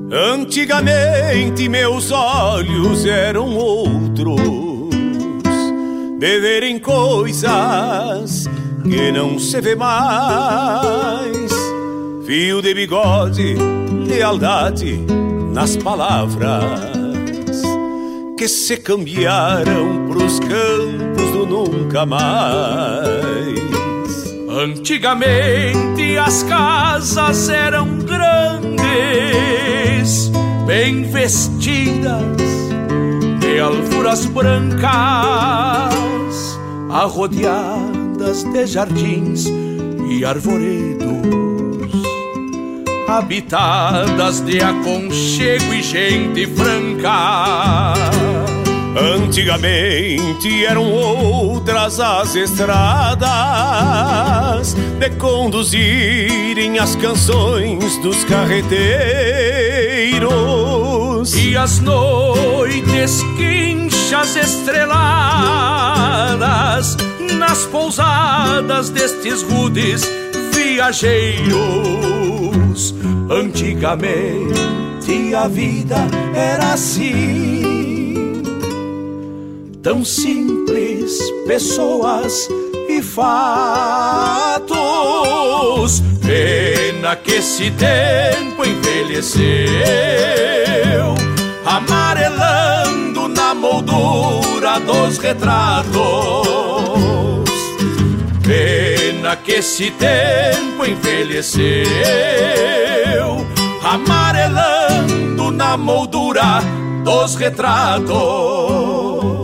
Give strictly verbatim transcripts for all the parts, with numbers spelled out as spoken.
Antigamente meus olhos eram outros, de verem coisas que não se vê mais. Fio de bigode, lealdade nas palavras que se cambiaram pros campos do nunca mais. Antigamente as casas eram grandes, bem vestidas de alfuras brancas, arrodeadas de jardins e arvoredos, habitadas de aconchego e gente franca. Antigamente eram outras as estradas de conduzirem as canções dos carreteiros, e as noites quinchas estreladas nas pousadas destes rudes viajeiros. Antigamente a vida era assim, tão simples, pessoas e fatos. Pena que esse tempo envelheceu, amarelando na moldura dos retratos. Pena que esse tempo envelheceu, amarelando na moldura dos retratos.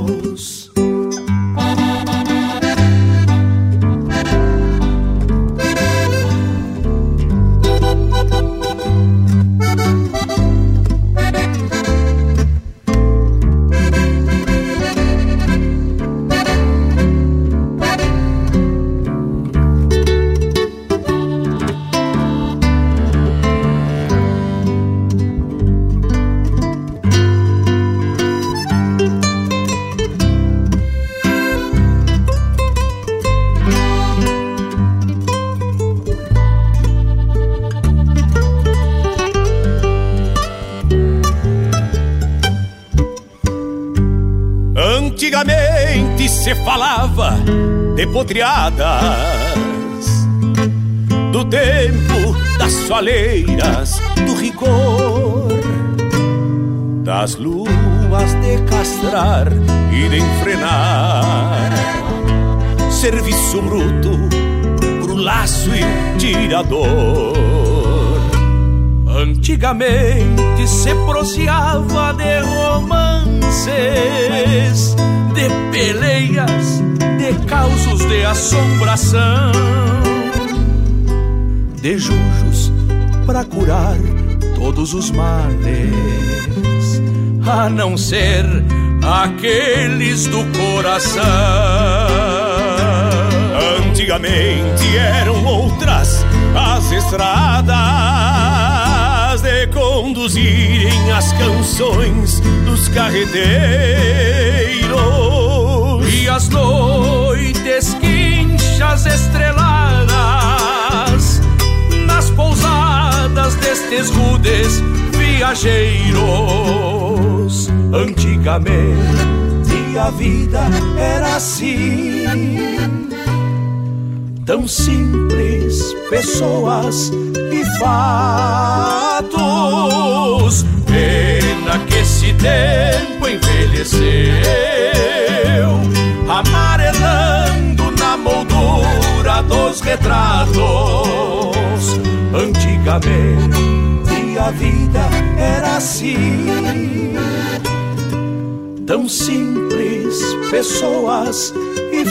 Antigamente se falava de potreadas, do tempo das soleiras, do rigor, das luas de castrar e de enfrenar, serviço bruto pro laço e tirador. Antigamente se proseava de romances, de peleias, de causos de assombração, de jujos pra curar todos os males, a não ser aqueles do coração. Antigamente eram outras as estradas de conduzirem as canções dos carreteiros, e as noites quinchas estreladas nas pousadas destes rudes viajeiros. Antigamente a vida era assim, tão simples, pessoas e fatos. Pena que esse tempo envelheceu, amarelando na moldura dos retratos. Antigamente a vida era assim, tão simples, pessoas e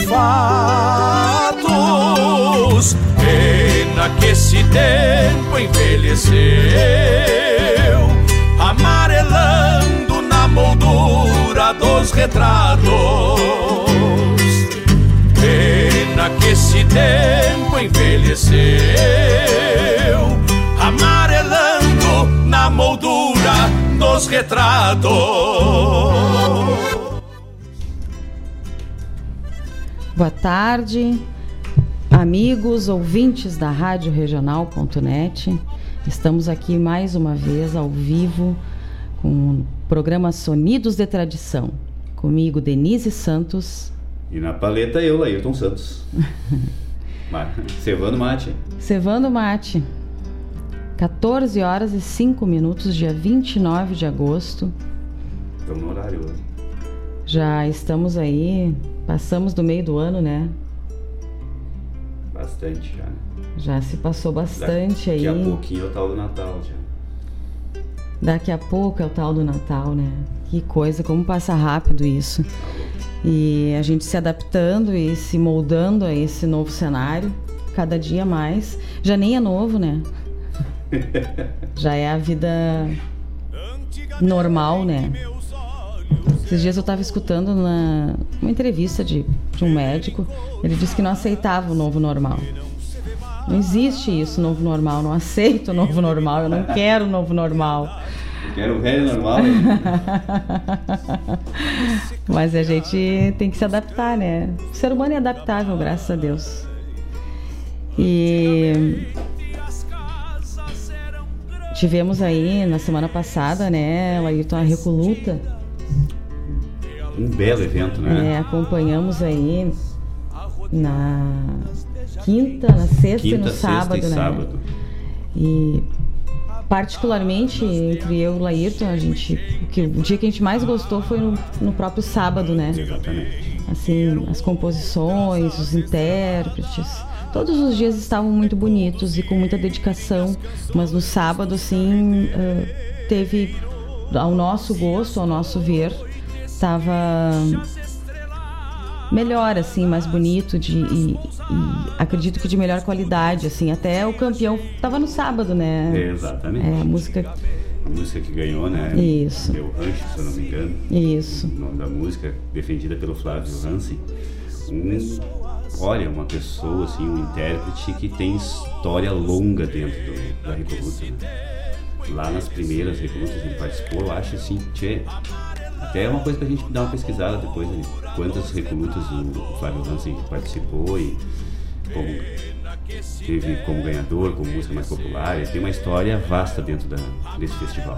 fatos. Pena que esse tempo envelheceu, amarelando na moldura dos retratos. Pena que esse tempo envelheceu, amarelando na moldura dos retratos. Boa tarde, amigos, ouvintes da Rádio Regional ponto net. Estamos aqui mais uma vez ao vivo com o programa Sonidos de Tradição. Comigo, Denise Santos. E na paleta eu, Laírton Santos. Cevando mate. Cevando mate. quatorze horas e cinco minutos, dia vinte e nove de agosto. Estamos no horário hoje. Já estamos aí, passamos do meio do ano, né? Bastante já, né? Já se passou bastante Daqui aí. Daqui a pouquinho é o tal do Natal já. Daqui a pouco é o tal do Natal, né? Que coisa, como passa rápido isso. E a gente se adaptando e se moldando a esse novo cenário, cada dia mais. Já nem é novo, né? Já é a vida normal, né? Esses dias eu estava escutando na, uma entrevista de, de um médico. Ele disse que não aceitava o novo normal. Não existe isso, novo normal. Não aceito o novo normal. Eu não quero o novo normal. Eu quero o velho normal. Mas a gente tem que se adaptar, né? O ser humano é adaptável, graças a Deus. E tivemos aí na semana passada, né, Laírton, a Recoluta. Um belo evento, né? É, acompanhamos aí na quinta, na sexta quinta, e no sábado, sexta e né? sábado. E particularmente entre eu e o Laírton, a gente, o, que, o dia que a gente mais gostou foi no, no próprio sábado, né? Exatamente. Assim, as composições, os intérpretes, todos os dias estavam muito bonitos e com muita dedicação, mas no sábado, assim, uh, teve, ao nosso gosto, ao nosso ver, estava melhor, assim, mais bonito de, e, e acredito que de melhor qualidade, assim, até o campeão estava no sábado, né? Exatamente. É, a música... A música que ganhou, né? Isso. Meu Rancho, se eu não me engano. Isso. O nome da música, defendida pelo Flávio Hansen. Um, olha, uma pessoa, assim, um intérprete que tem história longa dentro do, da Recoluta, né? Lá nas primeiras Recolutas ele participou, eu acho assim, tchê, até é uma coisa pra gente dar uma pesquisada depois, né? Quantas Recolutas o Flávio Hansen participou e como teve como ganhador, como música mais popular. Ele tem uma história vasta dentro da, desse festival.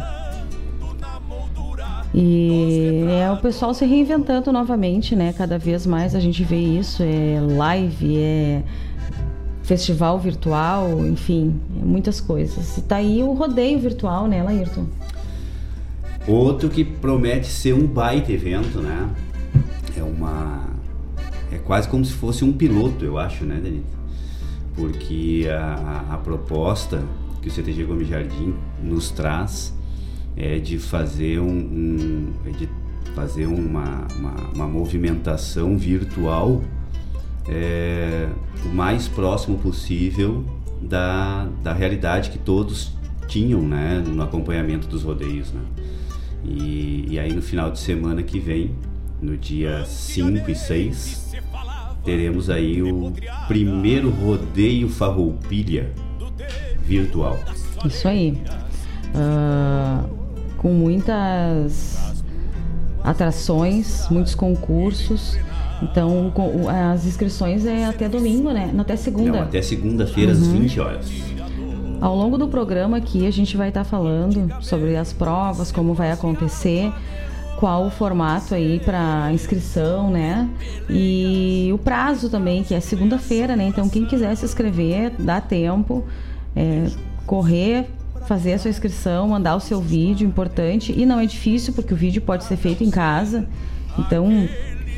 E é o pessoal se reinventando novamente, né? Cada vez mais a gente vê isso, é live, é festival virtual, enfim, é muitas coisas. E tá aí o rodeio virtual, né, Laírton? Outro que promete ser um baita evento, né? É uma... É quase como se fosse um piloto, eu acho, né, Denise? Porque a, a proposta que o C T G Gomes Jardim nos traz é de fazer, um, um, é de fazer uma, uma, uma movimentação virtual é, o mais próximo possível da, da realidade que todos tinham, né, no acompanhamento dos rodeios, né? E, e aí no final de semana que vem, no dia cinco e seis, teremos aí o primeiro rodeio Farroupilha virtual. Isso aí. Uh, com muitas atrações, muitos concursos. Então, com, as inscrições é até domingo, né? Não, até segunda. Não, até segunda-feira, uhum, às vinte horas. Ao longo do programa aqui, a gente vai estar falando sobre as provas, como vai acontecer, qual o formato aí para inscrição, né? E o prazo também, que é segunda-feira, né? Então, quem quiser se inscrever, dá tempo, é, correr, fazer a sua inscrição, mandar o seu vídeo, importante. E não é difícil, porque o vídeo pode ser feito em casa. Então,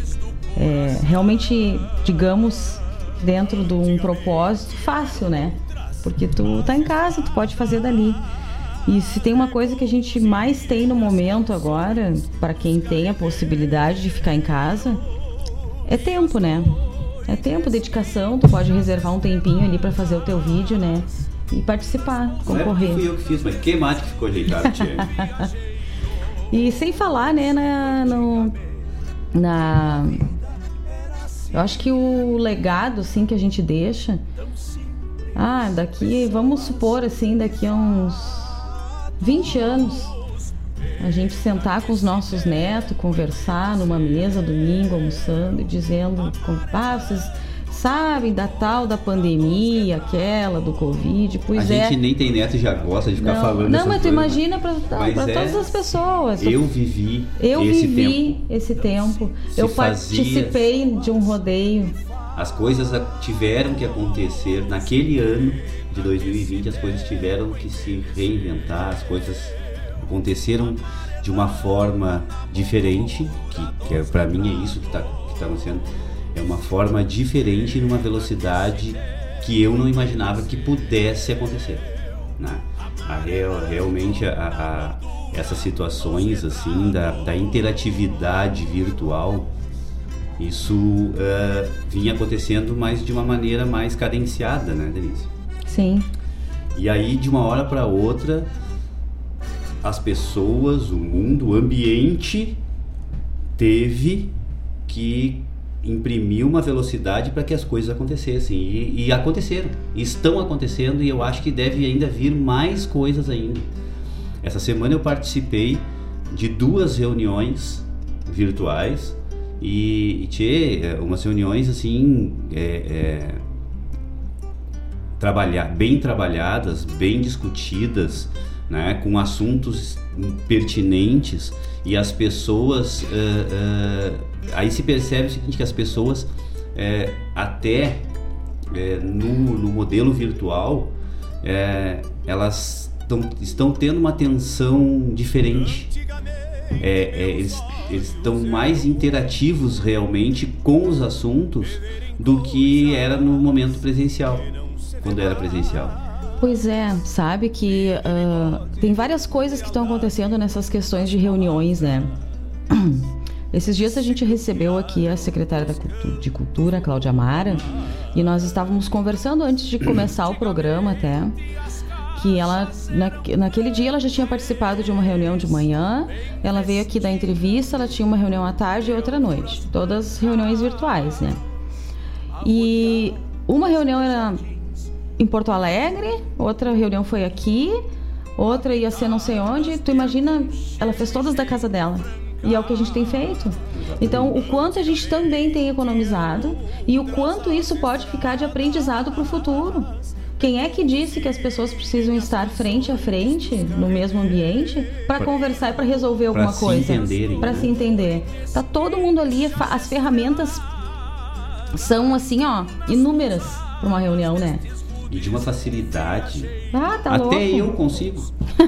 é, realmente, digamos, dentro de um propósito fácil, né? Porque tu tá em casa, tu pode fazer dali. E se tem uma coisa que a gente mais tem no momento agora, para quem tem a possibilidade de ficar em casa, é tempo, né? É tempo, dedicação, tu pode reservar um tempinho ali para fazer o teu vídeo, né? E participar, concorrer. Não é fui eu que fiz, mas que mate que ficou ajeitado, tia. E sem falar, né, na, no, na... Eu acho que o legado, assim, que a gente deixa... Ah, daqui, vamos supor, assim, daqui a uns vinte anos, a gente sentar com os nossos netos, conversar numa mesa, domingo, almoçando, e dizendo, ah, vocês sabem da tal da pandemia, aquela do Covid, pois a é. A gente nem tem neto e já gosta de ficar não, falando Não, mas tu coisa, imagina para é, todas as pessoas. Eu vivi eu esse vivi tempo. esse tempo. Se eu fazia, participei de um rodeio. As coisas tiveram que acontecer naquele ano de dois mil e vinte, as coisas tiveram que se reinventar, as coisas aconteceram de uma forma diferente, que, que é, para mim é isso que está que tá acontecendo, é uma forma diferente numa velocidade que eu não imaginava que pudesse acontecer, né? A real, realmente a, a, essas situações assim da, da interatividade virtual, isso uh, vinha acontecendo, mas de uma maneira mais cadenciada, né, Denise? Sim. E aí, de uma hora para outra, as pessoas, o mundo, o ambiente teve que imprimir uma velocidade para que as coisas acontecessem. E, e aconteceram, estão acontecendo, e eu acho que deve ainda vir mais coisas ainda. Essa semana eu participei de duas reuniões virtuais e, e tchê, umas reuniões assim, é, é, trabalhar, bem trabalhadas, bem discutidas, né, com assuntos pertinentes, e as pessoas, uh, uh, aí se percebe o seguinte, que as pessoas uh, até uh, no, no modelo virtual, uh, elas tão, estão tendo uma atenção diferente, é, é, eles estão mais interativos realmente com os assuntos do que era no momento presencial, quando era presencial. Pois é, sabe que uh, tem várias coisas que estão acontecendo nessas questões de reuniões, né? Esses dias a gente recebeu aqui a secretária de Cultura, Cláudia Mara, e nós estávamos conversando antes de começar o programa até, que ela, na, naquele dia ela já tinha participado de uma reunião de manhã, ela veio aqui dar entrevista, ela tinha uma reunião à tarde e outra à noite, todas reuniões virtuais, né? E uma reunião era em Porto Alegre, outra reunião foi aqui, outra ia ser não sei onde. Tu imagina, ela fez todas da casa dela, e é o que a gente tem feito. Então, o quanto a gente também tem economizado e o quanto isso pode ficar de aprendizado para o futuro. Quem é que disse que as pessoas precisam estar frente a frente, no mesmo ambiente, para conversar e para resolver alguma pra coisa? Para se entender. Tá todo mundo ali, as ferramentas são assim, ó, inúmeras para uma reunião, né? E de uma facilidade. Ah, tá Até louco. eu consigo.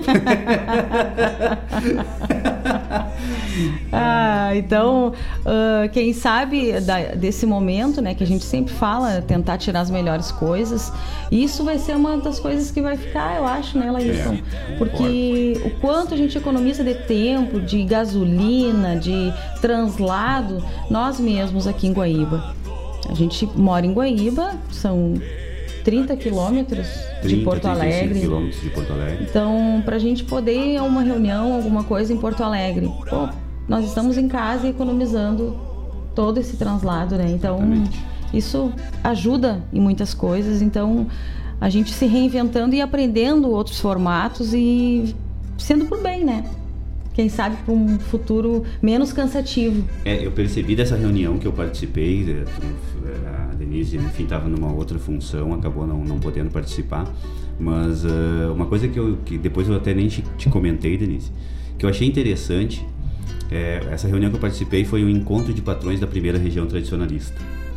Ah, então, uh, quem sabe da, desse momento, né, que a gente sempre fala, tentar tirar as melhores coisas, isso vai ser uma das coisas que vai ficar, eu acho, né, Laírton? É, porque o quanto a gente economiza de tempo, de gasolina, de translado, nós mesmos aqui em Guaíba. A gente mora em Guaíba, são trinta quilômetros de Porto Alegre. quilômetros de Porto Alegre. Então, para a gente poder ir a uma reunião, alguma coisa em Porto Alegre, pô, nós estamos em casa economizando todo esse translado, né? Então, exatamente, isso ajuda em muitas coisas. Então, a gente se reinventando e aprendendo outros formatos e sendo por bem, né? Quem sabe para um futuro menos cansativo. É, eu percebi dessa reunião que eu participei, a Denise, enfim, estava numa outra função, acabou não, não podendo participar, mas uh, uma coisa que, eu, que depois eu até nem te, te comentei, Denise, que eu achei interessante, é, essa reunião que eu participei foi um encontro de patrões da primeira região tradicionalista.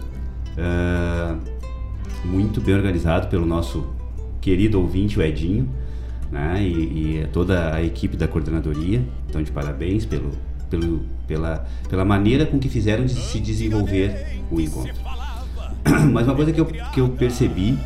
Uh, muito bem organizado pelo nosso querido ouvinte, o Edinho, né? E, e toda a equipe da coordenadoria. Então, de parabéns pelo, pelo, pela, pela maneira com que fizeram de se desenvolver o encontro. Mas uma coisa que eu, que eu percebi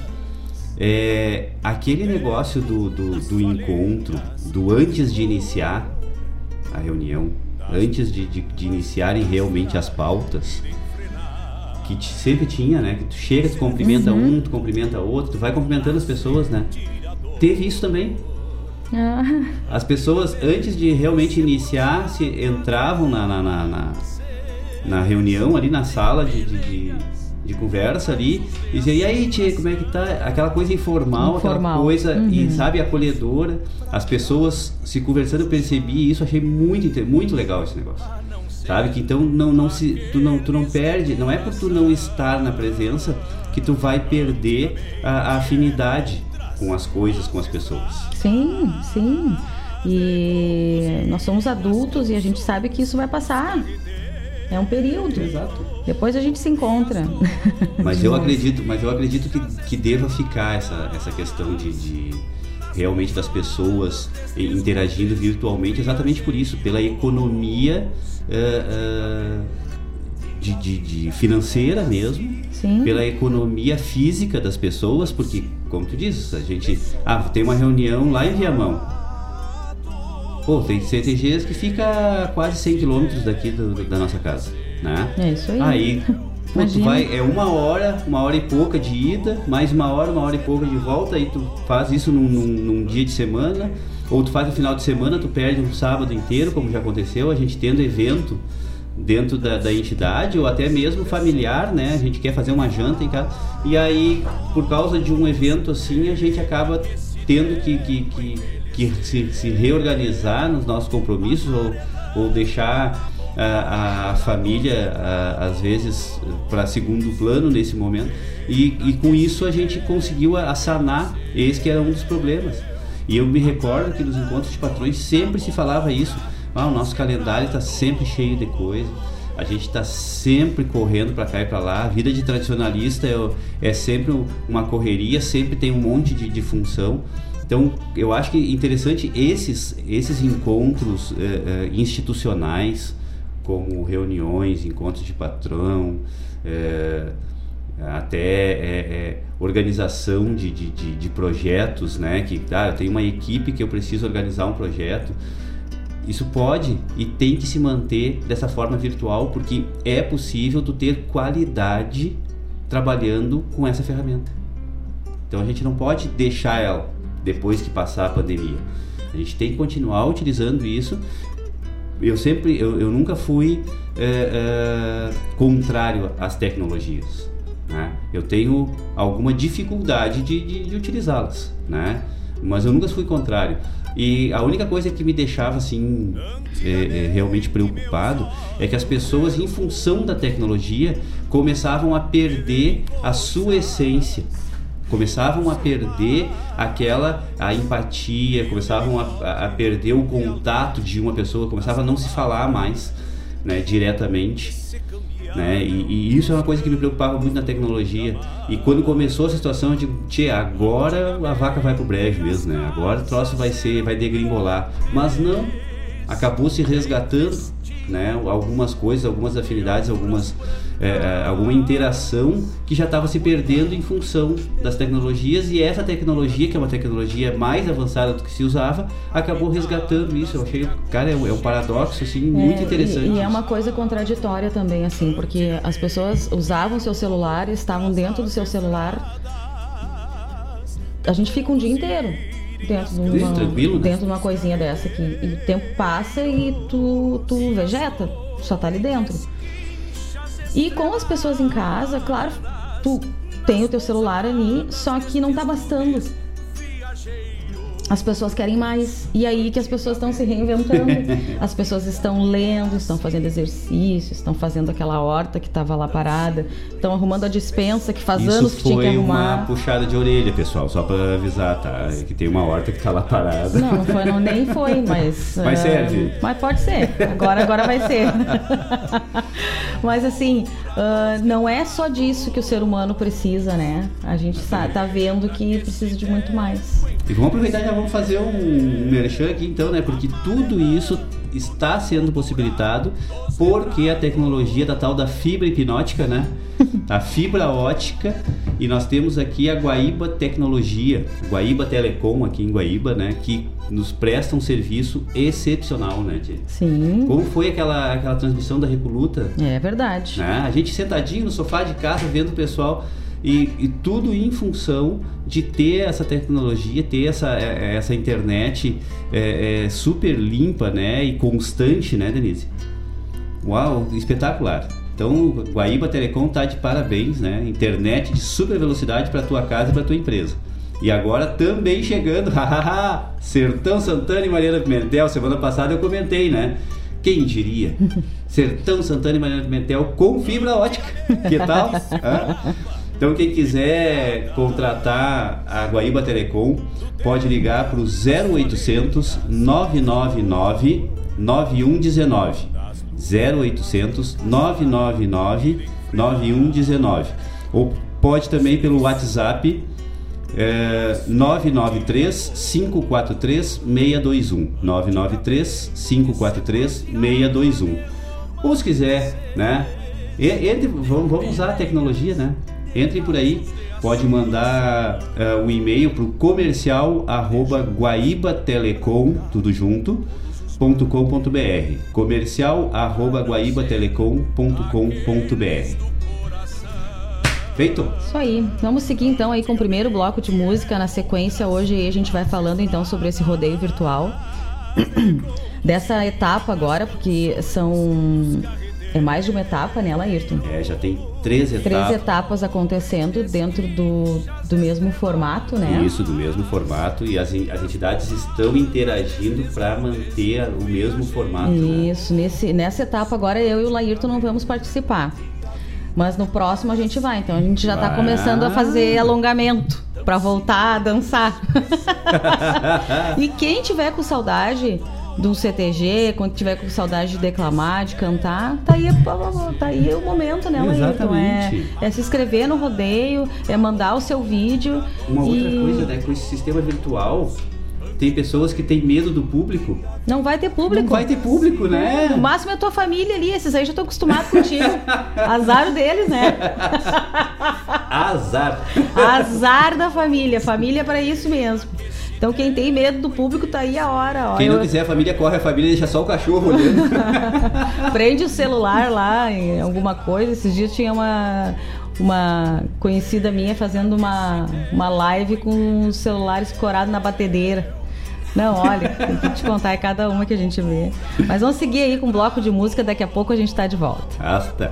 é aquele negócio do, do, do encontro, do antes de iniciar a reunião, antes de, de, de iniciarem realmente as pautas, que t- sempre tinha, né? Que tu chega, tu cumprimenta uhum. um, tu cumprimenta outro, tu vai cumprimentando as pessoas, né? Teve isso também. Ah. As pessoas, antes de realmente iniciar, se entravam na, na, na, na, na reunião, ali na sala de, de, de, de conversa ali, e diziam, e aí, tia, como é que tá? Aquela coisa informal, informal. aquela coisa, uhum. e sabe, acolhedora. As pessoas se conversando, eu percebi isso, achei muito, muito legal esse negócio. sabe? Que então não, não se, tu, não, tu não perde, não é por tu não estar na presença que tu vai perder a, a afinidade com as coisas, com as pessoas. Sim, sim. E nós somos adultos e a gente sabe que isso vai passar. É um período. Exato. Depois a gente se encontra. Mas eu acredito, mas eu acredito que, que deva ficar essa, essa questão de, de realmente das pessoas interagindo virtualmente, exatamente por isso, pela economia uh, uh, de, de, de financeira mesmo. Sim. Pela economia física das pessoas, porque, como tu dizes, a gente ah, tem uma reunião lá em Viamão. Pô, tem C T Gs que fica quase cem quilômetros daqui do, do, da nossa casa, né? É isso aí. Aí, pô, tu vai, é uma hora, uma hora e pouca de ida, mais uma hora, uma hora e pouca de volta, aí tu faz isso num, num, num dia de semana, ou tu faz no final de semana, tu perde um sábado inteiro, como já aconteceu, a gente tendo evento dentro da, da entidade, ou até mesmo familiar, né? A gente quer fazer uma janta em casa, e aí, por causa de um evento assim, a gente acaba tendo que... que, que que se, se reorganizar nos nossos compromissos ou, ou deixar a, a família a, às vezes para segundo plano nesse momento e, e com isso a gente conseguiu a, a sanar esse que era um dos problemas. E eu me recordo que nos encontros de patrões sempre se falava isso, ah, o nosso calendário está sempre cheio de coisa, a gente está sempre correndo para cá e para lá, a vida de tradicionalista é, é sempre uma correria, sempre tem um monte de, de função. Então, eu acho que interessante esses, esses encontros eh, institucionais, como reuniões, encontros de patrão, eh, até eh, eh, organização de, de, de, de projetos, né? Que ah, eu tenho uma equipe que eu preciso organizar um projeto. Isso pode e tem que se manter dessa forma virtual, porque é possível tu ter qualidade trabalhando com essa ferramenta. Então, a gente não pode deixar ela depois que passar a pandemia. A gente tem que continuar utilizando isso. Eu sempre, eu, eu nunca fui é, é, contrário às tecnologias, né? Eu tenho alguma dificuldade de, de, de utilizá-las, né? Mas eu nunca fui contrário. E a única coisa que me deixava assim é, é, realmente preocupado é que as pessoas, em função da tecnologia, começavam a perder a sua essência. Começavam a perder aquela a empatia, começavam a, a perder o contato de uma pessoa, começava a não se falar mais, né, diretamente, né, e, e isso é uma coisa que me preocupava muito na tecnologia. E quando começou essa situação, eu digo, tchê, agora a vaca vai pro brejo mesmo, né, agora o troço vai ser, vai degringolar. Mas não, acabou se resgatando, né, algumas coisas, algumas afinidades, algumas é, alguma interação que já estava se perdendo em função das tecnologias, e essa tecnologia, que é uma tecnologia mais avançada do que se usava, acabou resgatando isso. Eu achei, cara, é um, é um paradoxo assim, muito é, interessante. E, e é uma coisa contraditória também, assim, porque as pessoas usavam seu celular, estavam dentro do seu celular, a gente fica um dia inteiro dentro de uma, tranquilo, dentro né? de uma coisinha dessa aqui, e o tempo passa e tu, tu vegeta, só tá ali dentro. E com as pessoas em casa, claro, tu tem o teu celular ali, só que não tá bastando. As pessoas querem mais. E aí que as pessoas estão se reinventando. As pessoas estão lendo, estão fazendo exercício, estão fazendo aquela horta que estava lá parada, estão arrumando a despensa que faz Isso anos que tinha que arrumar. Isso foi uma puxada de orelha, pessoal, só para avisar, tá? Que tem uma horta que tá lá parada. Não, não foi, não, nem foi, mas... Mas uh, serve. Mas pode ser. Agora, agora vai ser. Mas assim, uh, não é só disso que o ser humano precisa, né? A gente tá, tá vendo que precisa de muito mais. E vamos aproveitar e já vamos fazer um merchan aqui então, né? Porque tudo isso está sendo possibilitado porque a tecnologia da tal da fibra hipnótica, né? A fibra ótica, e nós temos aqui a Guaíba Tecnologia, Guaíba Telecom aqui em Guaíba, né? Que nos presta um serviço excepcional, né, Tia? Sim. Como foi aquela, aquela transmissão da Recoluta? É verdade. Né? A gente sentadinho no sofá de casa vendo o pessoal... E, e tudo em função de ter essa tecnologia, ter essa, essa internet é, é, super limpa, né, e constante, né, Denise? Uau, espetacular! Então, Guaíba Telecom tá de parabéns, né? Internet de super velocidade para tua casa e para tua empresa. E agora também chegando, hahaha, Sertão Santana e Mariana Pimentel. Semana passada eu comentei, né? quem diria? Sertão Santana e Mariana Pimentel com fibra ótica. Que tal? Ah? Então quem quiser contratar a Guaíba Telecom pode ligar para o zero oitocentos, nove nove nove, nove um um nove. zero oitocentos, nove nove nove, nove um um nove. Ou pode também pelo WhatsApp é, nove nove três, cinco quatro três, seis dois um. nove nove três, cinco quatro três, seis dois um. Ou se quiser, né? Entre, vamos, vamos usar a tecnologia, né? Entrem por aí, pode mandar o uh, um e-mail para o comercial arroba guaibatelecom, tudo junto, ponto com ponto br. Comercial arroba guaibatelecom ponto com ponto br. Feito? Isso aí. Vamos seguir então aí com o primeiro bloco de música. Na sequência, hoje a gente vai falando então sobre esse rodeio virtual. Dessa etapa agora, porque são... É mais de uma etapa, né, Laírton? É, já tem três etapas. Três etapas acontecendo dentro do, do mesmo formato, né? Isso, do mesmo formato. E as, as entidades estão interagindo para manter o mesmo formato. Isso, né? nesse, nessa etapa agora eu e o Laírton não vamos participar. Mas no próximo a gente vai. Então a gente já está começando a fazer alongamento para voltar a dançar. E quem tiver com saudade do C T G, quando tiver com saudade de declamar, de cantar, tá aí, tá aí o momento, né, Laírton? Exatamente. É, é se inscrever no rodeio, é mandar o seu vídeo. Uma e... outra coisa, né, com esse sistema virtual, tem pessoas que têm medo do público. Não vai ter público. Não vai ter público, né? No máximo é a tua família ali, esses aí já estão acostumados contigo. Azar deles, né? Azar. Azar da família, família é para isso mesmo. Então quem tem medo do público tá aí a hora. Ó. Quem não Eu... quiser, a família corre, a família deixa só o cachorro olhando. Prende o celular lá em alguma coisa. Esses dias tinha uma, uma conhecida minha fazendo uma, uma live com o celular escorado na batedeira. Não, olha, tem que te contar, é cada uma que a gente vê. Mas vamos seguir aí com um bloco de música, daqui a pouco a gente tá de volta. Hasta.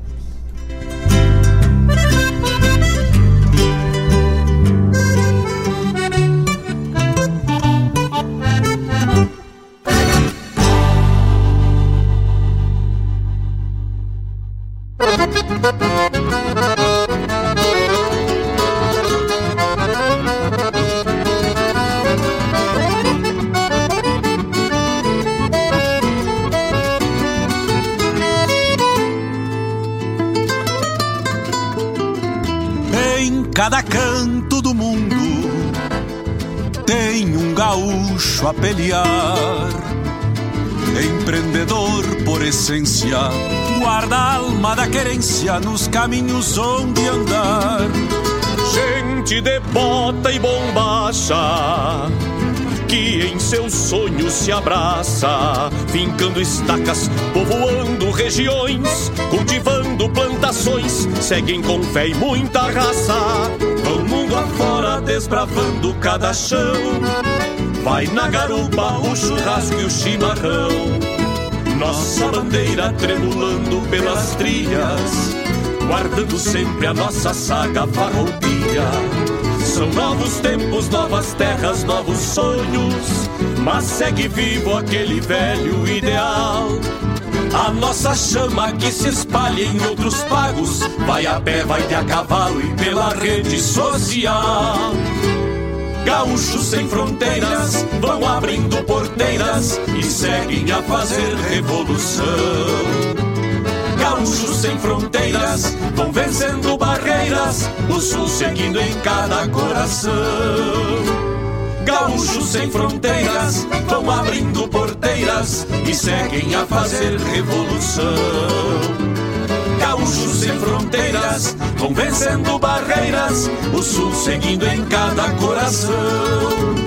Cada canto do mundo tem um gaúcho a pelear, empreendedor por essência, guarda a alma da querência nos caminhos onde andar. Gente de bota e bombacha, que em seus sonhos se abraça, fincando estacas, povoando regiões, cultivando plantações, seguem com fé e muita raça. Vão mundo afora desbravando cada chão, vai na garupa o churrasco e o chimarrão, nossa bandeira tremulando pelas trilhas, guardando sempre a nossa saga farroupilha. São novos tempos, novas terras, novos sonhos, mas segue vivo aquele velho ideal. A nossa chama que se espalha em outros pagos, vai a pé, vai de a cavalo e pela rede social. Gaúchos sem fronteiras vão abrindo porteiras e seguem a fazer revolução. Gaúchos sem fronteiras vão vencendo barreiras, o sul seguindo em cada coração. Gaúchos sem fronteiras vão abrindo porteiras e seguem a fazer revolução. Gaúchos sem fronteiras vão vencendo barreiras, o sul seguindo em cada coração.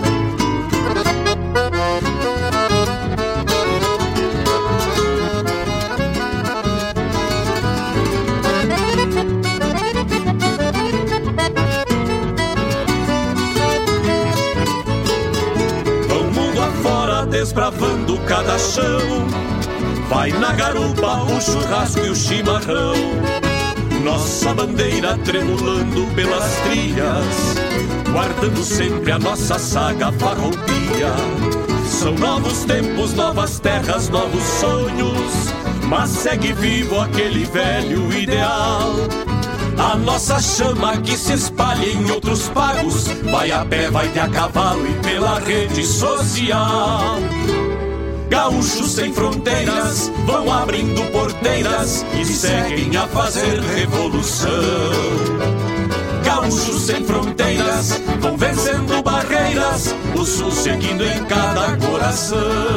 Desbravando cada chão, vai na garupa o churrasco e o chimarrão, nossa bandeira tremulando pelas trilhas, guardando sempre a nossa saga farroupilha. São novos tempos, novas terras, novos sonhos, mas segue vivo aquele velho ideal. A nossa chama que se espalha em outros pagos, vai a pé, vai de a cavalo e pela rede social. Gaúchos sem fronteiras vão abrindo porteiras e seguem a fazer revolução. Gaúchos sem fronteiras vão vencendo barreiras, o sul seguindo em cada coração.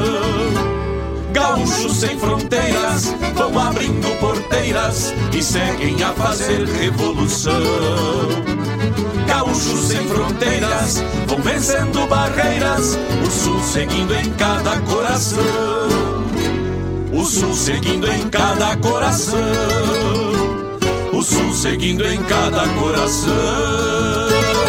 Gaúchos sem fronteiras vão abrindo porteiras e seguem a fazer revolução. Gaúchos sem fronteiras vão vencendo barreiras, o sul seguindo em cada coração. O sul seguindo em cada coração. O sul seguindo em cada coração.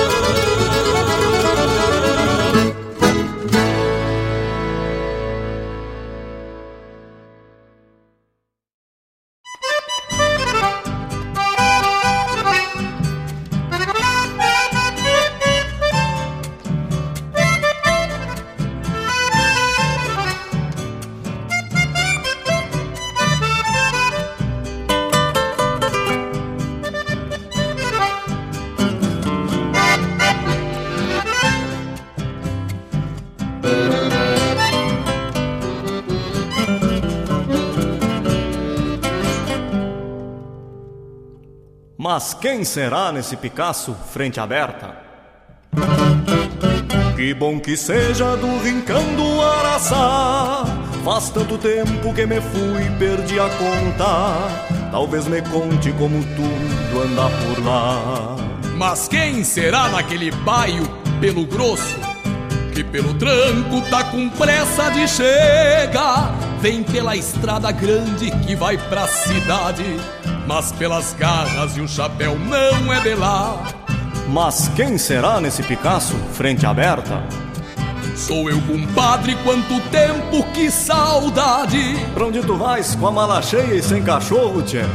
Mas quem será nesse Picasso frente aberta? Que bom que seja do rincão do Araçá. Faz tanto tempo que me fui, perdi a conta. Talvez me conte como tudo anda por lá. Mas quem será naquele baio pelo grosso, que pelo tranco tá com pressa de chegar? Vem pela estrada grande que vai pra cidade, mas pelas garras e o chapéu não é de lá. Mas quem será nesse Picasso frente aberta? Sou eu, compadre, quanto tempo, que saudade. Pra onde tu vais com a mala cheia e sem cachorro, tchê?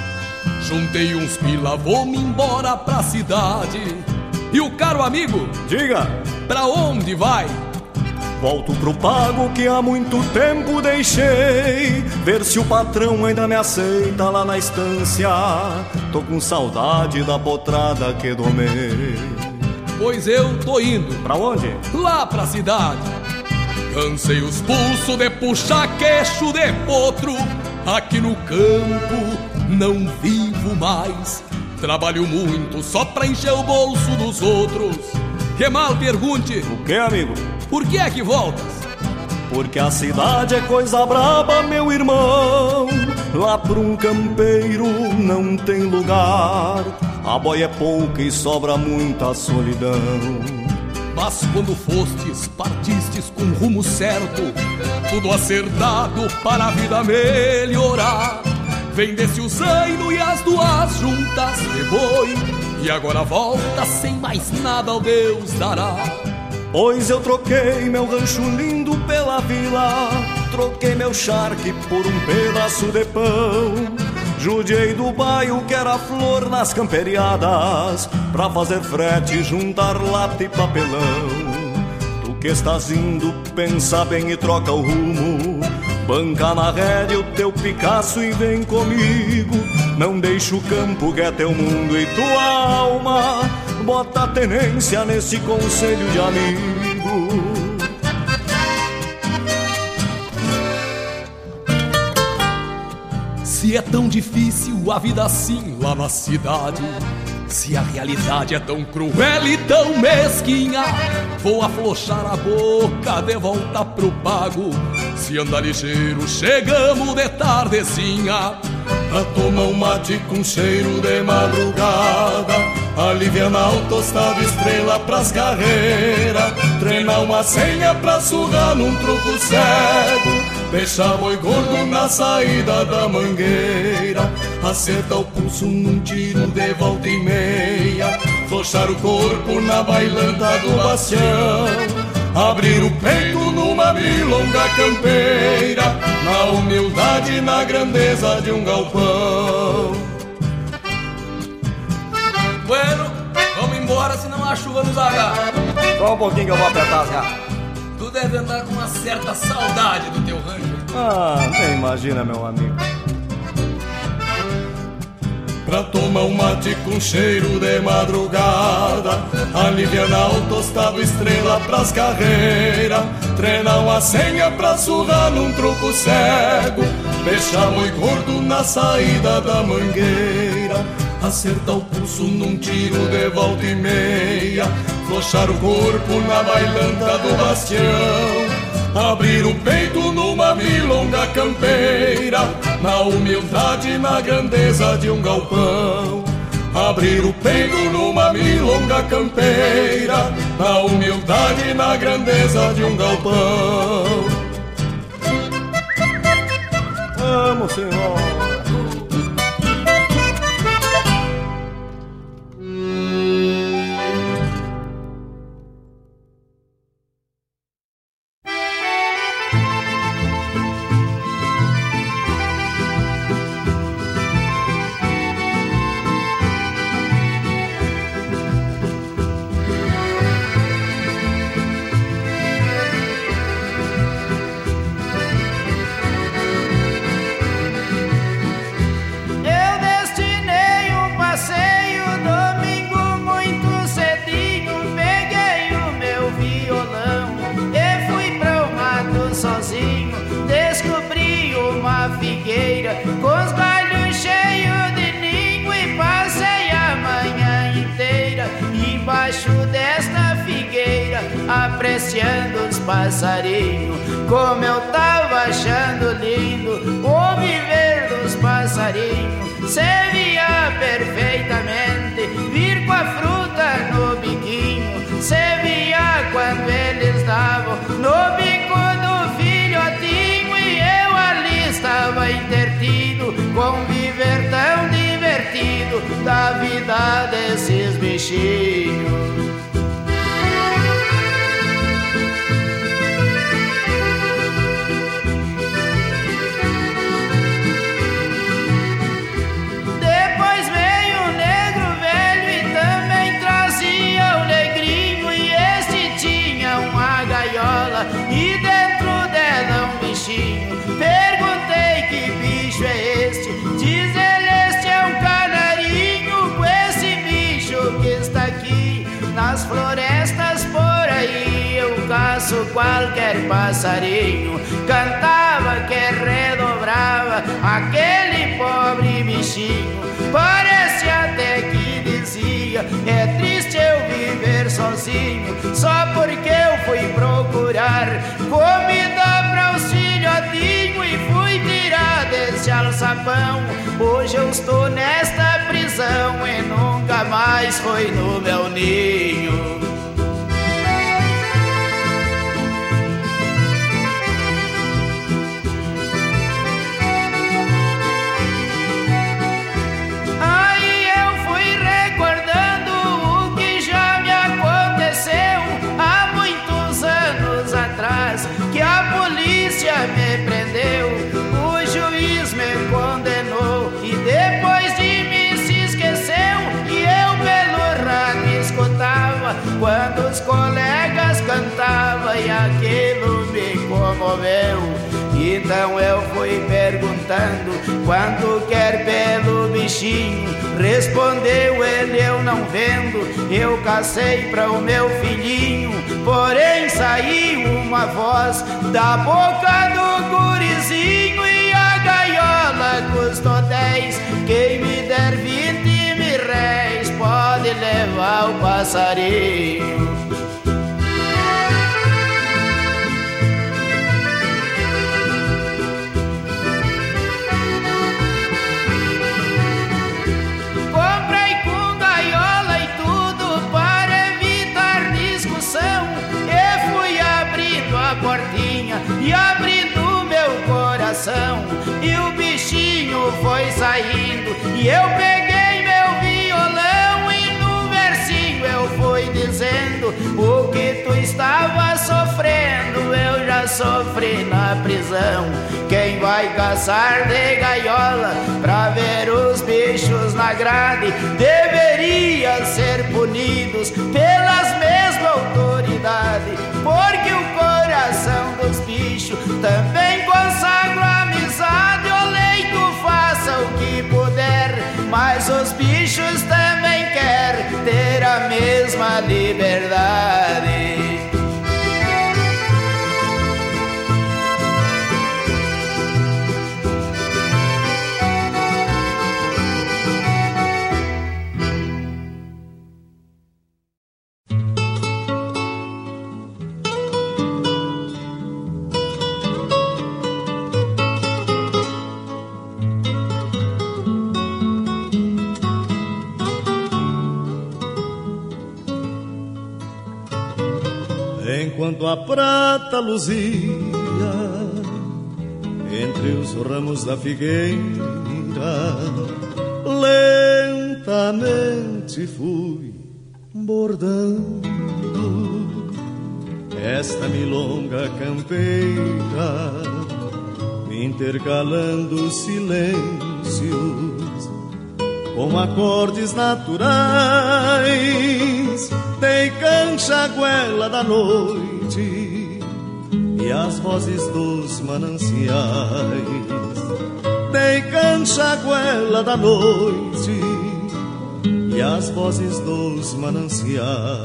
Juntei uns pila, vou-me embora pra cidade. E o caro amigo? Diga! Pra onde vai? Volto pro pago que há muito tempo deixei, ver se o patrão ainda me aceita lá na estância. Tô com saudade da potrada que domei. Pois eu tô indo. Pra onde? Lá pra cidade. Cansei os pulsos de puxar queixo de potro. Aqui no campo não vivo mais. Trabalho muito só pra encher o bolso dos outros. Que mal pergunte. O que, amigo? Por que é que voltas? Porque a cidade é coisa braba, meu irmão. Lá pra um campeiro não tem lugar. A boia é pouca e sobra muita solidão. Mas quando fostes, partistes com rumo certo, tudo acertado para a vida melhorar. Vendesse o zaino e as duas juntas de boi, e agora volta sem mais nada ao Deus dará. Pois eu troquei meu rancho lindo pela vila, troquei meu charque por um pedaço de pão. Judiei do bairro que era flor nas camperiadas, pra fazer frete, juntar lata e papelão. Tu que estás indo, pensa bem e troca o rumo. Banca na rédea o teu Picasso e vem comigo. Não deixa o campo que é teu mundo e tua alma. Bota a tenência nesse conselho de amigo. Se é tão difícil a vida assim lá na cidade, se a realidade é tão cruel e tão mesquinha, vou afrouxar a boca de volta pro pago. Se andar ligeiro, chegamos de tardezinha, pra tomar um mate com cheiro de madrugada, aliviar o tostado estrela pras carreiras, treinar uma senha pra surrar num truco cego, deixar boi gordo na saída da mangueira, acertar o pulso num tiro de volta e meia, flochar o corpo na bailanta do bastião, abrir o peito numa milonga campeira, na humildade e na grandeza de um galpão. Bueno, vamos embora, senão a chuva nos agarra. Só um pouquinho que eu vou apertar as garras. Tu Tu deve andar com uma certa saudade do teu rancho. Ah, nem imagina, meu amigo. Pra tomar um mate com cheiro de madrugada, alivianar o tostado estrela pras carreiras, treinar uma senha pra surrar num truco cego, fechar muito gordo na saída da mangueira, acertar o pulso num tiro de volta e meia, flochar o corpo na bailanta do bastião, abrir o peito numa milonga campeira, na humildade e na grandeza de um galpão. Abrir o peito numa milonga campeira, na humildade e na grandeza de um galpão. Vamos, senhor. Apreciando os passarinhos, como eu tava achando lindo o viver dos passarinhos. Cê via perfeitamente vir com a fruta no biquinho, cê via quando eles davam no bico do filhotinho, e eu ali estava intertido com viver tão divertido da vida desses bichinhos. E dentro dela um bichinho. Perguntei que bicho é este, diz ele, este é um canarinho. Com esse bicho que está aqui nas florestas por aí, eu caço qualquer passarinho. Cantava que redobrava aquele pobre bichinho. Parece até que dizia, é triste eu viver sozinho, só porque eu fui procurar comida para os filhotinhos e fui tirar desse alçapão. Hoje eu estou nesta prisão e nunca mais foi no meu ninho. Que a polícia me prendeu, o juiz me condenou e depois de mim se esqueceu. E eu pelo rádio escutava quando os colegas cantavam e aquilo me comoveu. Então eu fui perguntando quanto quer pelo bichinho. Respondeu ele, eu não vendo, eu cacei pra o meu filhinho. Porém saiu uma voz da boca do gurizinho, e a gaiola custou dez. Quem me der vinte mil réis pode levar o passarinho. E abrindo meu coração, e o bichinho foi saindo, e eu peguei meu violão, e no versinho eu fui dizendo: o que tu estava sofrendo eu já sofri na prisão. Quem vai caçar de gaiola pra ver os bichos na grade deveria ser punidos pelas mesmas autoridades, porque o coração pros bichos. Também consagro a amizade, o leito faça o que puder, mas os bichos também querem ter a mesma liberdade. Enquanto a prata luzia entre os ramos da figueira, lentamente fui bordando esta milonga campeira, intercalando silêncios com acordes naturais. Dei cancha à goela da noite e as vozes dos mananciais. Dei cancha à goela da noite e as vozes dos mananciais.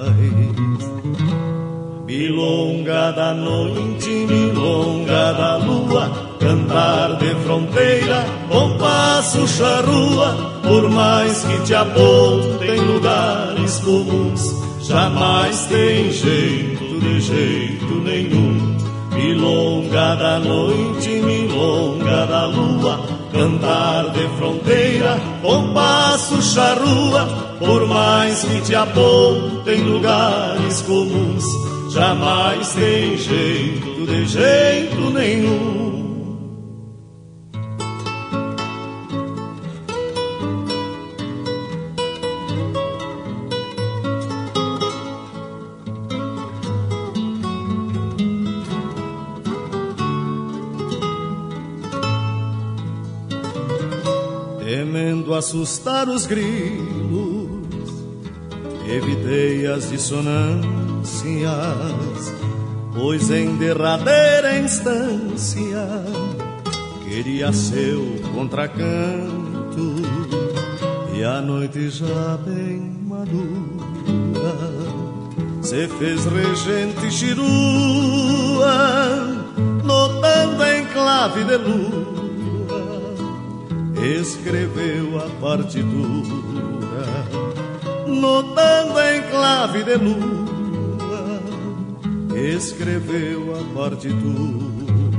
Milonga da noite, milonga da lua, cantar de fronteira, compasso charrua, por mais que te apontem lugares comuns, jamais tem jeito, de jeito nenhum. Milonga da noite, milonga da lua, cantar de fronteira, compasso charrua, por mais que te apontem lugares comuns, jamais tem jeito, de jeito nenhum. Temendo assustar os grilos, evitei as dissonâncias, pois em derradeira instância queria seu contracanto. E a noite já bem madura se fez regente chirua, notando em clave de lua, escreveu a partitura, notando em clave de lua, escreveu a partitura.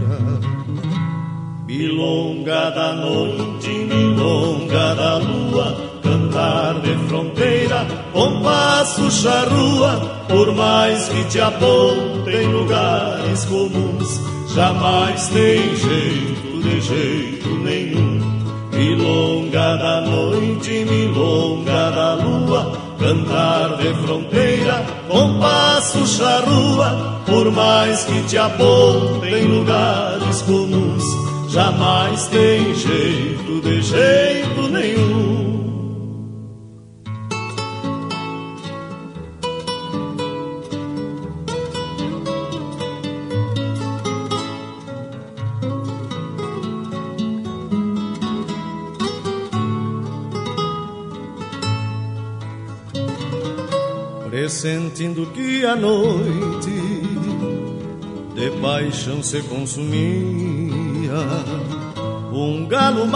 Milonga da noite, milonga da lua, cantar de fronteira, compasso charrua, por mais que te apontem lugares comuns, jamais tem jeito, de jeito nenhum. Milonga da noite, milonga da lua, cantar de fronteira, compasso charrua, por mais que te apontem lugares comuns, jamais tem jeito, de jeito nenhum. Pressentindo que a noite de paixão se consumia, um galo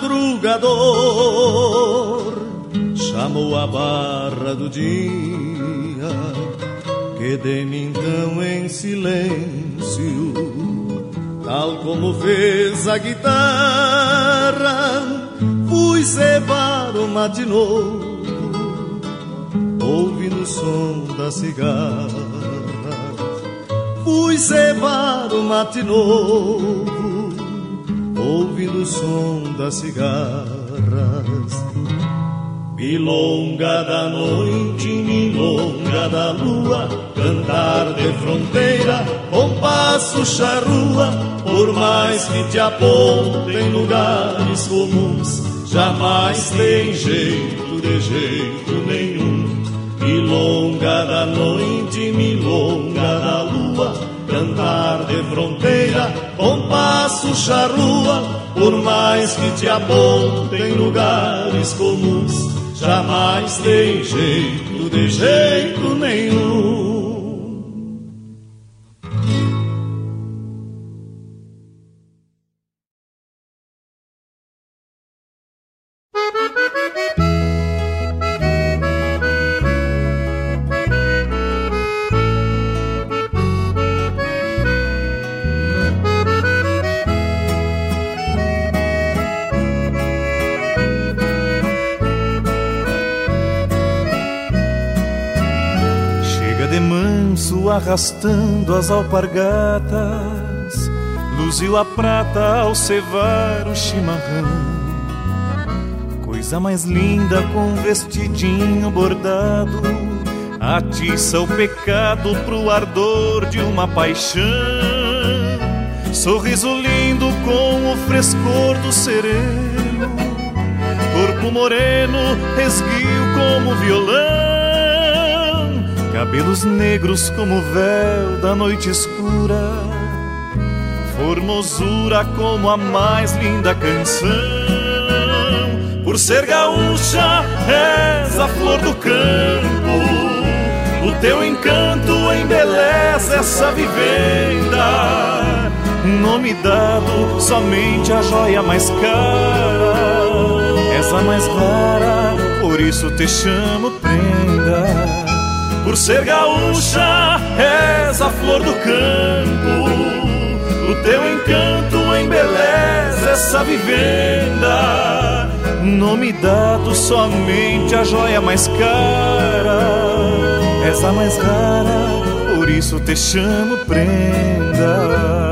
madrugador chamou a barra do dia, que de mim então em silêncio, tal como fez a guitarra, fui cevar o mate novo, ouvindo o som da cigarra. Fui cevar o mate novo, ouvindo o som das cigarras. Milonga da noite, milonga da lua, cantar de fronteira, compasso charrua, por mais que te apontem lugares comuns, jamais tem jeito, de jeito nenhum. Milonga da noite, milonga da lua, cantar andar de fronteira com passo charrua, por mais que te apontem lugares comuns, jamais tem jeito, de jeito nenhum. Arrastando as alpargatas, luziu a prata ao cevar o chimarrão. Coisa mais linda com vestidinho bordado, atiça o pecado pro ardor de uma paixão. Sorriso lindo com o frescor do sereno, corpo moreno, esguio como violão. Cabelos negros como véu da noite escura, formosura como a mais linda canção. Por ser gaúcha, és a flor do campo, o teu encanto embeleza essa vivenda. Nome dado somente a joia mais cara, és a mais rara, por isso te chamo prenda. Por ser gaúcha, és a flor do campo, o teu encanto embeleza essa vivenda. Nome dado somente a joia mais cara, és a mais rara, por isso te chamo prenda.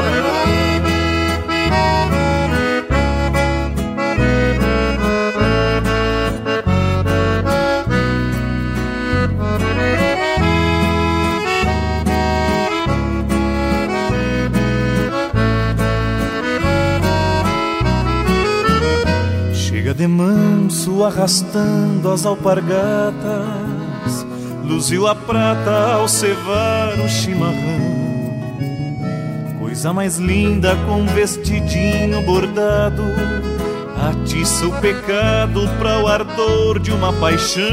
De manso arrastando as alpargatas, luziu a prata ao cevar o chimarrão. Coisa mais linda com vestidinho bordado, atiça o pecado pra o ardor de uma paixão.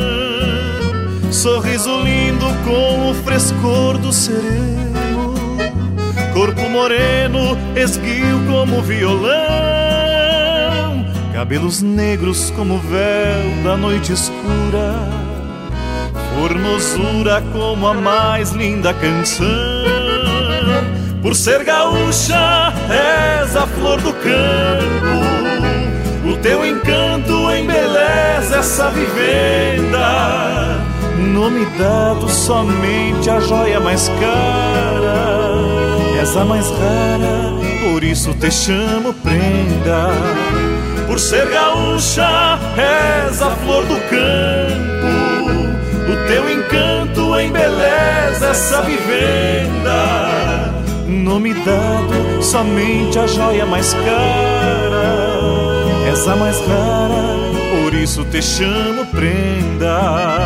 Sorriso lindo com o frescor do sereno, corpo moreno, esguio como violão. Cabelos negros como véu da noite escura, formosura como a mais linda canção. Por ser gaúcha, és a flor do campo, o teu encanto embeleza essa vivenda. Nome dado somente a joia mais cara, és a mais rara, por isso te chamo prenda. Por ser gaúcha, és a flor do campo, o teu encanto embeleza essa vivenda. Nome dado somente a joia mais cara, és a mais rara, por isso te chamo prenda.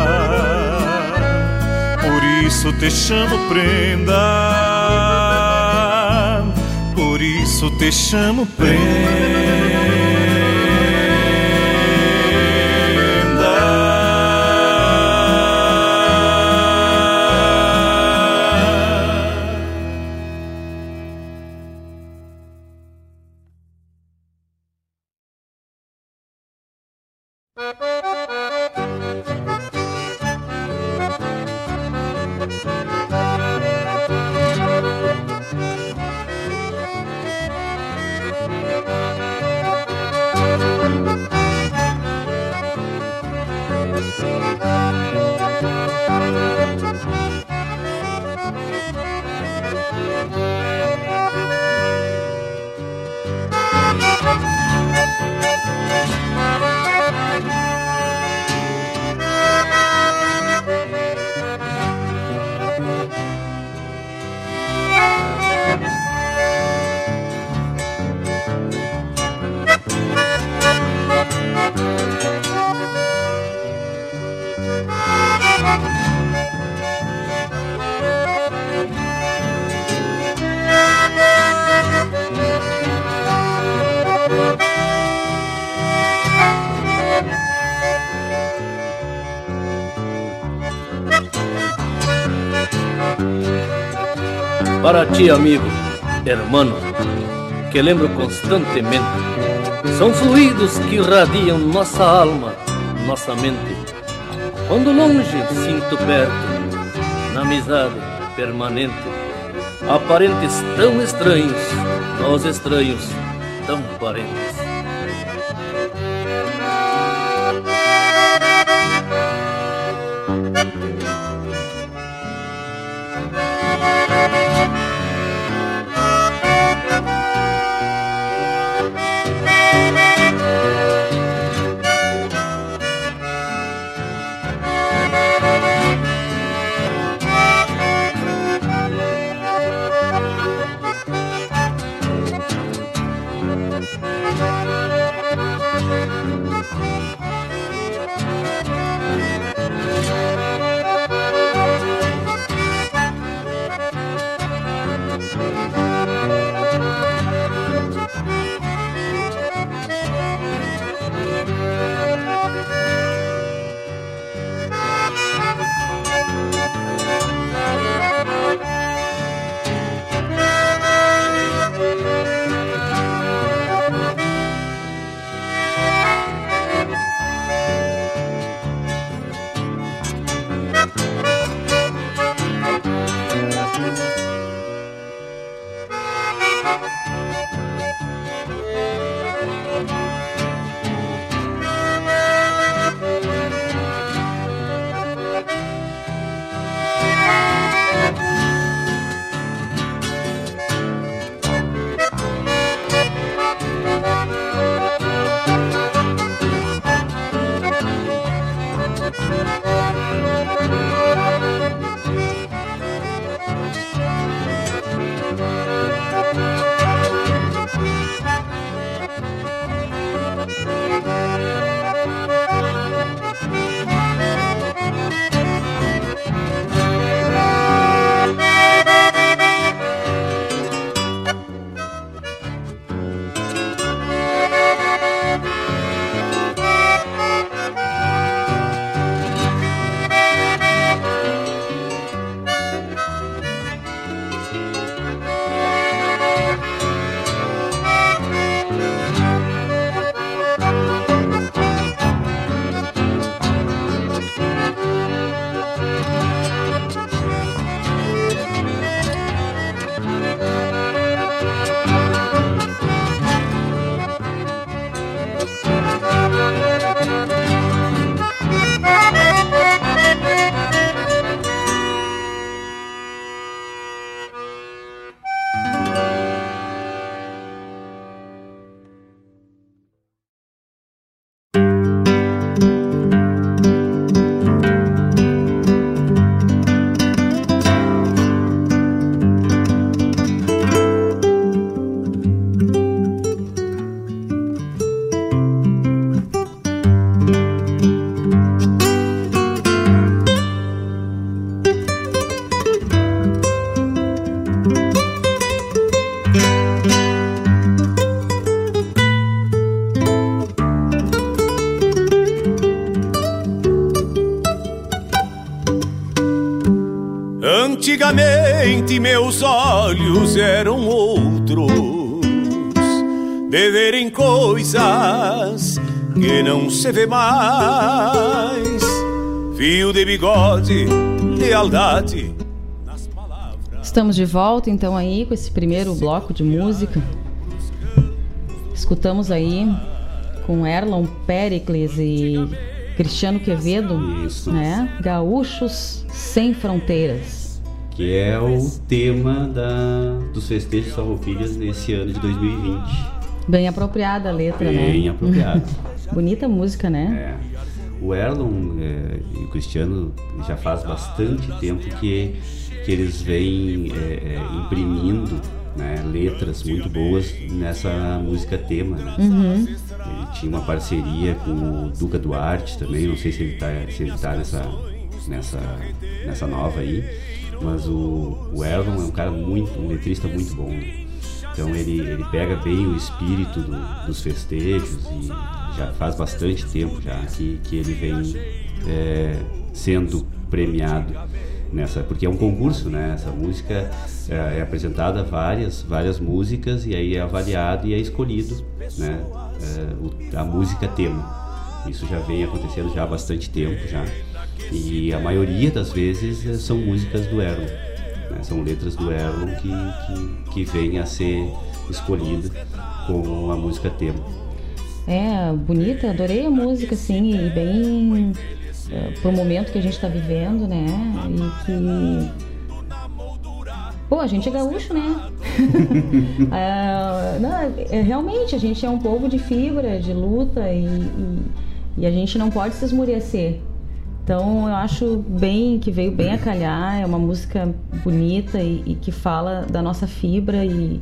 Por isso te chamo prenda, por isso te chamo prenda. Para ti, amigo, hermano, que lembro constantemente, são fluidos que irradiam nossa alma, nossa mente. Quando longe, sinto perto, na amizade permanente. Aparentes tão estranhos, nós estranhos tão parentes. Antigamente meus olhos eram outros, de verem coisas que não se vê mais. Fio de bigode, lealdade nas palavras. Estamos de volta então aí com esse primeiro bloco de música. Escutamos aí com Erlon Pericles e Cristiano Quevedo, Isso. né? Gaúchos Sem Fronteiras. Que é o tema da, dos festejos Farroupilhas nesse ano de dois mil e vinte. Bem apropriada a letra, Bem né? Bem apropriada. Bonita música, né? É. O Erlon é, e o Cristiano já faz bastante tempo que, que eles vêm é, é, imprimindo, né, letras muito boas nessa música tema, né? Uhum. Ele tinha uma parceria com o Duca Duarte também, não sei se ele tá, se ele tá nessa, nessa, nessa nova aí, mas o, o Erlon é um cara muito, um letrista muito bom, né? Então ele, ele pega bem o espírito do, dos festejos e já faz bastante tempo já que, que ele vem é, sendo premiado nessa, porque é um concurso, né? Essa música é, é apresentada várias, várias músicas e aí é avaliado e é escolhido, né? É, o, a música tema. Isso já vem acontecendo já há bastante tempo já. E a maioria das vezes são músicas do Erlon, né? São letras do Erlon que, que, que vem a ser escolhida como a música tema. É, bonita, adorei a música, assim, e bem é, pro momento que a gente tá vivendo, né? E que... Pô, a gente é gaúcho, né? é, não, é, realmente, a gente é um povo de fibra, de luta e, e, e a gente não pode se esmurecer. Então eu acho bem que veio bem a calhar, é uma música bonita e, e que fala da nossa fibra e,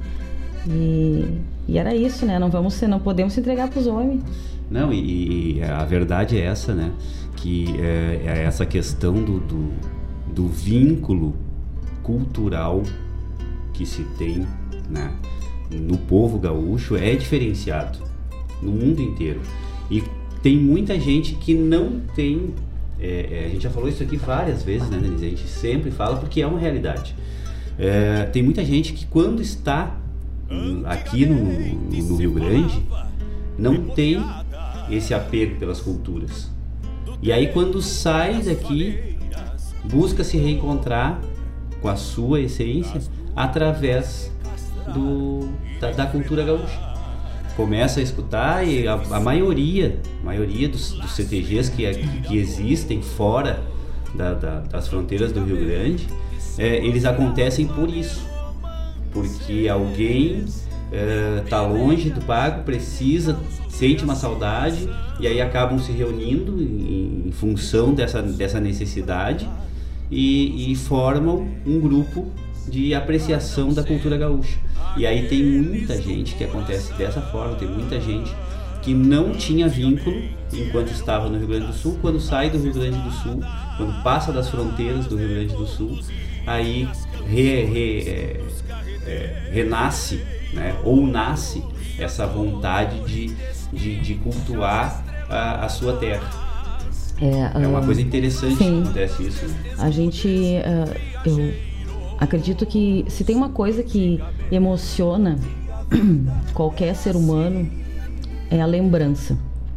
e, e era isso, né? Não vamos ser, não podemos se entregar para os homens. Não, e, e a verdade é essa, né? Que é, é essa questão do, do, do vínculo cultural que se tem, né, no povo gaúcho é diferenciado no mundo inteiro. E tem muita gente que não tem... É, é, a gente já falou isso aqui várias vezes, né, Denise? A gente sempre fala porque é uma realidade. É, tem muita gente que quando está aqui no, no Rio Grande não tem esse apego pelas culturas. E aí quando sai daqui busca se reencontrar com a sua essência através do, da, da cultura gaúcha. Começa a escutar e a, a maioria, a maioria dos, dos C T Gs que, que existem fora da, da, das fronteiras do Rio Grande, é, eles acontecem por isso. Porque alguém está é, longe do pago, precisa, sente uma saudade e aí acabam se reunindo em, em função dessa, dessa necessidade e, e formam um grupo de apreciação da cultura gaúcha. E aí tem muita gente que acontece dessa forma, tem muita gente que não tinha vínculo enquanto estava no Rio Grande do Sul, quando sai do Rio Grande do Sul, quando passa das fronteiras do Rio Grande do Sul, aí re, re, é, é, renasce, né, ou nasce essa vontade de, de, de cultuar a, a sua terra. É, é uma uh, coisa interessante sim. Que acontece isso. Né? A gente, uh, eu acredito que se tem uma coisa que emociona qualquer ser humano é a lembrança.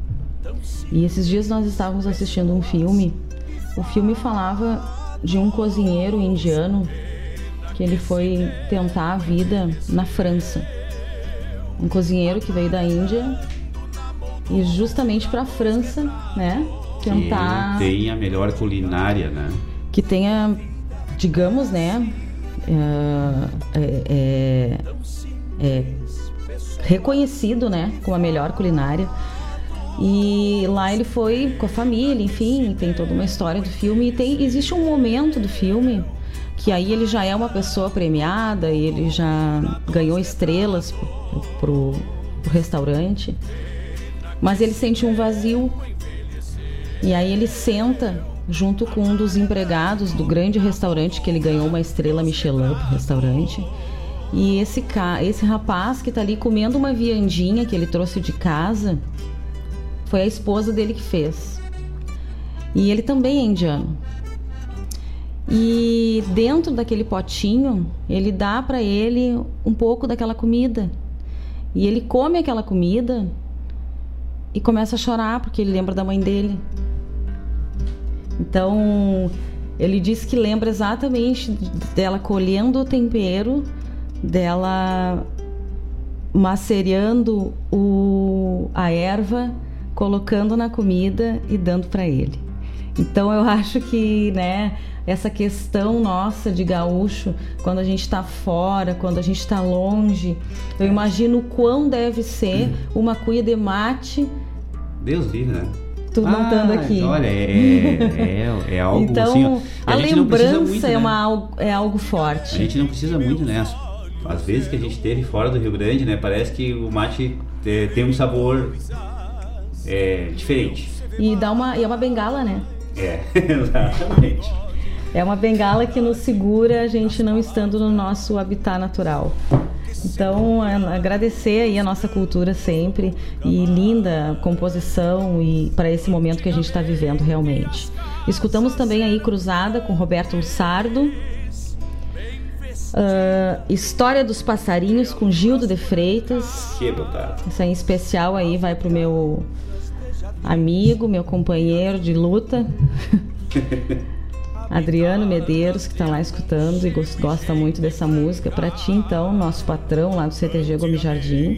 E esses dias nós estávamos assistindo um filme. O filme falava de um cozinheiro indiano que ele foi tentar a vida na França. Um cozinheiro que veio da Índia e justamente para a França, né? Tentar... Que tem a melhor culinária, né? Que tenha, digamos, né? É, é, é reconhecido, né? Com a melhor culinária. E lá ele foi com a família, enfim, tem toda uma história do filme. E tem, existe um momento do filme que aí ele já é uma pessoa premiada e ele já ganhou estrelas pro, pro, pro restaurante. Mas ele sente um vazio. E aí ele senta junto com um dos empregados do grande restaurante que ele ganhou uma estrela Michelin pro restaurante. E esse, ca... esse rapaz que tá ali comendo uma viandinha que ele trouxe de casa, foi a esposa dele que fez. E ele também é indiano. E dentro daquele potinho, ele dá para ele um pouco daquela comida. E ele come aquela comida e começa a chorar porque ele lembra da mãe dele. Então, ele diz que lembra exatamente dela colhendo o tempero, dela macerando o, a erva, colocando na comida e dando para ele. Então, eu acho que, né, essa questão nossa de gaúcho, quando a gente está fora, quando a gente está longe, eu imagino o quão deve ser uma cuia de mate. Deus livre, né? Tu montando ah, aqui. Olha, é, é, é algo então, assim... Ó, a, a lembrança muito, é, né? uma, é algo forte. A gente não precisa muito, né? As, as vezes que a gente esteve fora do Rio Grande, né? Parece que o mate é, tem um sabor é, diferente. E dá uma, e é uma bengala, né? É, exatamente. É uma bengala que nos segura a gente não estando no nosso habitat natural. Então, agradecer aí a nossa cultura sempre e linda composição e para esse momento que a gente está vivendo realmente. Escutamos também aí Cruzada com Roberto Lussardo, uh, História dos Passarinhos com Gildo de Freitas. Que botado. Essa em especial aí vai pro meu amigo, meu companheiro de luta, Adriano Medeiros, que está lá escutando e gosta muito dessa música. Para ti, então, nosso patrão lá do C T G Gomes Jardim.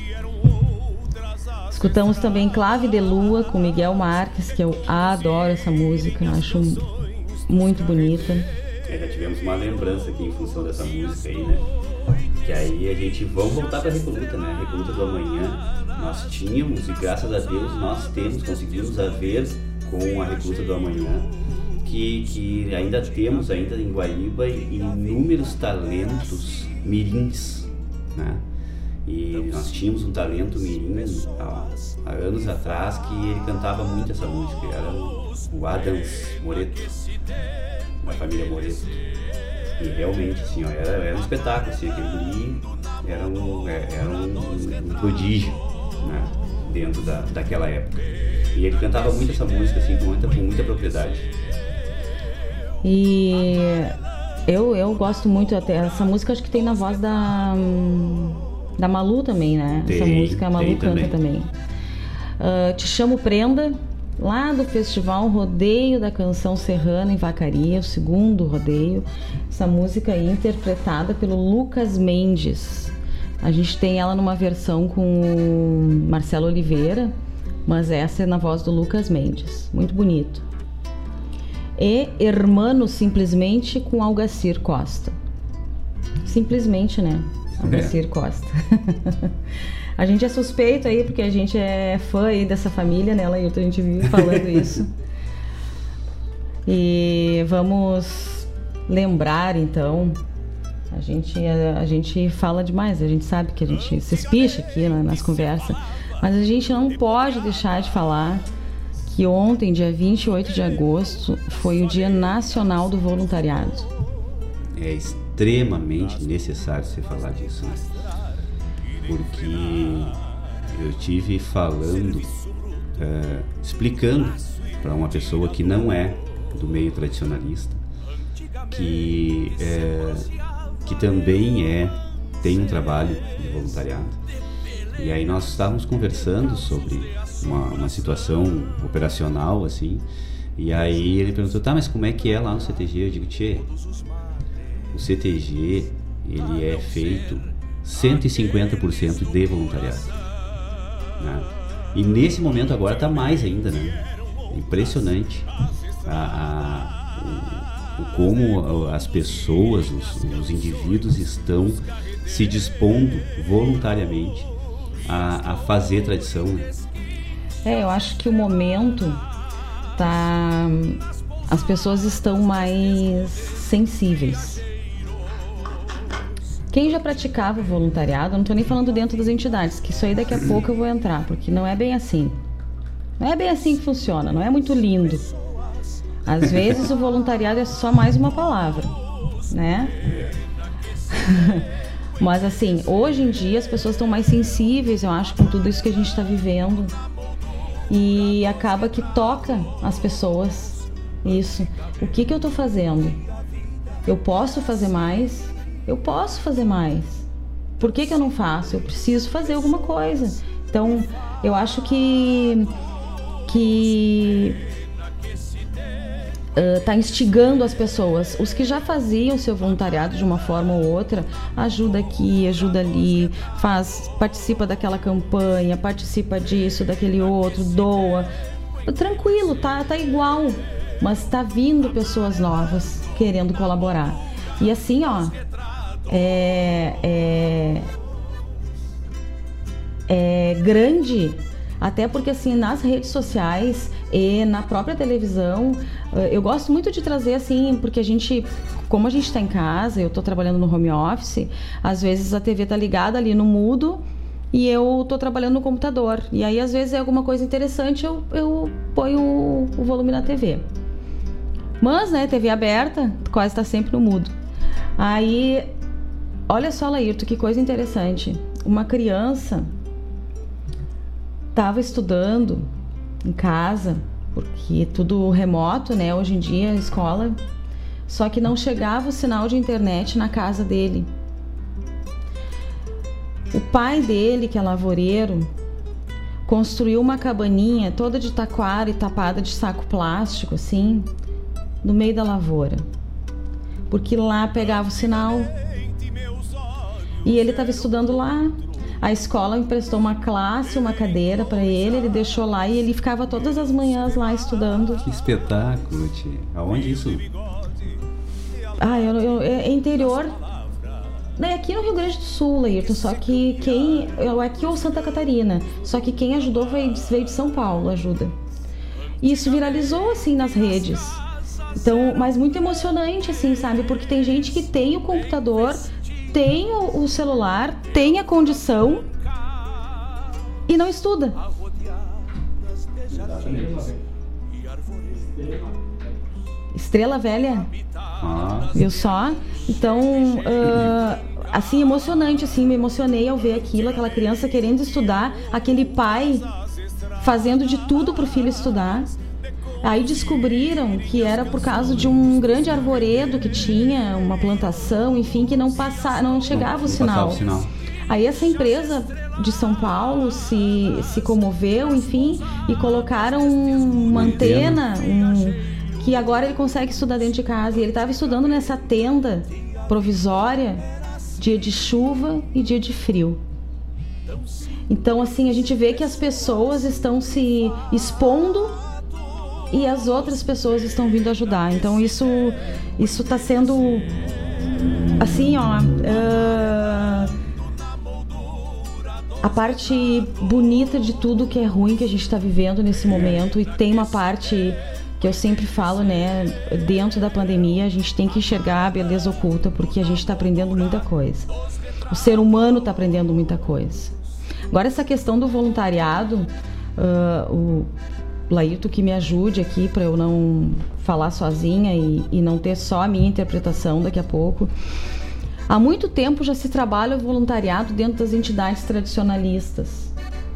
Escutamos também Clave de Lua com Miguel Marques, que eu adoro essa música, acho muito bonita. É, já tivemos uma lembrança aqui em função dessa música aí, né? Que aí a gente, vamos voltar para a Recoluta, né? A Recoluta do Amanhã nós tínhamos, e graças a Deus nós temos, conseguimos haver com a Recoluta do Amanhã, que, que ainda temos ainda em Guaíba inúmeros talentos mirins, né? E nós tínhamos um talento mirim há, há anos atrás que ele cantava muito essa música, era o, o Adams Moreto, da família Moreto. E realmente, assim, ó, era, era um espetáculo, assim, aquele guri era um, era um, um prodígio, né, dentro da, daquela época. E ele cantava muito essa música, assim, com muita, com muita propriedade. E eu, eu gosto muito, até essa música acho que tem na voz da, da Malu também, né? Tem, essa música a Malu canta também. também. Uh, Te Chamo Prenda, lá do Festival Rodeio da Canção Serrana em Vacaria, o segundo rodeio. Essa música aí interpretada pelo Lucas Mendes. A gente tem ela numa versão com o Marcelo Oliveira, mas essa é na voz do Lucas Mendes. Muito bonito. E Hermano Simplesmente com Algacir Costa. Simplesmente, né? Algacir é. Costa. A gente é suspeito aí, porque a gente é fã aí dessa família, né, Laírton? A gente vive falando isso. E vamos lembrar, então, a gente, a, a gente fala demais, a gente sabe que a gente se espicha aqui, né, nas conversas, mas a gente não pode deixar de falar que ontem, dia vinte e oito de agosto, foi o Dia Nacional do Voluntariado. É extremamente necessário você falar disso, né? Porque eu tive falando, uh, explicando para uma pessoa que não é do meio tradicionalista, que, uh, que também é, tem um trabalho de voluntariado. E aí nós estávamos conversando sobre uma, uma situação operacional, assim, e aí ele perguntou, tá, mas como é que é lá no C T G? Eu digo, tchê, o C T G, ele é feito cento e cinquenta por cento de voluntariado, né? E nesse momento agora está mais ainda, né? Impressionante a, a, o, o como as pessoas, os, os indivíduos estão se dispondo voluntariamente a, a fazer tradição, né? É, eu acho que o momento tá, as pessoas estão mais sensíveis. Quem já praticava voluntariado, eu não estou nem falando dentro das entidades, que isso aí daqui a pouco eu vou entrar, porque não é bem assim. Não é bem assim que funciona, não é muito lindo. Às vezes o voluntariado é só mais uma palavra, né? Mas assim, hoje em dia as pessoas estão mais sensíveis, eu acho, com tudo isso que a gente está vivendo. E acaba que toca as pessoas isso. O que que eu estou fazendo? Eu posso fazer mais? Eu posso fazer mais. Por que que eu não faço? Eu preciso fazer alguma coisa. Então, eu acho que que uh, tá instigando as pessoas. Os que já faziam seu voluntariado de uma forma ou outra, ajuda aqui, ajuda ali, faz, participa daquela campanha, participa disso, daquele outro, doa. Tranquilo, tá, tá igual. Mas tá vindo pessoas novas querendo colaborar. E assim, ó, É, é, é grande, até porque assim, nas redes sociais e na própria televisão, eu gosto muito de trazer assim, porque a gente, como a gente está em casa, eu estou trabalhando no home office, às vezes a T V tá ligada ali no mudo e eu estou trabalhando no computador, e aí às vezes é alguma coisa interessante, eu, eu ponho o, o volume na T V, mas né, T V aberta quase está sempre no mudo. Aí olha só, Laírto, que coisa interessante. Uma criança estava estudando em casa, porque é tudo remoto, né? Hoje em dia, a escola. Só que não chegava o sinal de internet na casa dele. O pai dele, que é lavoureiro, construiu uma cabaninha toda de taquara e tapada de saco plástico, assim, no meio da lavoura. Porque lá pegava o sinal. E ele estava estudando lá. A escola emprestou uma classe, uma cadeira para ele, ele deixou lá e ele ficava todas as manhãs lá estudando. Que espetáculo, tia. Aonde isso? Ah, eu, eu, é interior. É aqui no Rio Grande do Sul, Laírton, só que quem... Aqui ou Santa Catarina. Só que quem ajudou veio, veio de São Paulo, ajuda. E isso viralizou, assim, nas redes. Então, mas muito emocionante, assim, sabe? Porque tem gente que tem o computador, tem o, o celular, tem a condição e não estuda. Estrela Velha? Ah. Viu só? Então, uh, assim, emocionante, assim, me emocionei ao ver aquilo, aquela criança querendo estudar, aquele pai fazendo de tudo pro filho estudar. Aí descobriram que era por causa de um grande arvoredo que tinha, uma plantação, enfim, que não, passa, não chegava não, o, sinal. não o sinal. Aí essa empresa de São Paulo se, se comoveu, enfim, e colocaram uma antena, um... que agora ele consegue estudar dentro de casa. E ele estava estudando nessa tenda provisória, dia de chuva e dia de frio. Então, assim, a gente vê que as pessoas estão se expondo e as outras pessoas estão vindo ajudar. Então, isso isso está sendo, assim, ó... Uh, a parte bonita de tudo que é ruim que a gente está vivendo nesse momento. E tem uma parte... que eu sempre falo, né, dentro da pandemia a gente tem que enxergar a beleza oculta, porque a gente está aprendendo muita coisa. O ser humano está aprendendo muita coisa. Agora, essa questão do voluntariado, uh, o Laírton que me ajude aqui para eu não falar sozinha e, e não ter só a minha interpretação daqui a pouco. Há muito tempo já se trabalha o voluntariado dentro das entidades tradicionalistas.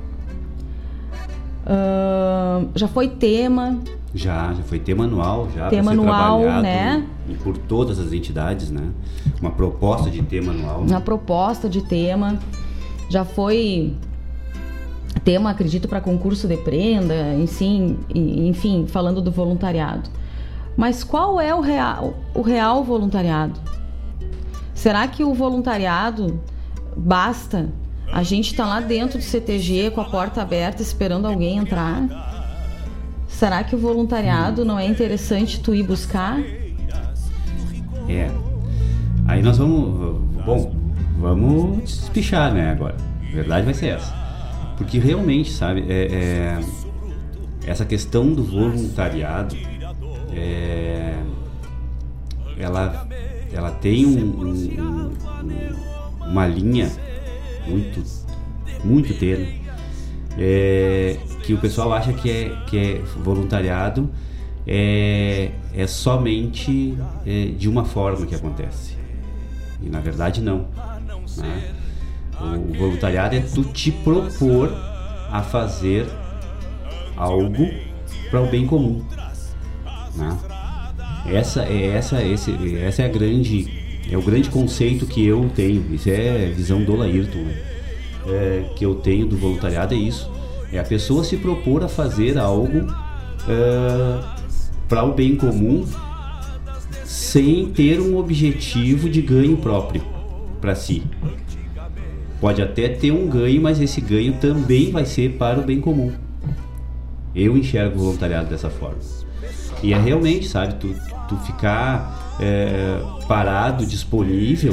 Uh, já foi tema... Já, já foi tema anual, já tema ser anual, trabalhado, né? E por todas as entidades, né? Uma proposta de tema anual. Uma proposta de tema. Já foi tema, acredito, para concurso de prenda, enfim, enfim, falando do voluntariado. Mas qual é o real, o real voluntariado? Será que o voluntariado basta? A gente está lá dentro do C T G com a porta aberta esperando alguém entrar? Será que o voluntariado não é interessante tu ir buscar? É. Aí nós vamos... Bom, vamos despichar, né, agora. A verdade vai ser essa. Porque realmente, sabe, é, é, essa questão do voluntariado, é, ela, ela tem um, um, um, uma linha muito, muito tênue. É, que o pessoal acha que é, que é voluntariado é, é somente é, de uma forma que acontece. E na verdade não, né? O voluntariado é tu te propor a fazer algo para o bem comum, né? Essa é essa esse essa é a grande é o grande conceito que eu tenho. Isso é a visão do Laírton, né? É, que eu tenho do voluntariado é isso. É a pessoa se propor a fazer algo uh, para o bem comum sem ter um objetivo de ganho próprio para si. Pode até ter um ganho, mas esse ganho também vai ser para o bem comum. Eu enxergo o voluntariado dessa forma. E é realmente, sabe, tu, tu ficar é, parado, disponível.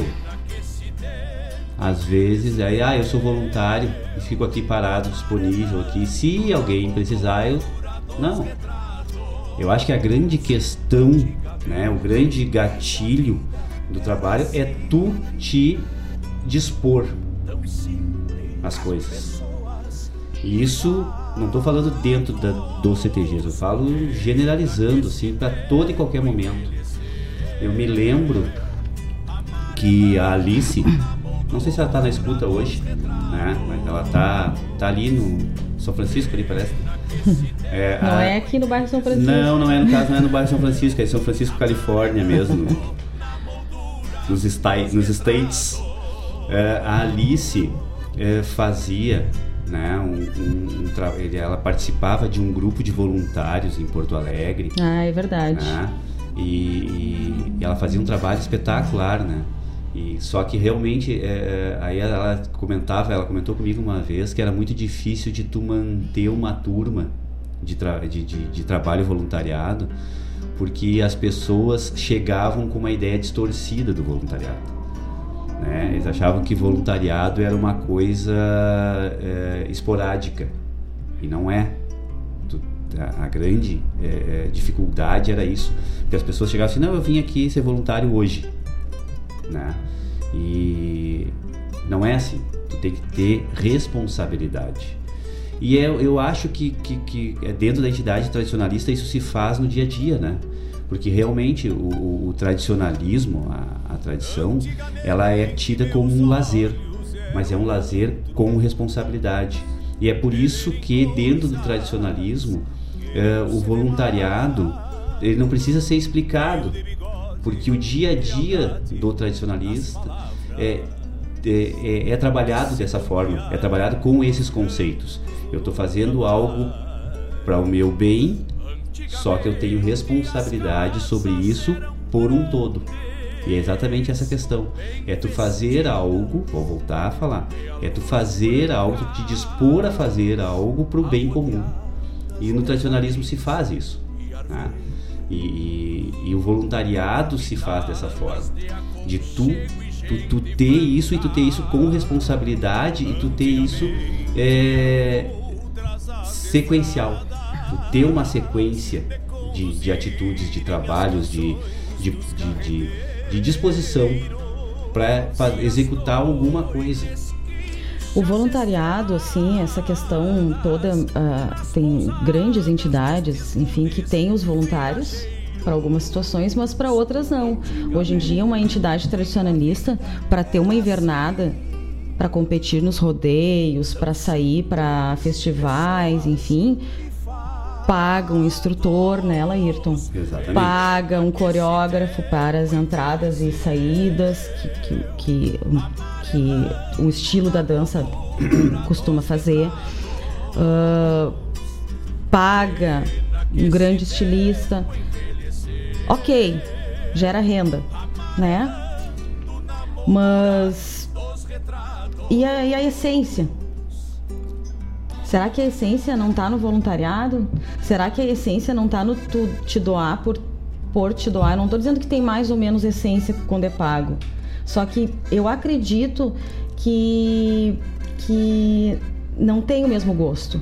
Às vezes, aí, ah, eu sou voluntário e fico aqui parado, disponível aqui. Se alguém precisar, eu... Não. Eu acho que a grande questão, né, o grande gatilho do trabalho é tu te dispor às coisas. E isso, não estou falando dentro da, do C T Gs, eu falo generalizando, assim, para todo e qualquer momento. Eu me lembro que a Alice, não sei se ela tá na escuta hoje, né? Mas ela tá, tá ali no São Francisco, ali parece. É, não a... é aqui no bairro São Francisco. Não, não é, no caso não é no bairro São Francisco, é em São Francisco, Califórnia mesmo. nos, sta- nos States. É, a Alice é, fazia, né, um, um, um tra- ela participava de um grupo de voluntários em Porto Alegre. Ah, é verdade. Né? E, e, e ela fazia um trabalho espetacular, né? E, só que realmente, é, aí ela comentava, ela comentou comigo uma vez que era muito difícil de tu manter uma turma de, tra- de, de, de trabalho voluntariado, porque as pessoas chegavam com uma ideia distorcida do voluntariado. Né? Eles achavam que voluntariado era uma coisa é, esporádica, e não é. Tu, a, a grande é, dificuldade era isso, porque as pessoas chegavam assim, não, eu vim aqui ser voluntário hoje, né? E não é assim, tu tem que ter responsabilidade. E eu, eu acho que, que, que dentro da entidade tradicionalista isso se faz no dia a dia, né? Porque realmente o, o, o tradicionalismo, a, a tradição, ela é tida como um lazer, mas é um lazer com responsabilidade. E é por isso que dentro do tradicionalismo, é, o voluntariado, ele não precisa ser explicado, porque o dia a dia do tradicionalista é, é, é trabalhado dessa forma, é trabalhado com esses conceitos. Eu estou fazendo algo para o meu bem, só que eu tenho responsabilidade sobre isso por um todo. E é exatamente essa questão. É tu fazer algo, vou voltar a falar, é tu fazer algo, te dispor a fazer algo para o bem comum. E no tradicionalismo se faz isso, né? E, e, e o voluntariado se faz dessa forma, de tu, tu, tu ter isso e tu ter isso com responsabilidade e tu ter isso é, sequencial, tu ter uma sequência de, de atitudes, de trabalhos, de, de, de, de, de disposição para executar alguma coisa. O voluntariado, assim, essa questão toda, uh, tem grandes entidades, enfim, que têm os voluntários para algumas situações, mas para outras não. Hoje em dia, uma entidade tradicionalista, para ter uma invernada, para competir nos rodeios, para sair para festivais, enfim, paga um instrutor, né, Laírton? Exatamente. Paga um coreógrafo para as entradas e saídas, que... que, que que o estilo da dança costuma fazer, uh, paga um grande estilista, ok, gera renda, né? Mas e a, e a essência? Será que a essência não está no voluntariado? Será que a essência não está no tu te doar por, por te doar? Eu não estou dizendo que tem mais ou menos essência quando é pago. Só que eu acredito que, que não tem o mesmo gosto.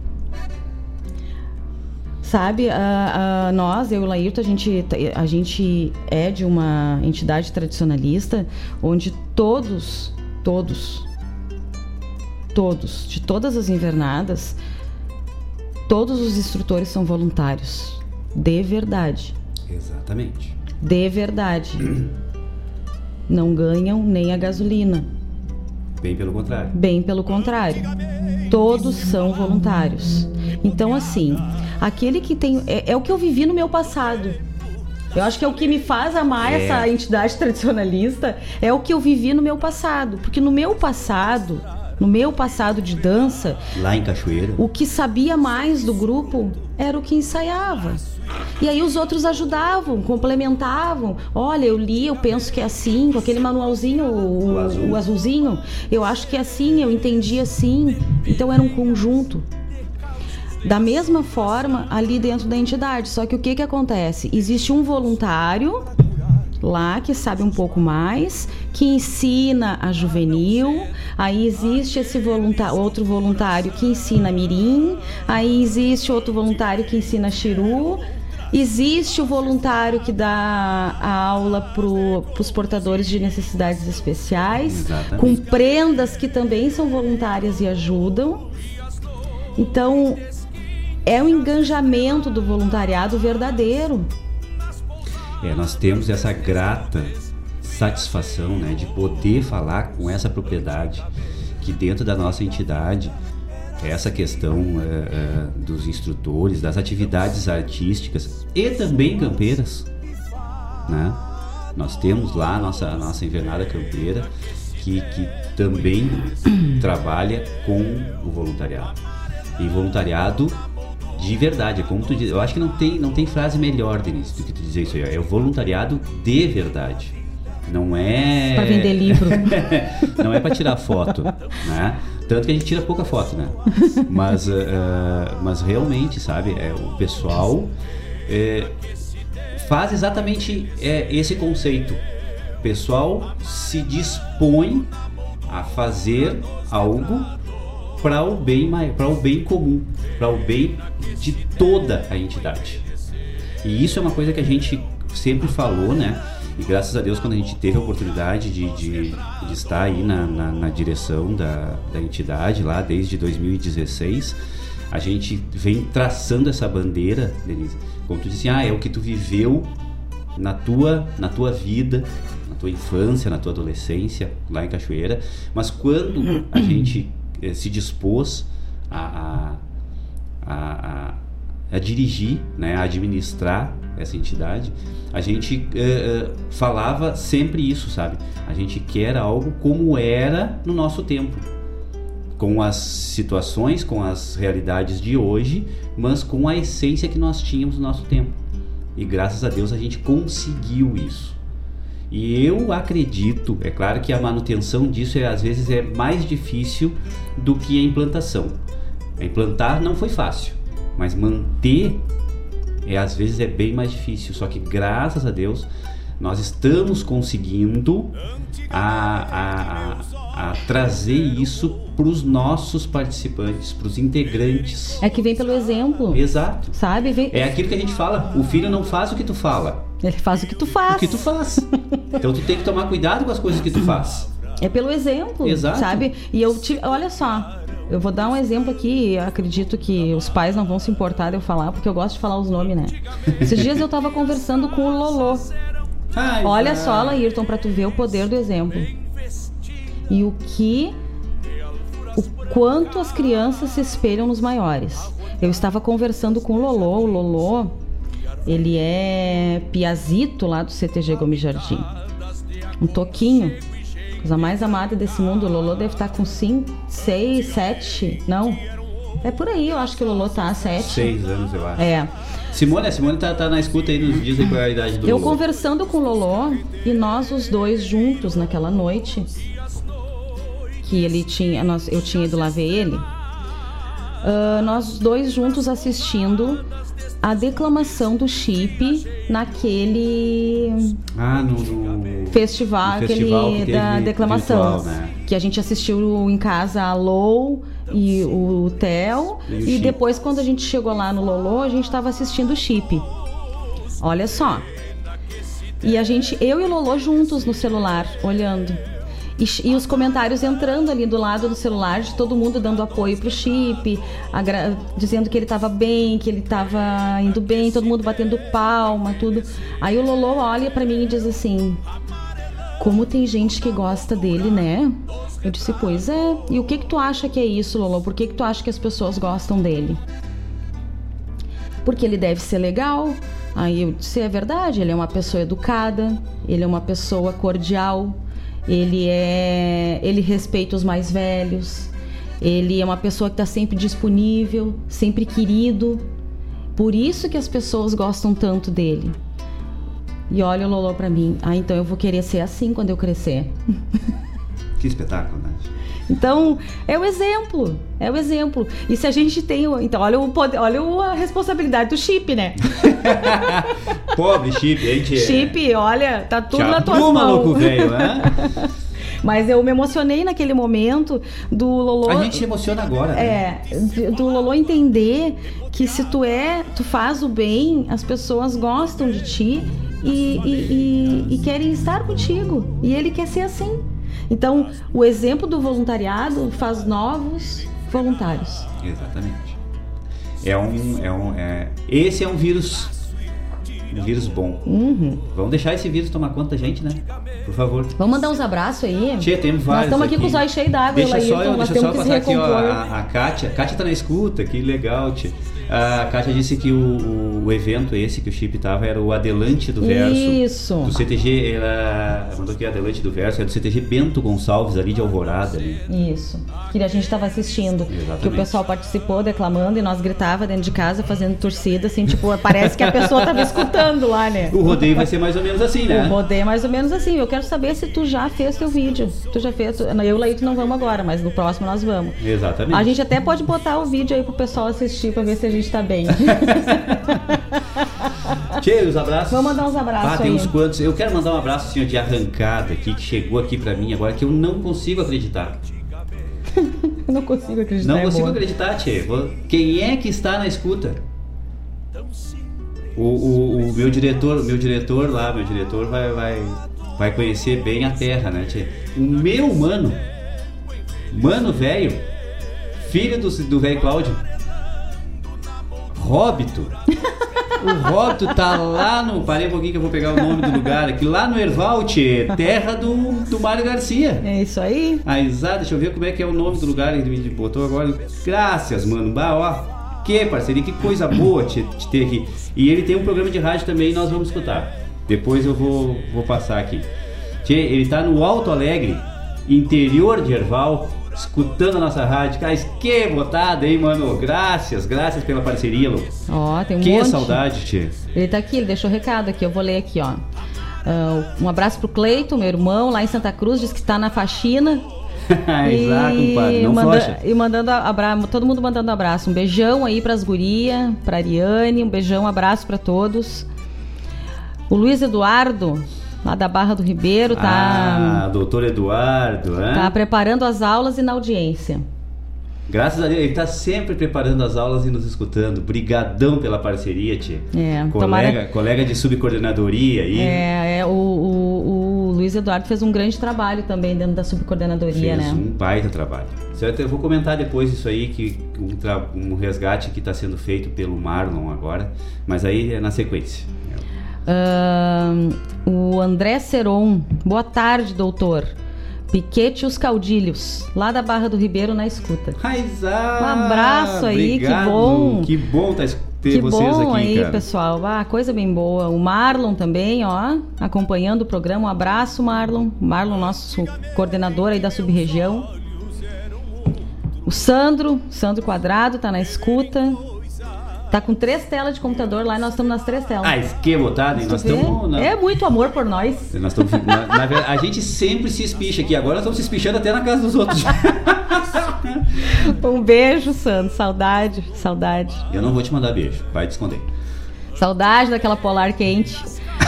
Sabe, a, a, nós, eu e o Laírton, a gente, a gente é de uma entidade tradicionalista onde todos, todos, todos, de todas as invernadas, todos os instrutores são voluntários. De verdade. Exatamente. De verdade. Não ganham nem a gasolina. Bem pelo contrário. Bem pelo contrário. Todos são voluntários. Então, assim, aquele que tem... É, é o que eu vivi no meu passado. Eu acho que é o que me faz amar é. essa entidade tradicionalista. É o que eu vivi no meu passado. Porque no meu passado, no meu passado de dança... Lá em Cachoeira. O que sabia mais do grupo era o que ensaiava. E aí os outros ajudavam, complementavam. Olha, eu li, eu penso que é assim, com aquele manualzinho, o, o, azul. o azulzinho. Eu acho que é assim, eu entendi assim. Então era um conjunto. Da mesma forma, ali dentro da entidade. Só que o que que acontece? Existe um voluntário lá que sabe um pouco mais, que ensina a juvenil. Aí existe esse voluntário, outro voluntário que ensina mirim. Aí existe outro voluntário que ensina xiru. Existe o voluntário que dá a aula para os portadores de necessidades especiais. Exatamente. Com prendas que também são voluntárias e ajudam. Então, é um engajamento do voluntariado verdadeiro. É, nós temos essa grata satisfação, né, de poder falar com essa propriedade que dentro da nossa entidade essa questão é, é, dos instrutores, das atividades artísticas e também campeiras, né? Nós temos lá a nossa, a nossa invernada campeira que, que também trabalha com o voluntariado. E voluntariado de verdade, é como tu diz, eu acho que não tem, não tem frase melhor, Denise, do que tu dizer isso aí, é o voluntariado de verdade. Não é... Para vender livro. Não é para tirar foto, né? Tanto que a gente tira pouca foto, né? Mas, uh, mas realmente, sabe, é, o pessoal é, faz exatamente é, esse conceito. O pessoal se dispõe a fazer algo para o bem, para o bem comum, para o bem de toda a entidade. E isso é uma coisa que a gente sempre falou, né? E graças a Deus, quando a gente teve a oportunidade de, de, de estar aí na, na, na direção da, da entidade lá desde dois mil e dezesseis, a gente vem traçando essa bandeira, Denise, como tu disse, ah, é o que tu viveu na tua, na tua vida, na tua infância, na tua adolescência, lá em Cachoeira, mas quando a gente eh, se dispôs a, a, a, a, a dirigir, né, a administrar essa entidade, a gente uh, uh, falava sempre isso, sabe? A gente quer algo como era no nosso tempo, com as situações, com as realidades de hoje, mas com a essência que nós tínhamos no nosso tempo. E graças a Deus a gente conseguiu isso. E eu acredito, é claro que a manutenção disso é, às vezes é mais difícil do que a implantação. A implantar não foi fácil, mas manter é, às vezes é bem mais difícil, só que graças a Deus nós estamos conseguindo a, a, a, a trazer isso para os nossos participantes, para os integrantes. É que vem pelo exemplo. Exato. Sabe? Vem... É aquilo que a gente fala, o filho não faz o que tu fala. Ele faz o que tu faz. O que tu faz. Então tu tem que tomar cuidado com as coisas que tu faz. É pelo exemplo, Exato. Sabe? E eu te... olha só, eu vou dar um exemplo aqui, acredito que os pais não vão se importar de eu falar, porque eu gosto de falar os nomes, né? Esses dias eu tava conversando com o Lolô. Ai, olha cara. só, Laírton, pra tu ver o poder do exemplo. E o que... O quanto as crianças se espelham nos maiores. Eu estava conversando com o Lolô, o Lolô, ele é piazito lá do C T G Gomes Jardim. Um toquinho. Coisa mais amada desse mundo. O Lolô deve estar com cinco, seis, sete. Não. É por aí, eu acho que o Lolô tá sete. Seis anos, eu acho. É. Simone, a Simone tá, tá na escuta aí nos dias aí com a idade do Eu Lolô. Conversando com o Lolô, e nós os dois juntos naquela noite, que ele tinha, nós, eu tinha ido lá ver ele, uh, nós os dois juntos assistindo a declamação do Chip naquele ah, no, no... festival, no aquele festival que da declamação, virtual, né? Que a gente assistiu em casa a Lou e o Theo, e, o e Chip. Depois quando a gente chegou lá no Lolô, a gente estava assistindo o Chip. Olha só. E a gente, eu e o Lolô juntos no celular, olhando. E, e os comentários entrando ali do lado do celular, de todo mundo dando apoio pro Chip, agra- dizendo que ele tava bem, que ele tava indo bem, todo mundo batendo palma, tudo. Aí o Lolô olha pra mim e diz assim: como tem gente que gosta dele, né? Eu disse, pois é. E o que que tu acha que é isso, Lolô? Por que que tu acha que as pessoas gostam dele? Porque ele deve ser legal. Aí eu disse, é verdade, ele é uma pessoa educada, ele é uma pessoa cordial, ele é, ele respeita os mais velhos, ele é uma pessoa que está sempre disponível, sempre querido. Por isso que as pessoas gostam tanto dele. E olha o Lolô pra mim, ah, então eu vou querer ser assim quando eu crescer. Que espetáculo, né? Então, é o exemplo, é o exemplo. E se a gente tem, então, olha o poder, olha a responsabilidade do Chip, né? Pobre Chip, hein, tia? Chip, olha, tá tudo Já na tua mão. mão. Maluco velho, né? Mas eu me emocionei naquele momento do Lolô. A gente se emociona agora, né? É, do Lolô entender que se tu é, tu faz o bem, as pessoas gostam de ti e, e, e, e querem estar contigo. E ele quer ser assim. Então, o exemplo do voluntariado faz novos voluntários. Exatamente. É um, é um, é... Esse é um vírus, um vírus bom. Uhum. Vamos deixar esse vírus tomar conta da gente, né? por favor. Vamos mandar uns abraços aí? Tia, temos vários. Nós estamos aqui, aqui com os olhos cheios d'água, Deixa Laírton, só eu, nós deixa só temos que passar se recompor. aqui, ó, a, a Kátia. A Kátia tá na escuta, que legal, tia. A Kátia disse que o, o evento esse que o Chip tava era o Adelante do Verso. Isso. Do C T G, ela mandou aqui Adelante do Verso, é do C T G Bento Gonçalves, ali de Alvorada. Ali. Isso. Que a gente tava assistindo. Exatamente. Que o pessoal participou declamando e nós gritava dentro de casa fazendo torcida, assim, tipo, parece que a pessoa tava escutando lá, né? O rodeio vai ser mais ou menos assim, né? O rodeio é mais ou menos assim. Eu quero saber se tu já fez teu vídeo. Tu já fez. Eu e o Laírton não vamos agora, mas no próximo nós vamos. Exatamente. A gente até pode botar o vídeo aí pro pessoal assistir pra ver se a gente tá bem. Tchê, os abraços. Vamos mandar uns abraços ah, tem aí. uns quantos. Eu quero mandar um abraço, senhor, de arrancada aqui, que chegou aqui pra mim agora, que eu não consigo acreditar. Eu não consigo acreditar. Não é consigo boa. acreditar, Tchê. Quem é que está na escuta? O, o, o meu diretor, meu diretor lá, meu diretor vai, vai, vai conhecer bem a terra, né, Tchê? O meu mano, mano velho, filho do, do velho Cláudio, Róbito. O Róbito tá lá no... Parei um pouquinho que eu vou pegar o nome do lugar aqui. Lá no Erval, tchê, terra do, do Mário Garcia. É isso aí. Ah, exato. Deixa eu ver como é que é o nome do lugar que ele me botou agora. Graças, mano. Bah, ó. Que parceria, que coisa boa te, te ter aqui. E ele tem um programa de rádio também, nós vamos escutar. Depois eu vou, vou passar aqui. Tchê, ele tá no Alto Alegre, interior de Erval, escutando a nossa rádio. Cara, que botada, hein, mano? Graças, graças pela parceria, Lu. Ó, tem um que monte. saudade, tia. Ele tá aqui, ele deixou recado aqui, eu vou ler aqui, ó. Uh, um abraço pro Cleiton, meu irmão, lá em Santa Cruz, diz que tá na faxina. Exato, compadre, não manda, flocha. E mandando abraço, todo mundo mandando abraço. Um beijão aí pras gurias, pra Ariane, um beijão, um abraço pra todos. O Luiz Eduardo, lá da Barra do Ribeiro, tá... Ah, doutor Eduardo, né? Tá preparando as aulas e na audiência. Graças a Deus, ele tá sempre preparando as aulas e nos escutando. Brigadão pela parceria, tia. É, colega, tomara... colega de subcoordenadoria aí. É, é o, o, o Luiz Eduardo fez um grande trabalho também dentro da subcoordenadoria, fez né? um baita trabalho. Certo? Eu vou comentar depois isso aí, que um, tra... um resgate que está sendo feito pelo Marlon agora, mas aí é na sequência. Uh, o André Seron, boa tarde, doutor. Piquete e os Caudilhos, lá da Barra do Ribeiro na escuta. Raizá, um abraço aí, obrigado. Que bom. Que bom tá, ter que vocês bom aqui, aí, cara. pessoal. Ah, coisa bem boa. O Marlon também, ó, acompanhando o programa. Um abraço, Marlon. Marlon, nosso coordenador aí da sub-região. O Sandro, Sandro Quadrado, tá na escuta. Tá com três telas de computador lá e nós estamos nas três telas. Ah, que botada, hein? Nós estamos... Na... É muito amor por nós. Nós estamos... na, na verdade, a gente sempre se espicha aqui. Agora nós estamos se espichando até na casa dos outros. Um beijo, Sandro. Saudade, saudade. Eu não vou te mandar beijo. Vai te esconder. Saudade daquela polar quente.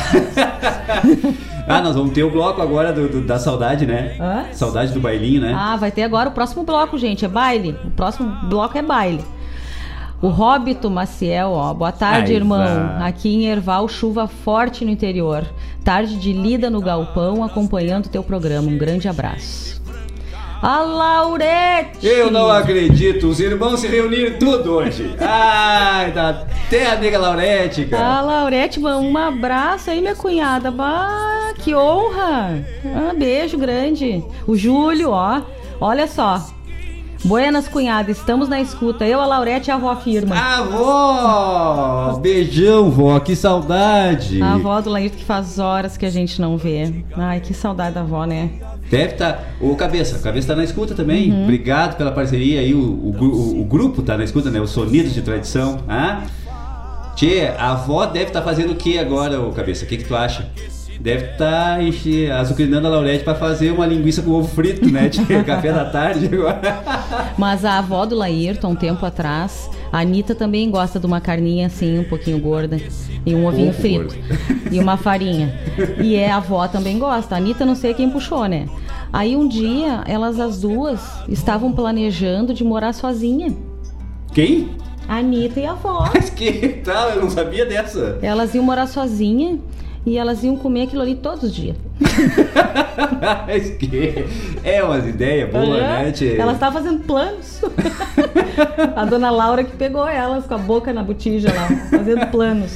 Ah, nós vamos ter o bloco agora do, do, da saudade, né? Hã? Saudade do bailinho, né? Ah, vai ter agora o próximo bloco, gente. É baile. O próximo bloco é baile. O Róbito Maciel, ó. Boa tarde, Ai, irmão. vá. Aqui em Erval, chuva forte no interior. Tarde de lida no galpão, acompanhando o teu programa. Um grande abraço. A Laurete! Eu não acredito. Os irmãos se reuniram tudo hoje. Ai, tá até a nega Laurete, A cara. Laurete, um abraço aí, minha cunhada. Bah, que honra! Ah, beijo grande. O Júlio, ó. Olha só. Buenas, cunhada, estamos na escuta. Eu, a Laurete e a avó firma. Avó! Beijão, vó, que saudade. A avó do Laírton que faz horas que a gente não vê. Ai, que saudade da avó, né? Deve estar. Ô, Cabeça, Cabeça tá na escuta também. Uhum. Obrigado pela parceria aí. O, o, o, o grupo tá na escuta, né? Os Sonidos de Tradição. Ah? Tchê, a avó deve estar tá fazendo o que agora, ô Cabeça? O que, que tu acha? Deve estar tá azucrinando a Laurete pra fazer uma linguiça com ovo frito, né? Tchê, café da tarde agora. Mas a avó do Laírton, um tempo atrás, a Anitta também gosta de uma carninha assim, um pouquinho gorda. E um ovinho Pouco frito. gordo. E uma farinha. E é, a avó também gosta. A Anitta não sei quem puxou, né? Aí um dia, elas as duas estavam planejando de morar sozinha. Quem? A Anitta e a avó. Mas que tal? Eu não sabia dessa. Elas iam morar sozinha e elas iam comer aquilo ali todos os dias. Mas que é umas ideias boas, né, tchê? Elas estavam fazendo planos. A dona Laura que pegou elas com a boca na botija lá, fazendo planos.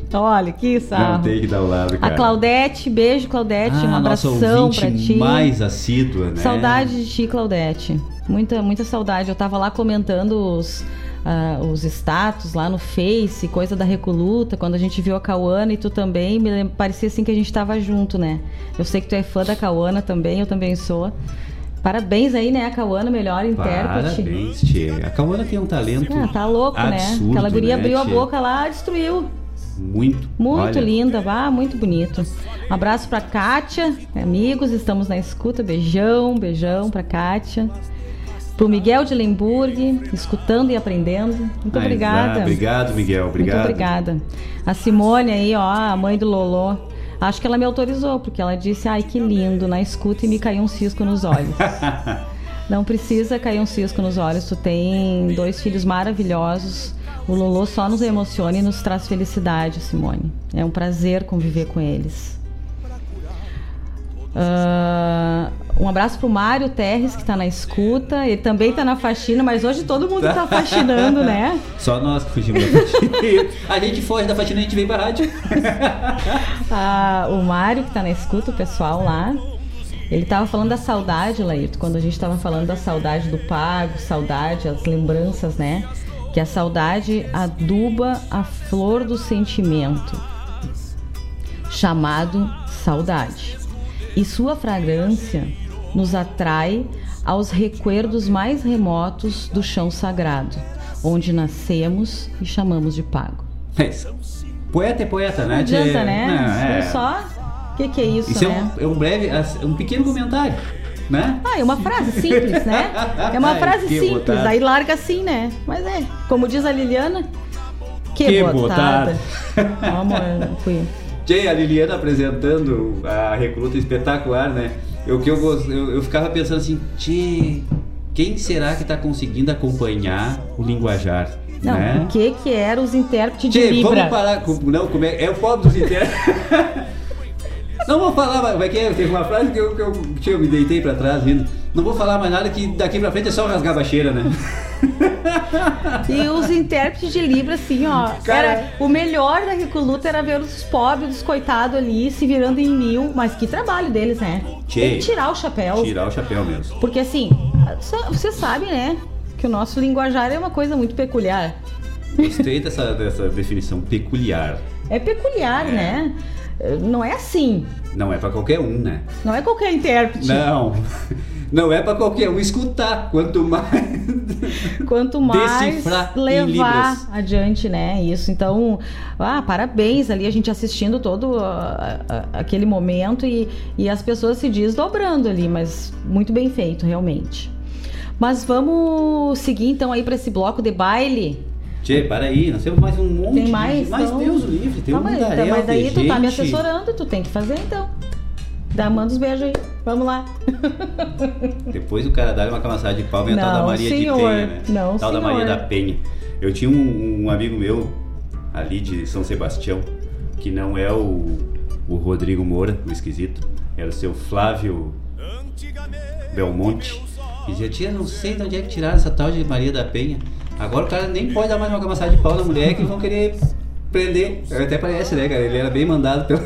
Olha, que sarro. Não tem que dar o lado, cara. A Claudete, beijo, Claudete, ah, um abração pra ti. mais assídua, né? Saudade de ti, Claudete. Muita, muita saudade. Eu tava lá comentando os, uh, os status lá no Face, coisa da Recoluta, quando a gente viu a Cauana e tu também, me lembra, parecia assim que a gente tava junto, né? Eu sei que tu é fã da Cauana também, eu também sou. Parabéns aí, né, a Cauana, melhor intérprete. Parabéns, tia. A Cauana tem um talento ah, tá louco, absurdo, né? Aquela guria né, abriu tia? a boca lá, destruiu. Muito. Muito Olha. linda, vá, muito bonito. Um abraço pra Kátia, amigos, estamos na escuta. Beijão, beijão pra Kátia. Pro Miguel de Lemburg, escutando e aprendendo. Muito Mas, obrigada. Ah, obrigado, Miguel. Obrigado. Muito obrigada. A Simone aí, ó, a mãe do Lolô. Acho que ela me autorizou, porque ela disse, ai, que lindo, na escuta e me caiu um cisco nos olhos. Não precisa cair um cisco nos olhos, tu tem dois filhos maravilhosos. O Lolô só nos emociona e nos traz felicidade, Simone. É um prazer conviver com eles. Uh, um abraço pro Mário Terres, que tá na escuta. Ele também tá na faxina, mas hoje todo mundo tá faxinando, né? Só nós que fugimos da faxina. A gente foge da faxina e a gente vem pra rádio. uh, O Mário, que tá na escuta, o pessoal lá, ele tava falando da saudade, Laírto. Quando a gente tava falando da saudade do pago, saudade, as lembranças, né? Que a saudade aduba a flor do sentimento, chamado saudade. E sua fragrância nos atrai aos recuerdos mais remotos do chão sagrado, onde nascemos e chamamos de pago. É, poeta é poeta, né? Não adianta, tia? né? Não, é. Só... O que, que é isso, Isso né? é um, é um breve, um pequeno comentário, né? Ah, é uma frase simples, né? É uma frase que simples, botada. aí larga assim, né? Mas é, como diz a Liliana, que, Que botada. botada. Ó, amor, fui... Tchê, a Liliana apresentando a Recoluta, espetacular, né? Eu, que eu, eu, eu ficava pensando assim, tchê, quem será que tá conseguindo acompanhar o linguajar? Não, né? o que que eram os intérpretes de Tchê, Libra? vamos parar com... Não, como é, é o pobre dos intérpretes. Não vou falar, mas vai que é, teve uma frase que eu, que eu, tchê, eu me deitei pra trás rindo. Não vou falar mais nada que daqui pra frente é só rasgar a bacheira, né? E os intérpretes de Libra, assim, ó, Cara... era, o melhor da Recoluta era ver os pobres, os coitados ali, se virando em mil, mas que trabalho deles, né? Tchê, Tem que tirar o chapéu. Tirar o chapéu mesmo. Porque assim, você sabe, né, que o nosso linguajar é uma coisa muito peculiar. Gostei dessa, dessa definição, peculiar. É peculiar, É. né? Não é assim. Não é pra qualquer um, né? Não é qualquer intérprete. Não, não é pra qualquer um escutar, quanto mais... Quanto mais Decifrar em levar libras. adiante, né? Isso. Então, ah, parabéns ali, a gente assistindo todo uh, uh, aquele momento e, e as pessoas se desdobrando ali, mas muito bem feito, realmente. Mas vamos seguir então aí para esse bloco de baile. Tchê, para aí, nós temos mais um monte Tem mais? de... Mas então... Deus o livre, tem Não, um mas, mundaréu mas daí de tu tá me gente. assessorando, tu tem que fazer então. Dá, manda os beijos aí, vamos lá. Depois o cara dá uma camaçada de pau, vem a tal da Não, Maria senhor. de Penha, né? Não, tal da senhor. Maria da Penha. Eu tinha um, um amigo meu, ali de São Sebastião, que não é o, o Rodrigo Moura, o esquisito, era o seu Flávio Belmonte. E dizia, tia, não sei de onde é que tiraram essa tal de Maria da Penha. Agora o cara nem pode dar mais uma camaçada de pau na mulher que vão querer prender. Até parece, né, cara? Ele era bem mandado pela,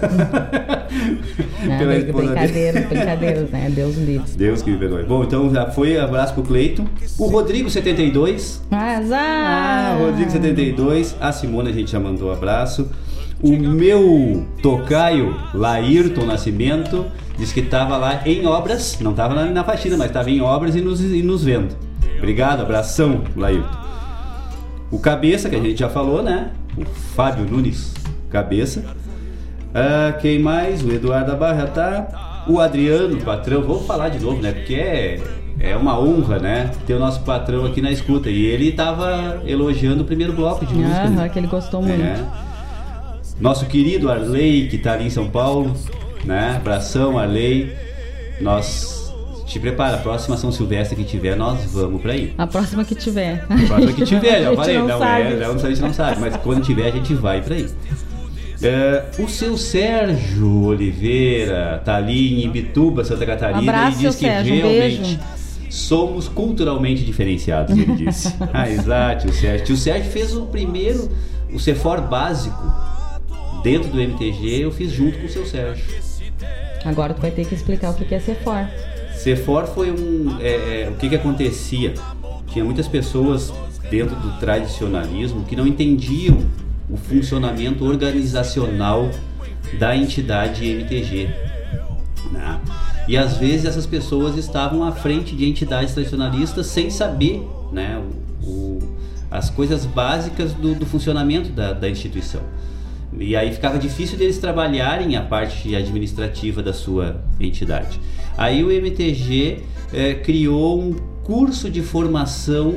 Não, pela esposa brincadeiras, dele. brincadeiras, né? Deus me livre. Deus que me perdoe. Bom, então já foi, abraço pro Cleito. O Rodrigo setenta e dois. Azar! Ah, Rodrigo setenta e dois. A Simone a gente já mandou abraço. O meu tocaio, Laírton Nascimento, disse que estava lá em obras, não estava na, na faxina, mas estava em obras e nos, e nos vendo. Obrigado, abração, Laírton. O Cabeça, que a gente já falou, né? O Fábio Nunes Cabeça. Ah, quem mais? O Eduardo da Barra tá. O Adriano, patrão. Vou falar de novo, né? Porque é, é uma honra, né? Ter o nosso patrão aqui na escuta. E ele tava elogiando o primeiro bloco de música. Aham, né? que ele gostou muito. É. Nosso querido Arley, que tá ali em São Paulo, né? Abração, Arley. Nós te prepara, a próxima São Silvestre que tiver, nós vamos pra aí. A próxima que tiver. A próxima que tiver, já A gente falei, não não, sabe. é, já não sabe, a gente não sabe, mas quando tiver a gente vai pra aí. É, o seu Sérgio Oliveira tá ali em Ibituba, Santa Catarina, Abraço, e diz seu que Sérgio, um realmente beijo. somos culturalmente diferenciados, ele disse. Ah, exato, o Sérgio. O Sérgio fez o primeiro, o Cefor básico dentro do M T G, eu fiz junto com o seu Sérgio. Agora tu vai ter que explicar o que é CEFOR. CEFOR foi um... É, é, o que que acontecia? Tinha muitas pessoas dentro do tradicionalismo que não entendiam o funcionamento organizacional da entidade M T G, né? E às vezes essas pessoas estavam à frente de entidades tradicionalistas sem saber, né, o, o, as coisas básicas do, do funcionamento da, da instituição. E aí ficava difícil deles trabalharem a parte administrativa da sua entidade. Aí o M T G é, criou um curso de formação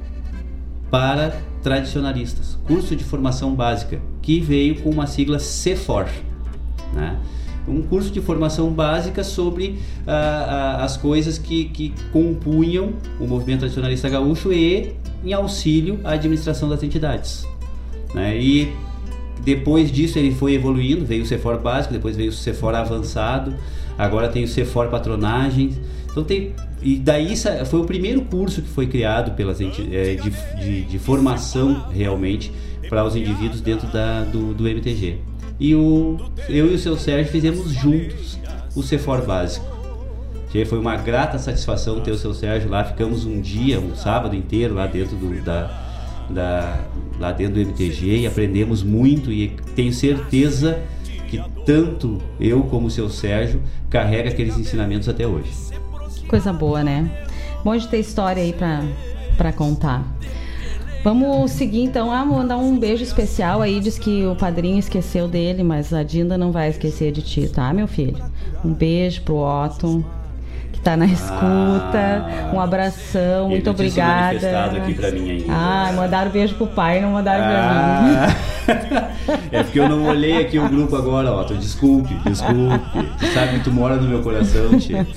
para tradicionalistas, curso de formação básica, que veio com uma sigla CEFOR, né? Um curso de formação básica sobre ah, ah, as coisas que, que compunham o movimento tradicionalista gaúcho e em auxílio à administração das entidades, né? E depois disso ele foi evoluindo, veio o CEFOR básico, depois veio o CEFOR avançado, agora tem o CEFOR patronagens. Então tem, e daí foi o primeiro curso que foi criado pelas enti, é, de, de, de formação realmente para os indivíduos dentro da, do, do M T G. E o, eu e o seu Sérgio fizemos juntos o CEFOR básico. Foi uma grata satisfação ter o seu Sérgio lá. Ficamos um dia, um sábado inteiro lá dentro do, da, da, lá dentro do M T G e aprendemos muito, e tenho certeza que tanto eu como o seu Sérgio carrega aqueles ensinamentos até hoje. Que coisa boa, né? Bom de ter história aí pra, pra contar. Vamos seguir então, ah, mandar um beijo especial aí, diz que o padrinho esqueceu dele, mas a Dinda não vai esquecer de ti, tá, meu filho? Um beijo pro Otton, que tá na escuta, ah, um abração, muito obrigada. Ele tinha se manifestado aqui pra mim ainda. Ah, mandaram beijo pro pai, não mandaram ah, pra mim. É porque eu não olhei aqui o grupo agora, Otton, desculpe, desculpe. Tu sabe que tu mora no meu coração, tia.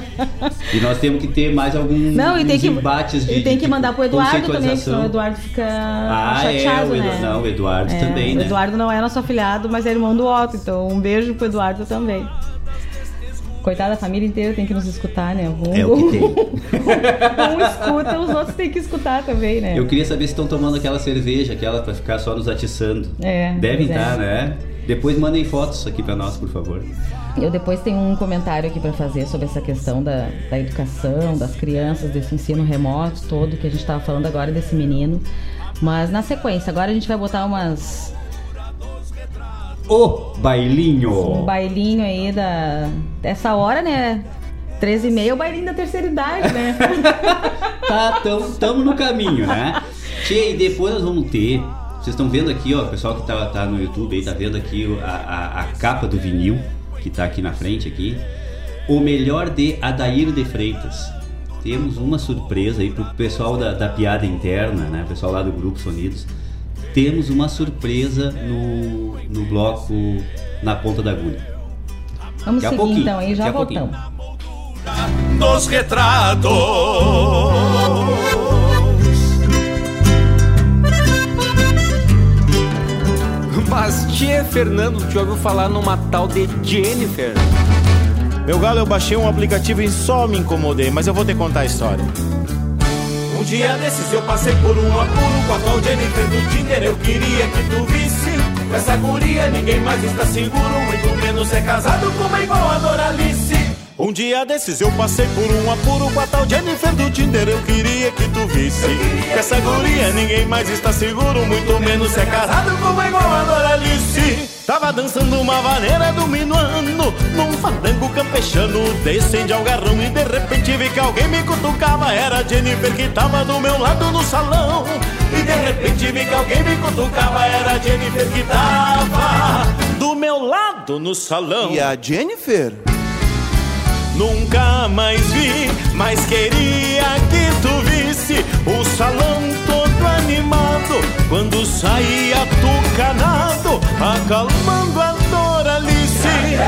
E nós temos que ter mais alguns não, e tem que, embates de E tem que mandar pro Eduardo também, senão o conceitualização. Eduardo fica Ah, chateado, é, o né? Edu, não, o Eduardo É, também, o né? Eduardo não é nosso afilhado, mas é irmão do Otto, então um beijo pro Eduardo também. Coitada, a família inteira tem que nos escutar, né? Um, É o que tem. um escuta, os outros têm que escutar também, né? Eu queria saber se estão tomando aquela cerveja, aquela pra ficar só nos atiçando. É, Devem pois é. estar, né? Depois mandem fotos aqui pra nós, por favor. Eu depois tenho um comentário aqui para fazer sobre essa questão da, da educação, das crianças, desse ensino remoto todo, que a gente estava falando agora desse menino. Mas na sequência, agora a gente vai botar umas... O bailinho! Um bailinho aí da... dessa hora, né? treze e meia é o bailinho da terceira idade, né? Tá, tamo, tamo no caminho, né? Tchê, e depois nós vamos ter... Vocês estão vendo aqui, ó, o pessoal que tá, tá no YouTube aí, tá vendo aqui a, a, a capa do vinil, que tá aqui na frente aqui. O melhor de Adair de Freitas. Temos uma surpresa aí pro pessoal da, da piada interna, né? O pessoal lá do Grupo Sonidos. Temos uma surpresa no, no bloco Na Ponta da Agulha. Vamos Daqui a seguir pouquinho, então aí, já daqui a voltamos. Dos retratos. Mas, tia Fernando, tu já ouviu falar numa tal de Jennifer? Meu galo, eu baixei um aplicativo e só me incomodei, mas eu vou te contar a história. Um dia desses eu passei por um apuro com a tal Jennifer do Tinder. Eu queria que tu visse essa guria, ninguém mais está seguro, muito menos é casado com uma igual a Doralice. Um dia desses eu passei por um apuro com a tal Jennifer do Tinder. Eu queria que tu visse que essa guria, ninguém mais está seguro, muito menos é casado com uma igual a Doralice. Tava dançando uma vaneira do minuano num fandango campechano, descende ao garrão e de repente vi que alguém me cutucava. Era a Jennifer que tava do meu lado no salão. E de repente vi que alguém me cutucava. Era a Jennifer que tava do meu lado no salão. E a Jennifer? Nunca mais vi, mas queria que tu visse o salão todo animado quando saía tucanado, acalmando a Doralice.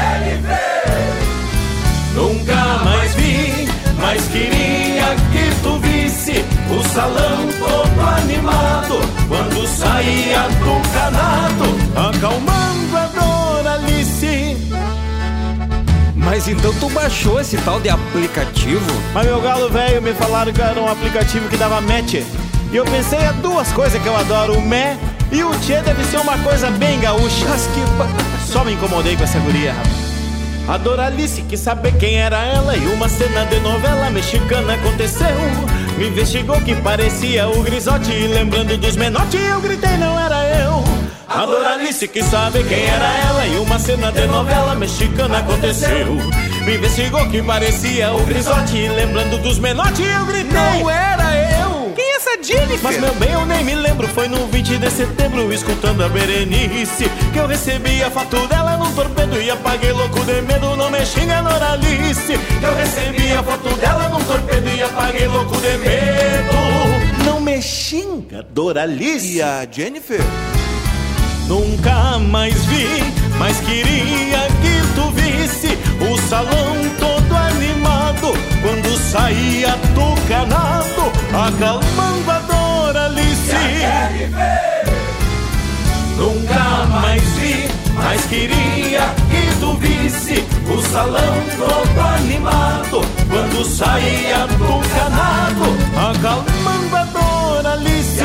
Nunca mais vi, mas queria que tu visse o salão todo animado quando saía tucanado, acalmando a Doralice. Mas então tu baixou esse tal de aplicativo? Mas meu galo velho, me falaram que era um aplicativo que dava match. E eu pensei, é duas coisas que eu adoro, o mé E o tchê deve ser uma coisa bem gaúcha. Mas que... Só me incomodei com essa guria, rapaz. A Doralice quis saber quem era ela e uma cena de novela mexicana aconteceu. Me investigou que parecia o Grisote e lembrando dos menotes eu gritei, não era eu. A Doralice quis saber quem era ela e uma cena de novela mexicana aconteceu. Me investigou que parecia o Grisote e lembrando dos menotes eu gritei, não era eu. Quem é essa Jennifer? Mas meu bem, eu nem me lembro, foi no vinte de setembro, escutando a Berenice, que eu recebi a foto dela num torpedo e apaguei louco de medo, não me xinga, Doralice. Que eu recebi a foto dela num torpedo e apaguei louco de medo, não me xinga, Doralice. E a Jennifer? Nunca mais vi, mas queria que tu visse o salão todo animado quando saía tucanado, acalmando a Doralice. Nunca mais vi, mas queria que tu visse o salão todo animado quando saía tucanado, acalmando a Doralice.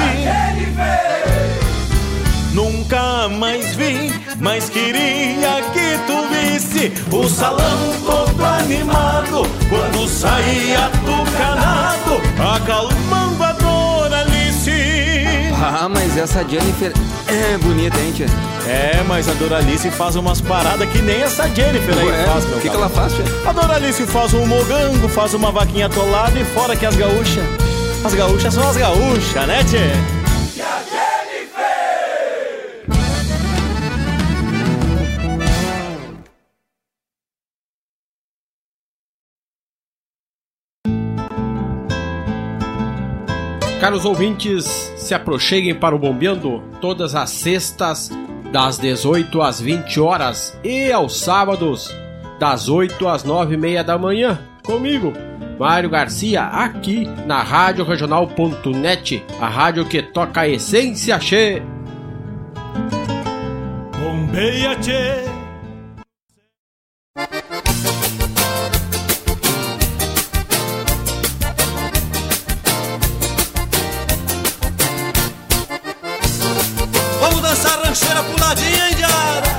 Nunca mais vi, mas queria que tu visse o salão todo animado quando saía tucanado, acalmando a Doralice. Ah, mas essa Jennifer é bonita, hein, tia? É, mas a Doralice faz umas paradas que nem essa Jennifer aí Ué, faz, meu. O que, que ela faz, tia? A Doralice faz um mogango, faz uma vaquinha atolada e fora que as gaúchas. As gaúchas são as gaúchas, né, tia? Caros ouvintes, se aproxeguem para o Bombeando todas as sextas das dezoito às vinte horas e aos sábados das oito às nove e meia da manhã, comigo, Mário Garcia, aqui na rádio regional ponto net, a rádio que toca a essência, che. Bombeia, che. Rancheira puladinha, indiada.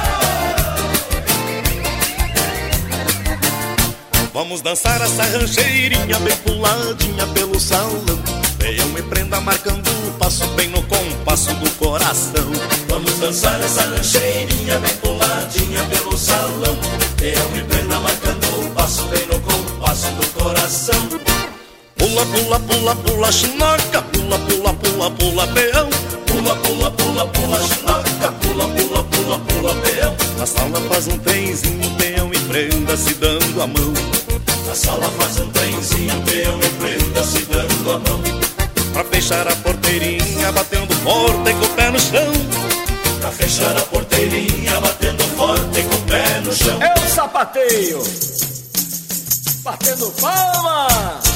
Vamos dançar essa rancheirinha bem puladinha pelo salão. Venham me prenda marcando o passo bem no compasso do coração. Vamos dançar essa rancheirinha bem puladinha pelo salão. Venham me prenda marcando o passo bem no compasso do coração. Pula, pula, pula, pula, chinoca. Pula, pula, pula, pula, peão. Pula, pula, pula, pula, chinoca. Pula, pula, pula, pula, peão. A sala faz um trenzinho, peão e prenda se dando a mão. A sala faz um trenzinho, peão e prenda se dando a mão. Pra fechar a porteirinha, batendo forte e com o pé no chão. Pra fechar a porteirinha, batendo forte e com o pé no chão. Eu sapateio, batendo palma.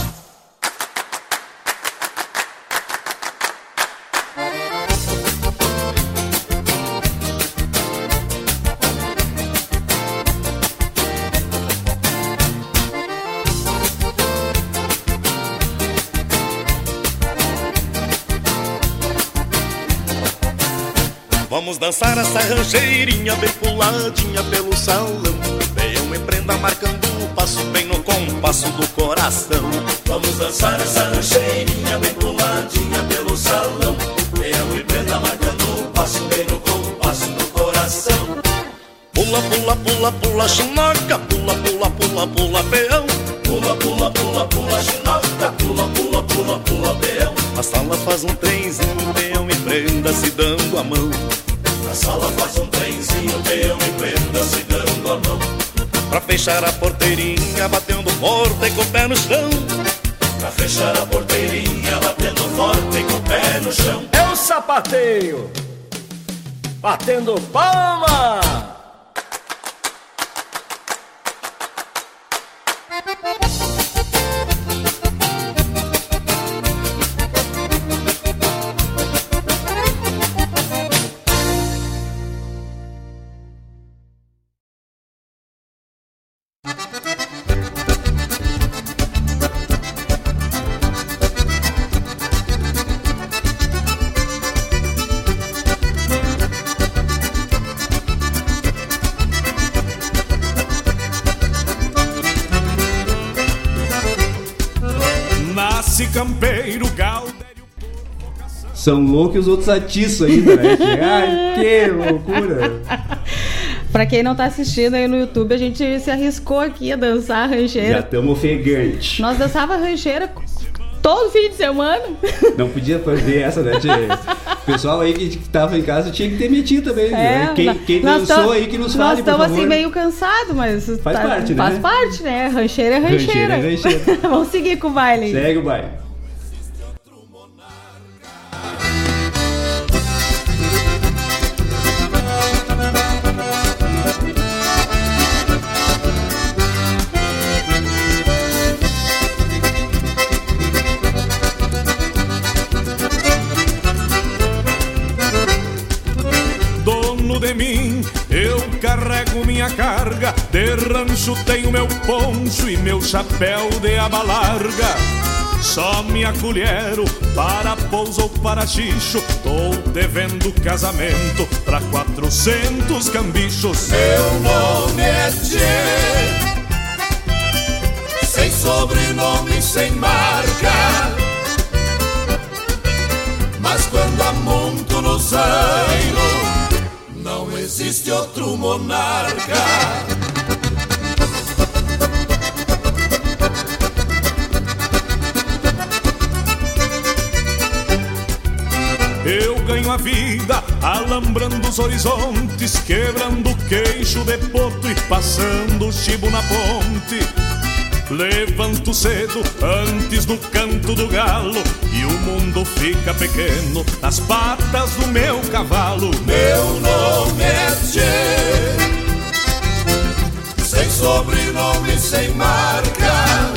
Vamos dançar essa rancheirinha bem puladinha pelo salão. Venham me prenda marcando o passo bem no compasso do coração. Vamos dançar essa rancheirinha bem puladinha pelo salão. Venham me prenda marcando o passo bem no compasso do coração. Pula, pula, pula, pula, chinoca. Pula, pula, pula, pula, peão. Pula, pula, pula, pula, chinoca. Pula, pula, pula, pula, peão. A sala faz um trenzinho, peão e prenda se dando a mão. A sala faz um trenzinho, peão e prenda se dando a mão. Pra fechar a porteirinha, batendo forte com o pé no chão. Pra fechar a porteirinha, batendo forte com o pé no chão. Eu sapateio, batendo palma. são loucos e os outros atiçam ainda, né? Ai, que loucura! Pra quem não tá assistindo aí no YouTube, a gente se arriscou aqui a dançar a rancheira. Já estamos ofegantes. Nós dançava a rancheira todo fim de semana. Não podia fazer essa, né, tia? O pessoal aí que tava em casa tinha que ter metido também. É, né? Quem, quem dançou tamo, aí que nos fale, nós por favor. Nós estamos assim meio cansados, mas... Faz tá, parte, faz né? Faz parte, né? Rancheira é rancheira. Rancheira é rancheira. Vamos seguir com o baile. Segue o baile. De mim, eu carrego minha carga, de rancho tenho meu poncho e meu chapéu de aba larga. Só me acolhero para pouso ou para xixo, tô devendo casamento pra quatrocentos cambichos. Meu nome é Tchê, sem sobrenome, sem marca, mas quando amonto no zaino, não existe outro monarca. Eu ganho a vida alambrando os horizontes, quebrando o queixo de poto e passando o chibo na ponte. Levanto cedo antes do canto do galo e o mundo fica pequeno nas patas do meu cavalo. Meu nome é Tchê, sem sobrenome, sem marca,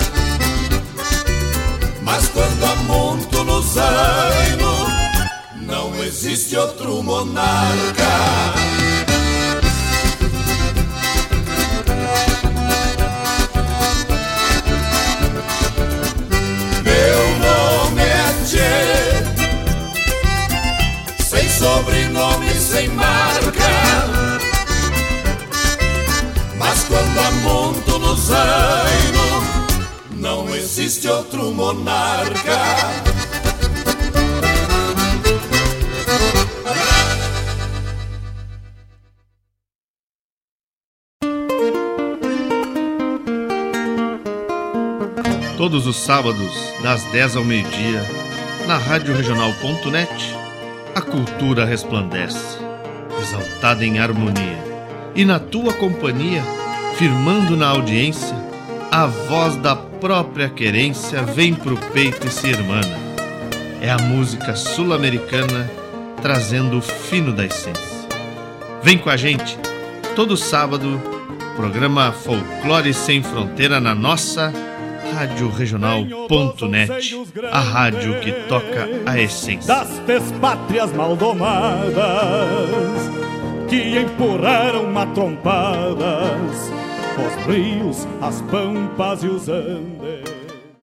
mas quando amonto no zaino, não existe outro monarca. Sem sobrenome, sem marca, mas quando amonto no zaino, não existe outro monarca. Todos os sábados, das dez ao meio-dia, na rádio regional ponto net, a cultura resplandece, exaltada em harmonia. E na tua companhia, firmando na audiência, a voz da própria querência vem pro peito e se irmana. É a música sul-americana trazendo o fino da essência. Vem com a gente, todo sábado, programa Folclore Sem Fronteira na nossa rádio regional ponto net, a rádio que toca a essência das despátrias maldomadas que empurraram matrompadas os rios, as pampas e os andes.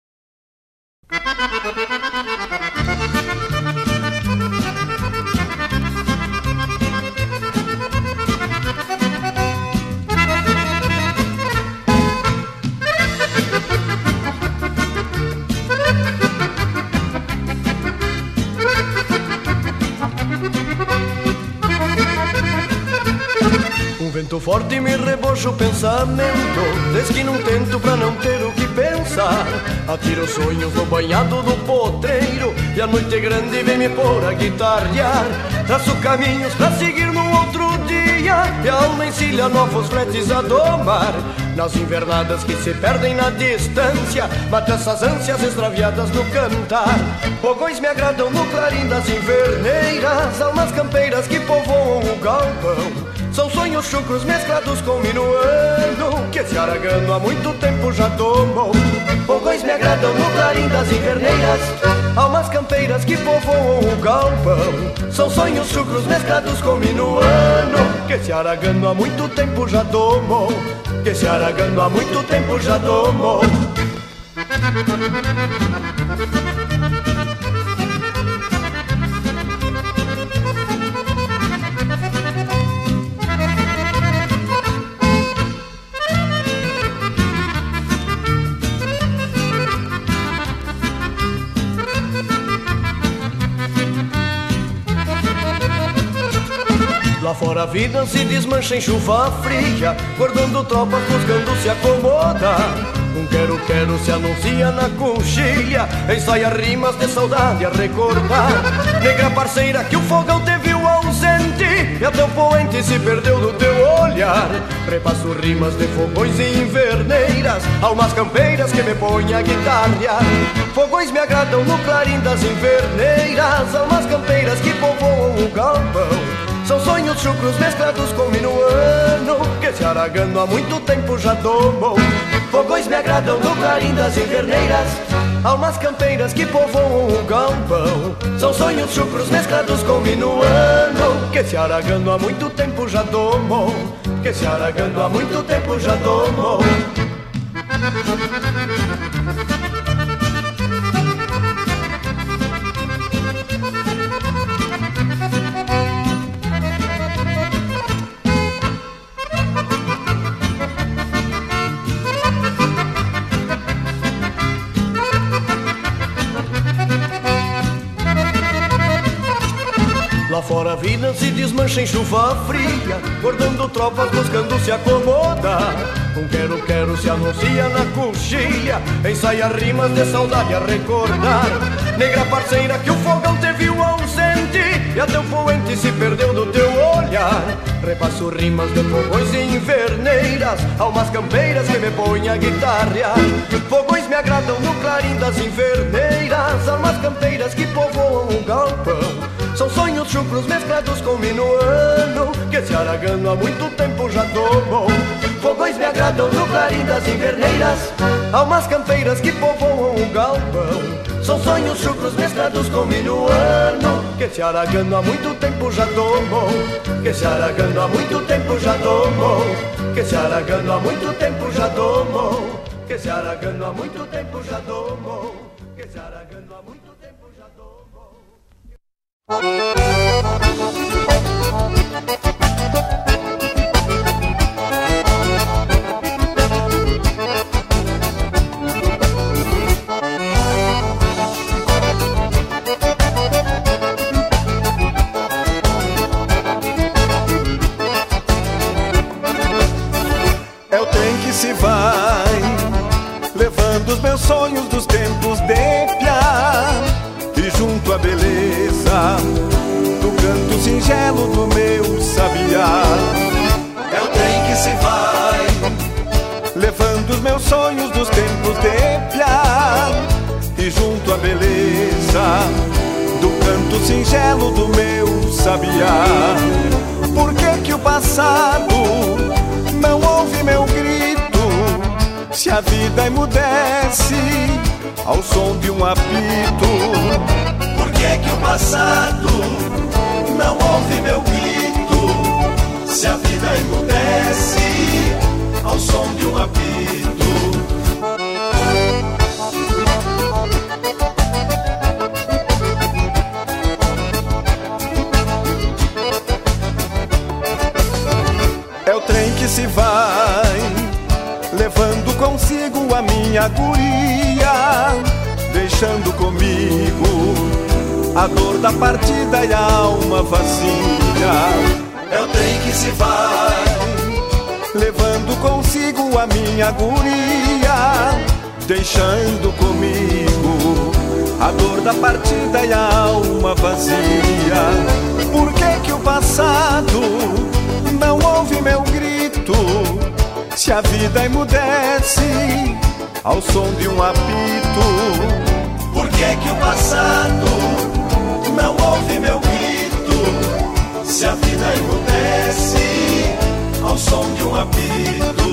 Vento forte me rebocha o pensamento, desde que não tento pra não ter o que pensar. Atiro sonhos no banhado do potreiro e a noite grande vem me pôr a guitarrear. Traço caminhos pra seguir no outro dia e a alma encilha novos fretes a domar. Nas invernadas que se perdem na distância, mata essas ânsias extraviadas no cantar. Fogões me agradam no clarim das inverneiras, almas campeiras que povoam o galpão. São sonhos chucros mesclados com minuano, que esse aragano há muito tempo já tomou. Fogões me agradam no clarim das inverneiras, almas campeiras que povoam o galpão. São sonhos chucros mesclados com minuano, que esse aragano há muito tempo já tomou. Que esse aragano há muito tempo já tomou. Lá fora a vida se desmancha em chuva fria, guardando tropas buscando se acomodar. Um quero-quero se anuncia na coxilha, ensaia rimas de saudade a recordar. Negra parceira que o fogão te viu ausente, e até o poente se perdeu do teu olhar. Repasso rimas de fogões e inverneiras, almas campeiras que me põem a guitarrear. Fogões me agradam no clarim das inverneiras, almas campeiras que povoam o galpão. São sonhos chucros mesclados com minuano, que se aragando há muito tempo já domou. Fogões me agradam no clarim das inverneiras, almas campeiras que povoam o galpão. São sonhos chucros mesclados com minuano, que se aragando há muito tempo já domou. Que se aragando há muito tempo já domou. Lá fora a vida se desmancha em chuva fria, guardando tropas buscando se acomodar. Um quero-quero se anuncia na coxilha, ensaia rimas de saudade a recordar. Negra parceira que o fogão te viu ausente, e até o poente se perdeu do teu olhar. Repasso rimas de fogões e inverneiras, almas campeiras que me põem a guitarrear. Fogões me agradam no clarim das inverneiras, almas campeiras que povoam o galpão. São sonhos chucros mesclados com minuano, que se aragando há muito tempo já tomou. Fogões me agradam no clarim das inverneiras, almas campeiras que povoam o galpão. São sonhos chucros mesclados com minuano, que se aragando há muito tempo já tomou. Que se aragando há muito tempo já tomou. Que se aragando há muito tempo já tomou. Que se aragando há muito tempo já tomou. Que se aragando há muito tempo já tomou. É o trem que se vai, levando os meus sonhos dos tempos de piá. E junto à beleza do canto singelo do meu sabiá. É o trem que se vai, levando os meus sonhos dos tempos de piá. E junto à beleza do canto singelo do meu sabiá. Por que que o passado não ouve meu grito, se a vida emudece ao som de um apito? Por que que o passado não ouve meu grito, se a vida emudece ao som de um apito? É o trem que se vai, levando consigo a minha guria, deixando comigo a dor da partida e a alma vazia. É o trem que se vai, levando consigo a minha guria, deixando comigo a dor da partida e a alma vazia. Por que que o passado não ouve meu grito, se a vida emudece ao som de um apito? Por que que o passado não ouve meu grito, se a vida emudece ao som de um apito?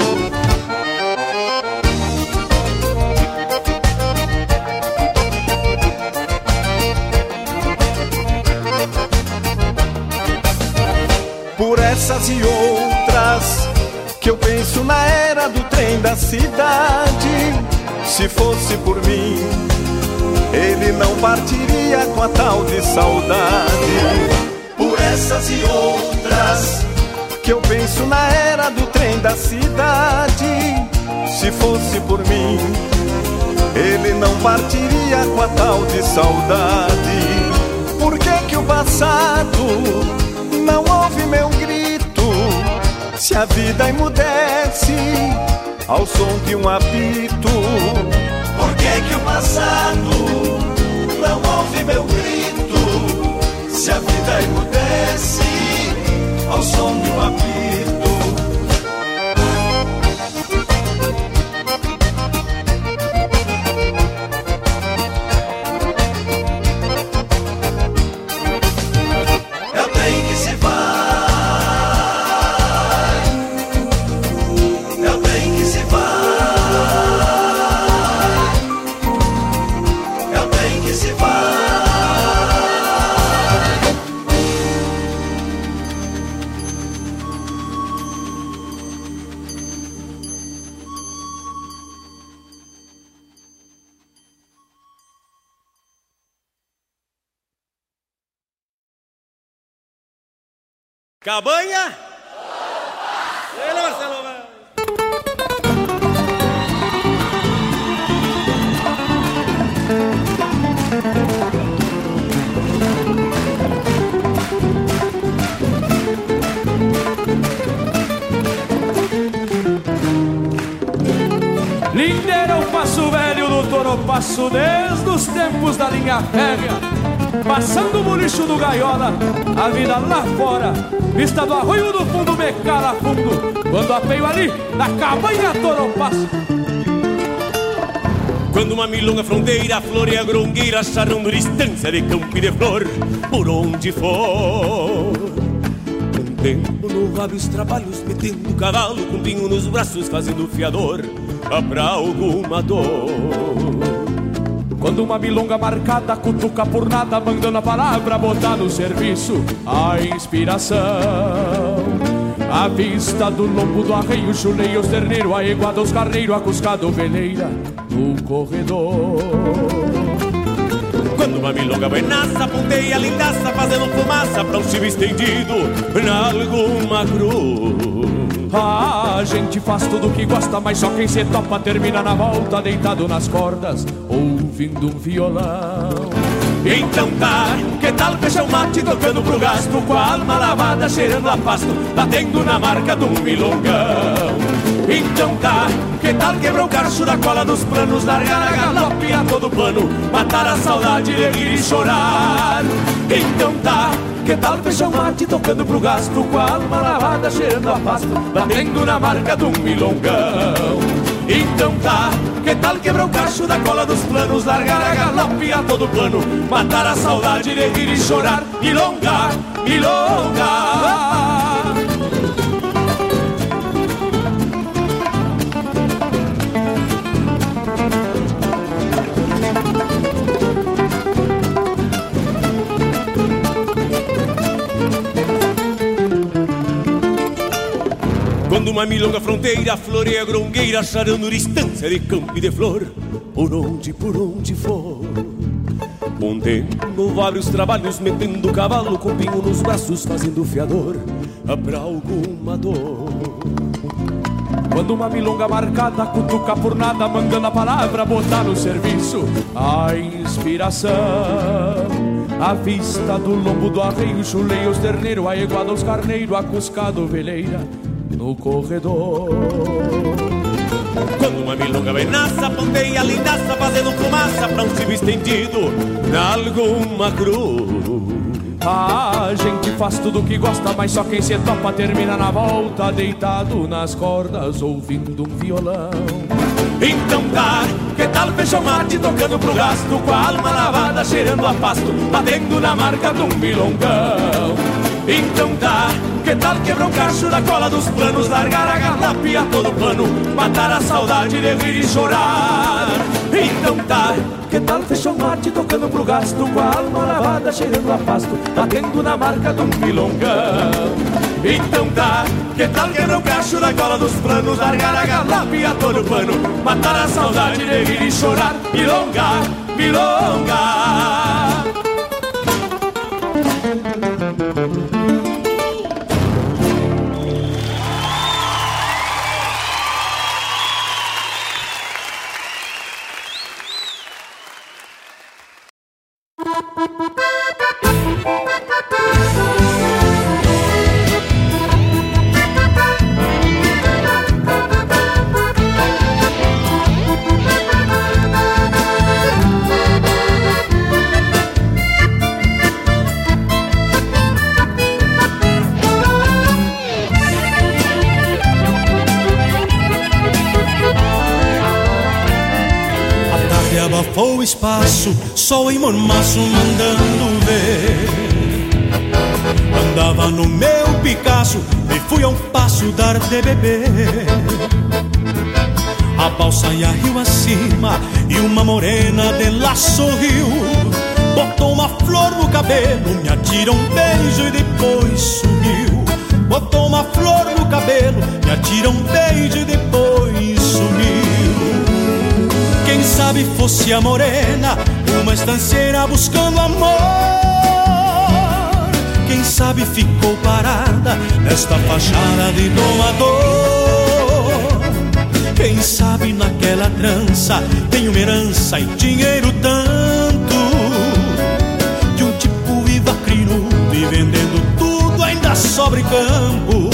Por essas e outras que eu penso na era do trem da cidade. Se fosse por mim, ele não partiria com a tal de saudade. Por essas e outras que eu penso na era do trem da cidade. Se fosse por mim, ele não partiria com a tal de saudade. Por que que o passado não ouve meu grito, minha vida emudece ao som de um apito. Por que que o passado não ouve meu grito? Se a vida emudece ao som de um apito. Cabanha? Ele, Marcelo. Lindeira o passo velho do Toropasso desde os tempos da linha férrea. Passando o bolicho do gaiola, a vida lá fora, vista do arroio do fundo, me cala fundo, quando apeio ali, na cabanha Toropasso. Quando uma milonga fronteira, floreia a grongueira, charrando distância de campo e de flor, por onde for. Mantendo no rabo os trabalhos, metendo o cavalo, com pinho nos braços, fazendo fiador, pra alguma dor. Quando uma milonga marcada cutuca por nada, mandando a palavra botar no serviço a inspiração. A vista do lombo do arreio, chuleia os terneiros, a iguada os carneiros, a cuscada veleira no corredor. Quando uma milonga buenaça, ponteia a lindaça, fazendo fumaça pra um chivo estendido na alguma cruz. A gente faz tudo que gosta, mas só quem se topa termina na volta, deitado nas cordas, ouvindo um violão. Então tá, que tal fechar o mate tocando pro gasto, com a alma lavada, cheirando a pasto, batendo na marca de um milongão. Então tá, que tal quebrar o carcho da cola dos planos, largar a galope a todo pano, matar a saudade de rir e chorar. Então tá, que tal fechar o mate tocando pro gasto, com a alma lavada, cheirando a pasto, batendo na marca de um milongão. Então tá, que tal quebrar o cacho da cola dos planos, largar a galope a todo pano, matar a saudade de rir e chorar, milonga, milonga. Quando uma milonga fronteira, floreia a grongueira, charando distância de campo e de flor, por onde, por onde for. Montendo vários trabalhos, metendo o cavalo, com pinho nos braços, fazendo fiador pra alguma dor. Quando uma milonga marcada cutuca por nada, mandando a palavra botar no serviço a inspiração. A vista do lombo do arreio, chuleia os terneiros, a iguada os carneiros, a cuscada veleira no corredor. Quando uma milonga venaça, ponteia a lindaça, fazendo fumaça pra um chivo estendido na alguma cruz. A gente faz tudo que gosta, mas só quem se topa termina na volta, deitado nas cordas, ouvindo um violão. Então tá, que tal fechar o mate tocando pro gasto, com a alma lavada, cheirando a pasto, batendo na marca de um milongão. Então tá, que tal quebrar o cacho da cola dos planos, largar a galope a todo pano, matar a saudade de rir e chorar. Então tá, que tal fechar o mate tocando pro gasto, com a alma lavada, cheirando a pasto, batendo na marca de um milongão. Então tá, que tal quebrar o cacho da cola dos planos, largar a galope a todo pano, matar a saudade de rir e chorar. Milonga, milonga. espaço, sol em mormaço mandando ver. Andava no meu Picasso e fui a um passo dar de beber. A balsa ia rio acima e uma morena de lá sorriu. Botou uma flor no cabelo, me atira um beijo e depois sumiu. Botou uma flor no cabelo, me atira um beijo e depois sumiu. Quem sabe fosse a morena, uma estanceira buscando amor. Quem sabe ficou parada nesta fachada de doador. Quem sabe naquela trança tem uma herança e dinheiro tanto, que um tipo viva crinudo e vendendo tudo ainda sobre campo.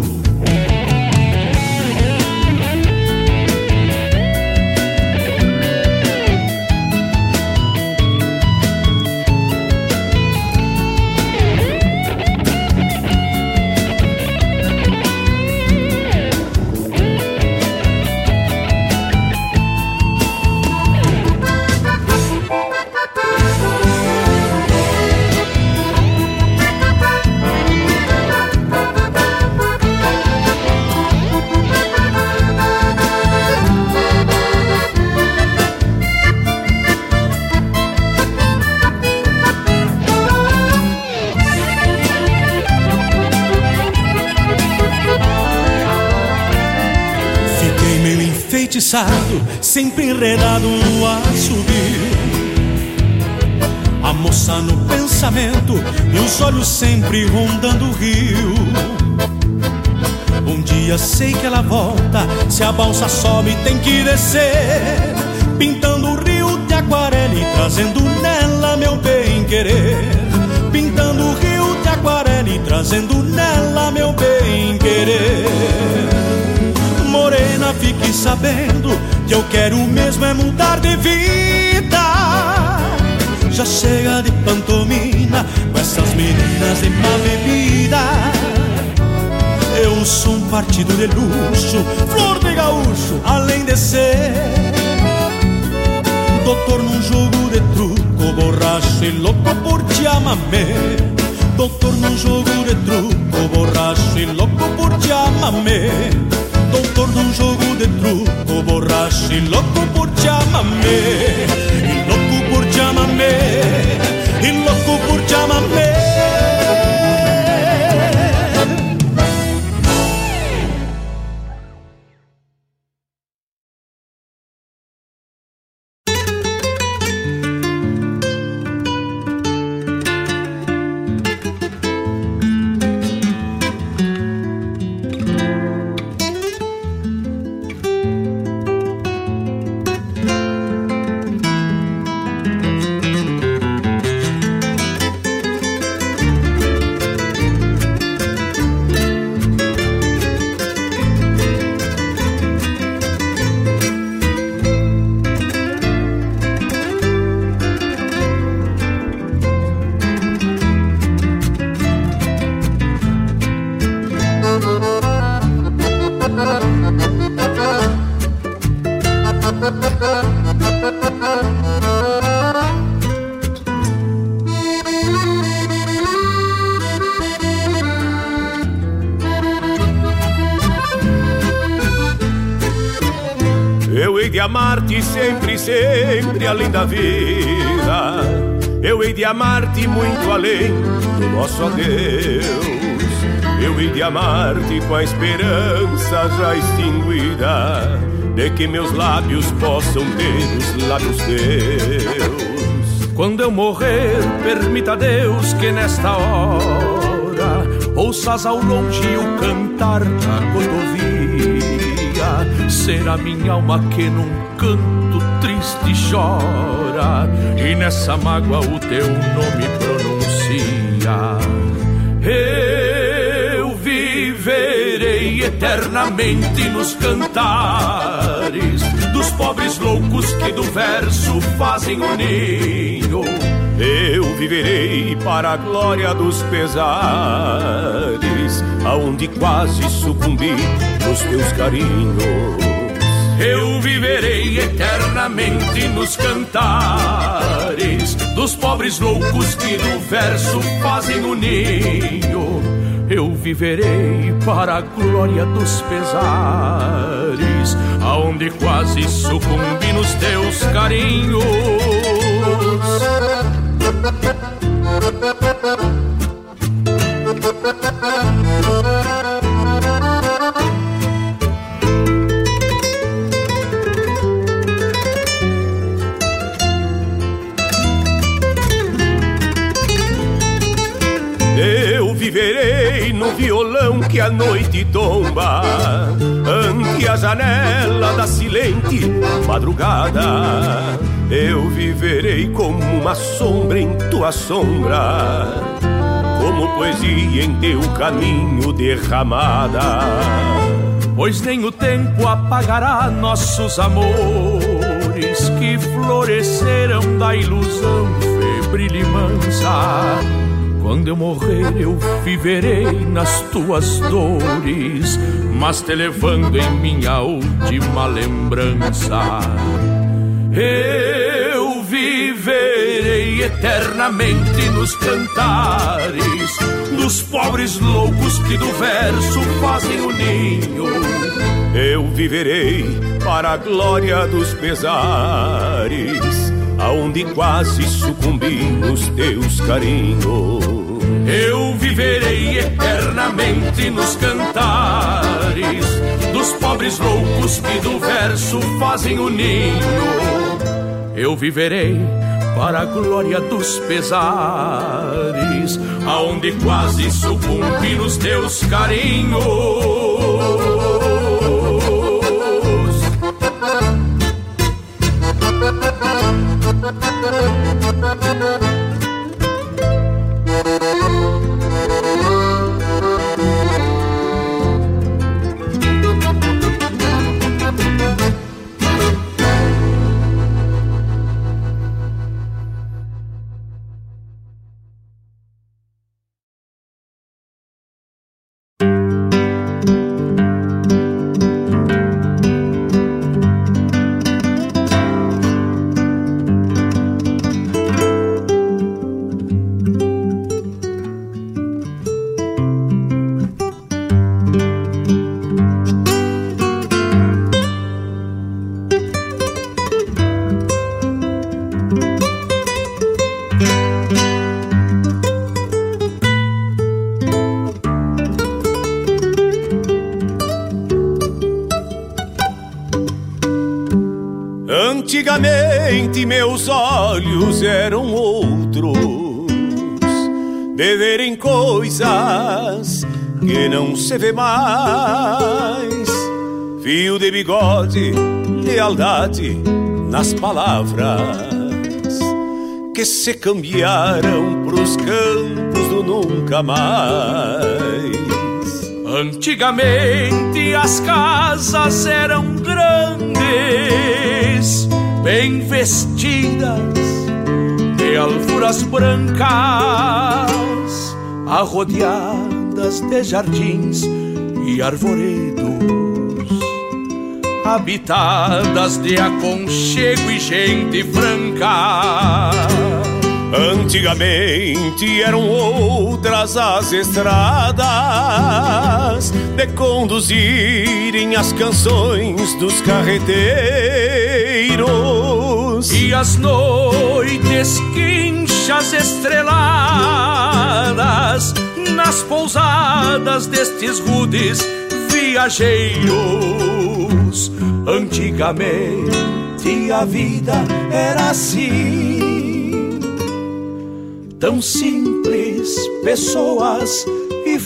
Sempre enredado no assobio, a moça no pensamento e os olhos sempre rondando o rio. Um dia sei que ela volta, se a balsa sobe tem que descer, pintando o rio de aquarela e trazendo nela meu bem-querer. Pintando o rio de aquarela e trazendo nela meu bem-querer. Morena, fique sabendo que eu quero mesmo é mudar de vida. Já chega de pantomima com essas meninas de má bebida. Eu sou um partido de luxo, flor de gaúcho, além de ser doutor num jogo de truco, borracho e louco por te amamé. Doutor num jogo de truco, borracho e louco por te amamé. Doutor num jogo de truco, borracho e louco por te amamé. E louco por te amamé, e louco por te amamé. Amar-te sempre, sempre além da vida. Eu hei de amar-te muito além do nosso adeus. Eu hei de amar-te com a esperança já extinguida de que meus lábios possam ter os lábios teus. Quando eu morrer, permita Deus que nesta hora ouças ao longe o cantar da cordovia. Será minha alma que num canto triste chora e nessa mágoa o teu nome pronuncia. Eu viverei eternamente nos cantares dos pobres loucos que do verso fazem o ninho. Eu viverei para a glória dos pesares, aonde quase sucumbi nos teus carinhos. Eu viverei eternamente nos cantares dos pobres loucos que do verso fazem o ninho. Eu viverei para a glória dos pesares, aonde quase sucumbi nos teus carinhos. Eu viverei no violão que a noite tomba, ante a janela da silente madrugada. Eu viverei como uma sombra em tua sombra, como poesia em teu caminho derramada. Pois nem o tempo apagará nossos amores, que floresceram da ilusão febril e mansa. Quando eu morrer eu viverei nas tuas dores, mas te levando em minha última lembrança. Eu viverei eternamente nos cantares dos pobres loucos que do verso fazem o ninho. Eu viverei para a glória dos pesares, aonde quase sucumbi nos teus carinhos. Eu viverei eternamente nos cantares dos pobres loucos que do verso fazem o ninho. Eu viverei para a glória dos pesares, aonde quase sucumbi nos teus carinhos. Antigamente meus olhos eram outros, de verem coisas que não se vê mais. Fio de bigode, lealdade nas palavras que se cambiaram pros campos do nunca mais. Antigamente as casas eram grandes, bem vestidas de alfuras brancas, arrodeadas de jardins e arvoredos, habitadas de aconchego e gente franca. Antigamente eram outras as estradas de conduzirem as canções dos carreteiros, e as noites quinchas estreladas nas pousadas destes rudes viajeiros. Antigamente a vida era assim, tão simples, pessoas e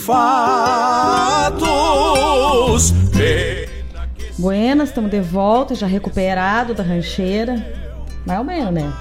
fatos. Buenas, estamos de volta, já recuperado da rancheira. Mais ou menos, né?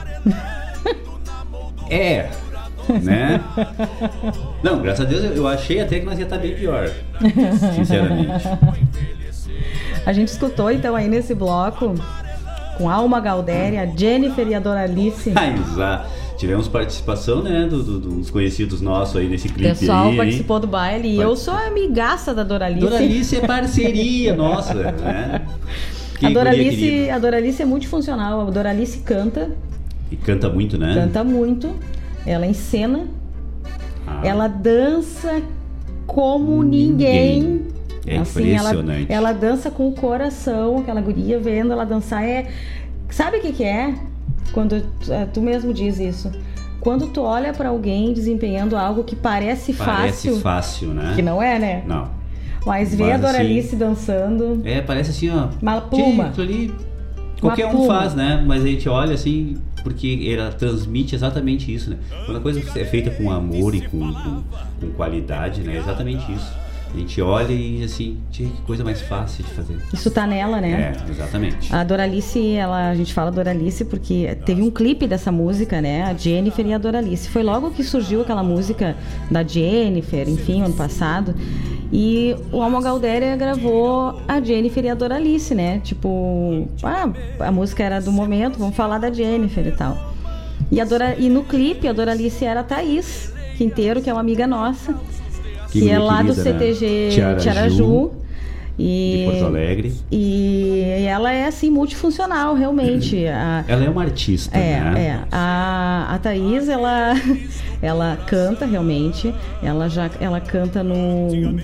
É, né? Não, graças a Deus eu achei até que nós ia estar bem pior, sinceramente. A gente escutou então aí nesse bloco, com Alma Galdéri, a Jennifer e a Doralice. Ah, exato. Tivemos participação, né, do, do, dos conhecidos nossos aí nesse clipe. O pessoal aí, participou hein? do baile e eu sou amigaça da Doralice. Doralice é parceria nossa, né? Que a, guria Doralice, querida. a Doralice é multifuncional. A Doralice canta. E canta muito, né? Canta muito. Ela encena. Ah. Ela dança como ninguém. ninguém. É assim, impressionante. Ela, ela dança com o coração. Aquela guria vendo ela dançar é... Sabe o que que é? Quando tu mesmo diz isso. Quando tu olha pra alguém desempenhando algo que parece, parece fácil. fácil, né? Que não é, né? Não. Mas ver a Mas, Doralice assim, dançando. É, parece assim, ó. Uma pluma. Isso ali, qualquer Uma um pluma. faz, né? Mas a gente olha assim, porque ela transmite exatamente isso, né? Quando a coisa é feita com amor e com, com, com qualidade, né? É exatamente isso. A gente olha e assim, tchê, que coisa mais fácil de fazer. Isso tá nela, né? É, exatamente. A Doralice, ela, a gente fala Doralice porque teve um clipe dessa música, né? A Jennifer e a Doralice. Foi logo que surgiu aquela música da Jennifer, enfim, ano passado. E o Alma Galdéria gravou a Jennifer e a Doralice, né? Tipo, ah, a música era do momento, vamos falar da Jennifer e tal. E, a Dora, e no clipe, a Doralice era a Thaís Quinteiro, que é uma amiga nossa. Que, que é lá querida, do C T G, né? Tiaraju, Tiaraju e, de Porto Alegre. E, e ela é assim multifuncional, realmente. A, ela é uma artista, é, né? É. A, a Thaís, ela, ela canta realmente. Ela já ela canta no...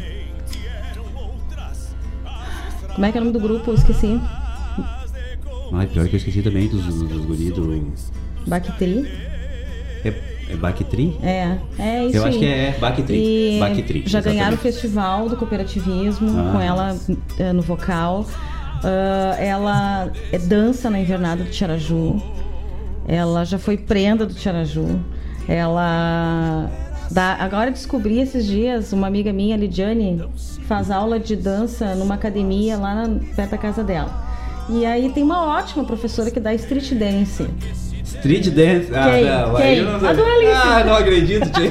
Como é que é o nome do grupo? Eu esqueci. Ai, pior que eu esqueci também dos, dos, dos guris do... Bactri. É, é Bactri? É, é isso. Eu acho aí. que é Bactri. Bactri, já exatamente. ganharam o festival do cooperativismo ah. com ela uh, no vocal. Uh, ela é dança na Invernada do Tiaraju. Ela já foi prenda do Tiaraju. Ela... Dá, agora descobri esses dias, uma amiga minha, Lidiane, faz aula de dança numa academia lá na, perto da casa dela. E aí tem uma ótima professora que dá street dance. Street dance? Ah, Quem? não. Quem? Aí eu não... A Doralice. Ah, não acredito, tia.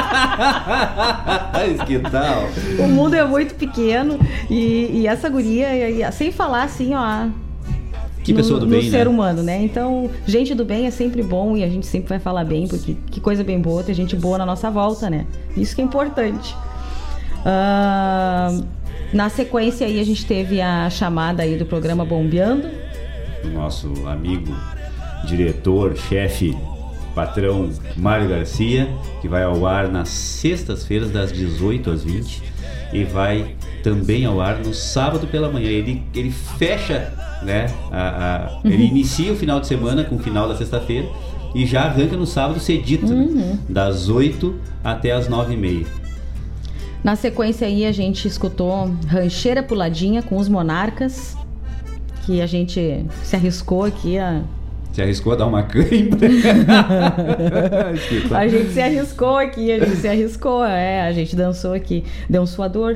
Que tal? O mundo é muito pequeno e, e essa guria, e, e, sem falar assim, ó... Que pessoa no, do bem, no né? ser humano, né? Então, gente do bem é sempre bom e a gente sempre vai falar bem, porque que coisa bem boa ter gente boa na nossa volta, né? Isso que é importante. Uh, na sequência aí a gente teve a chamada aí do programa Bombeando. O nosso amigo, diretor, chefe, patrão Mário Garcia, que vai ao ar nas sextas-feiras das dezoito às vinte e vai também ao ar no sábado pela manhã. Ele, ele fecha, né? A, a, ele inicia o final de semana com o final da sexta-feira e já arranca no sábado cedito, Uhum. né? Das oito até as nove e meia. Na sequência aí a gente escutou Rancheira Puladinha com os Monarcas, que a gente se arriscou aqui a... Se arriscou a dar uma cãibra? A gente se arriscou aqui, a gente se arriscou, é, a gente dançou aqui, deu um suador.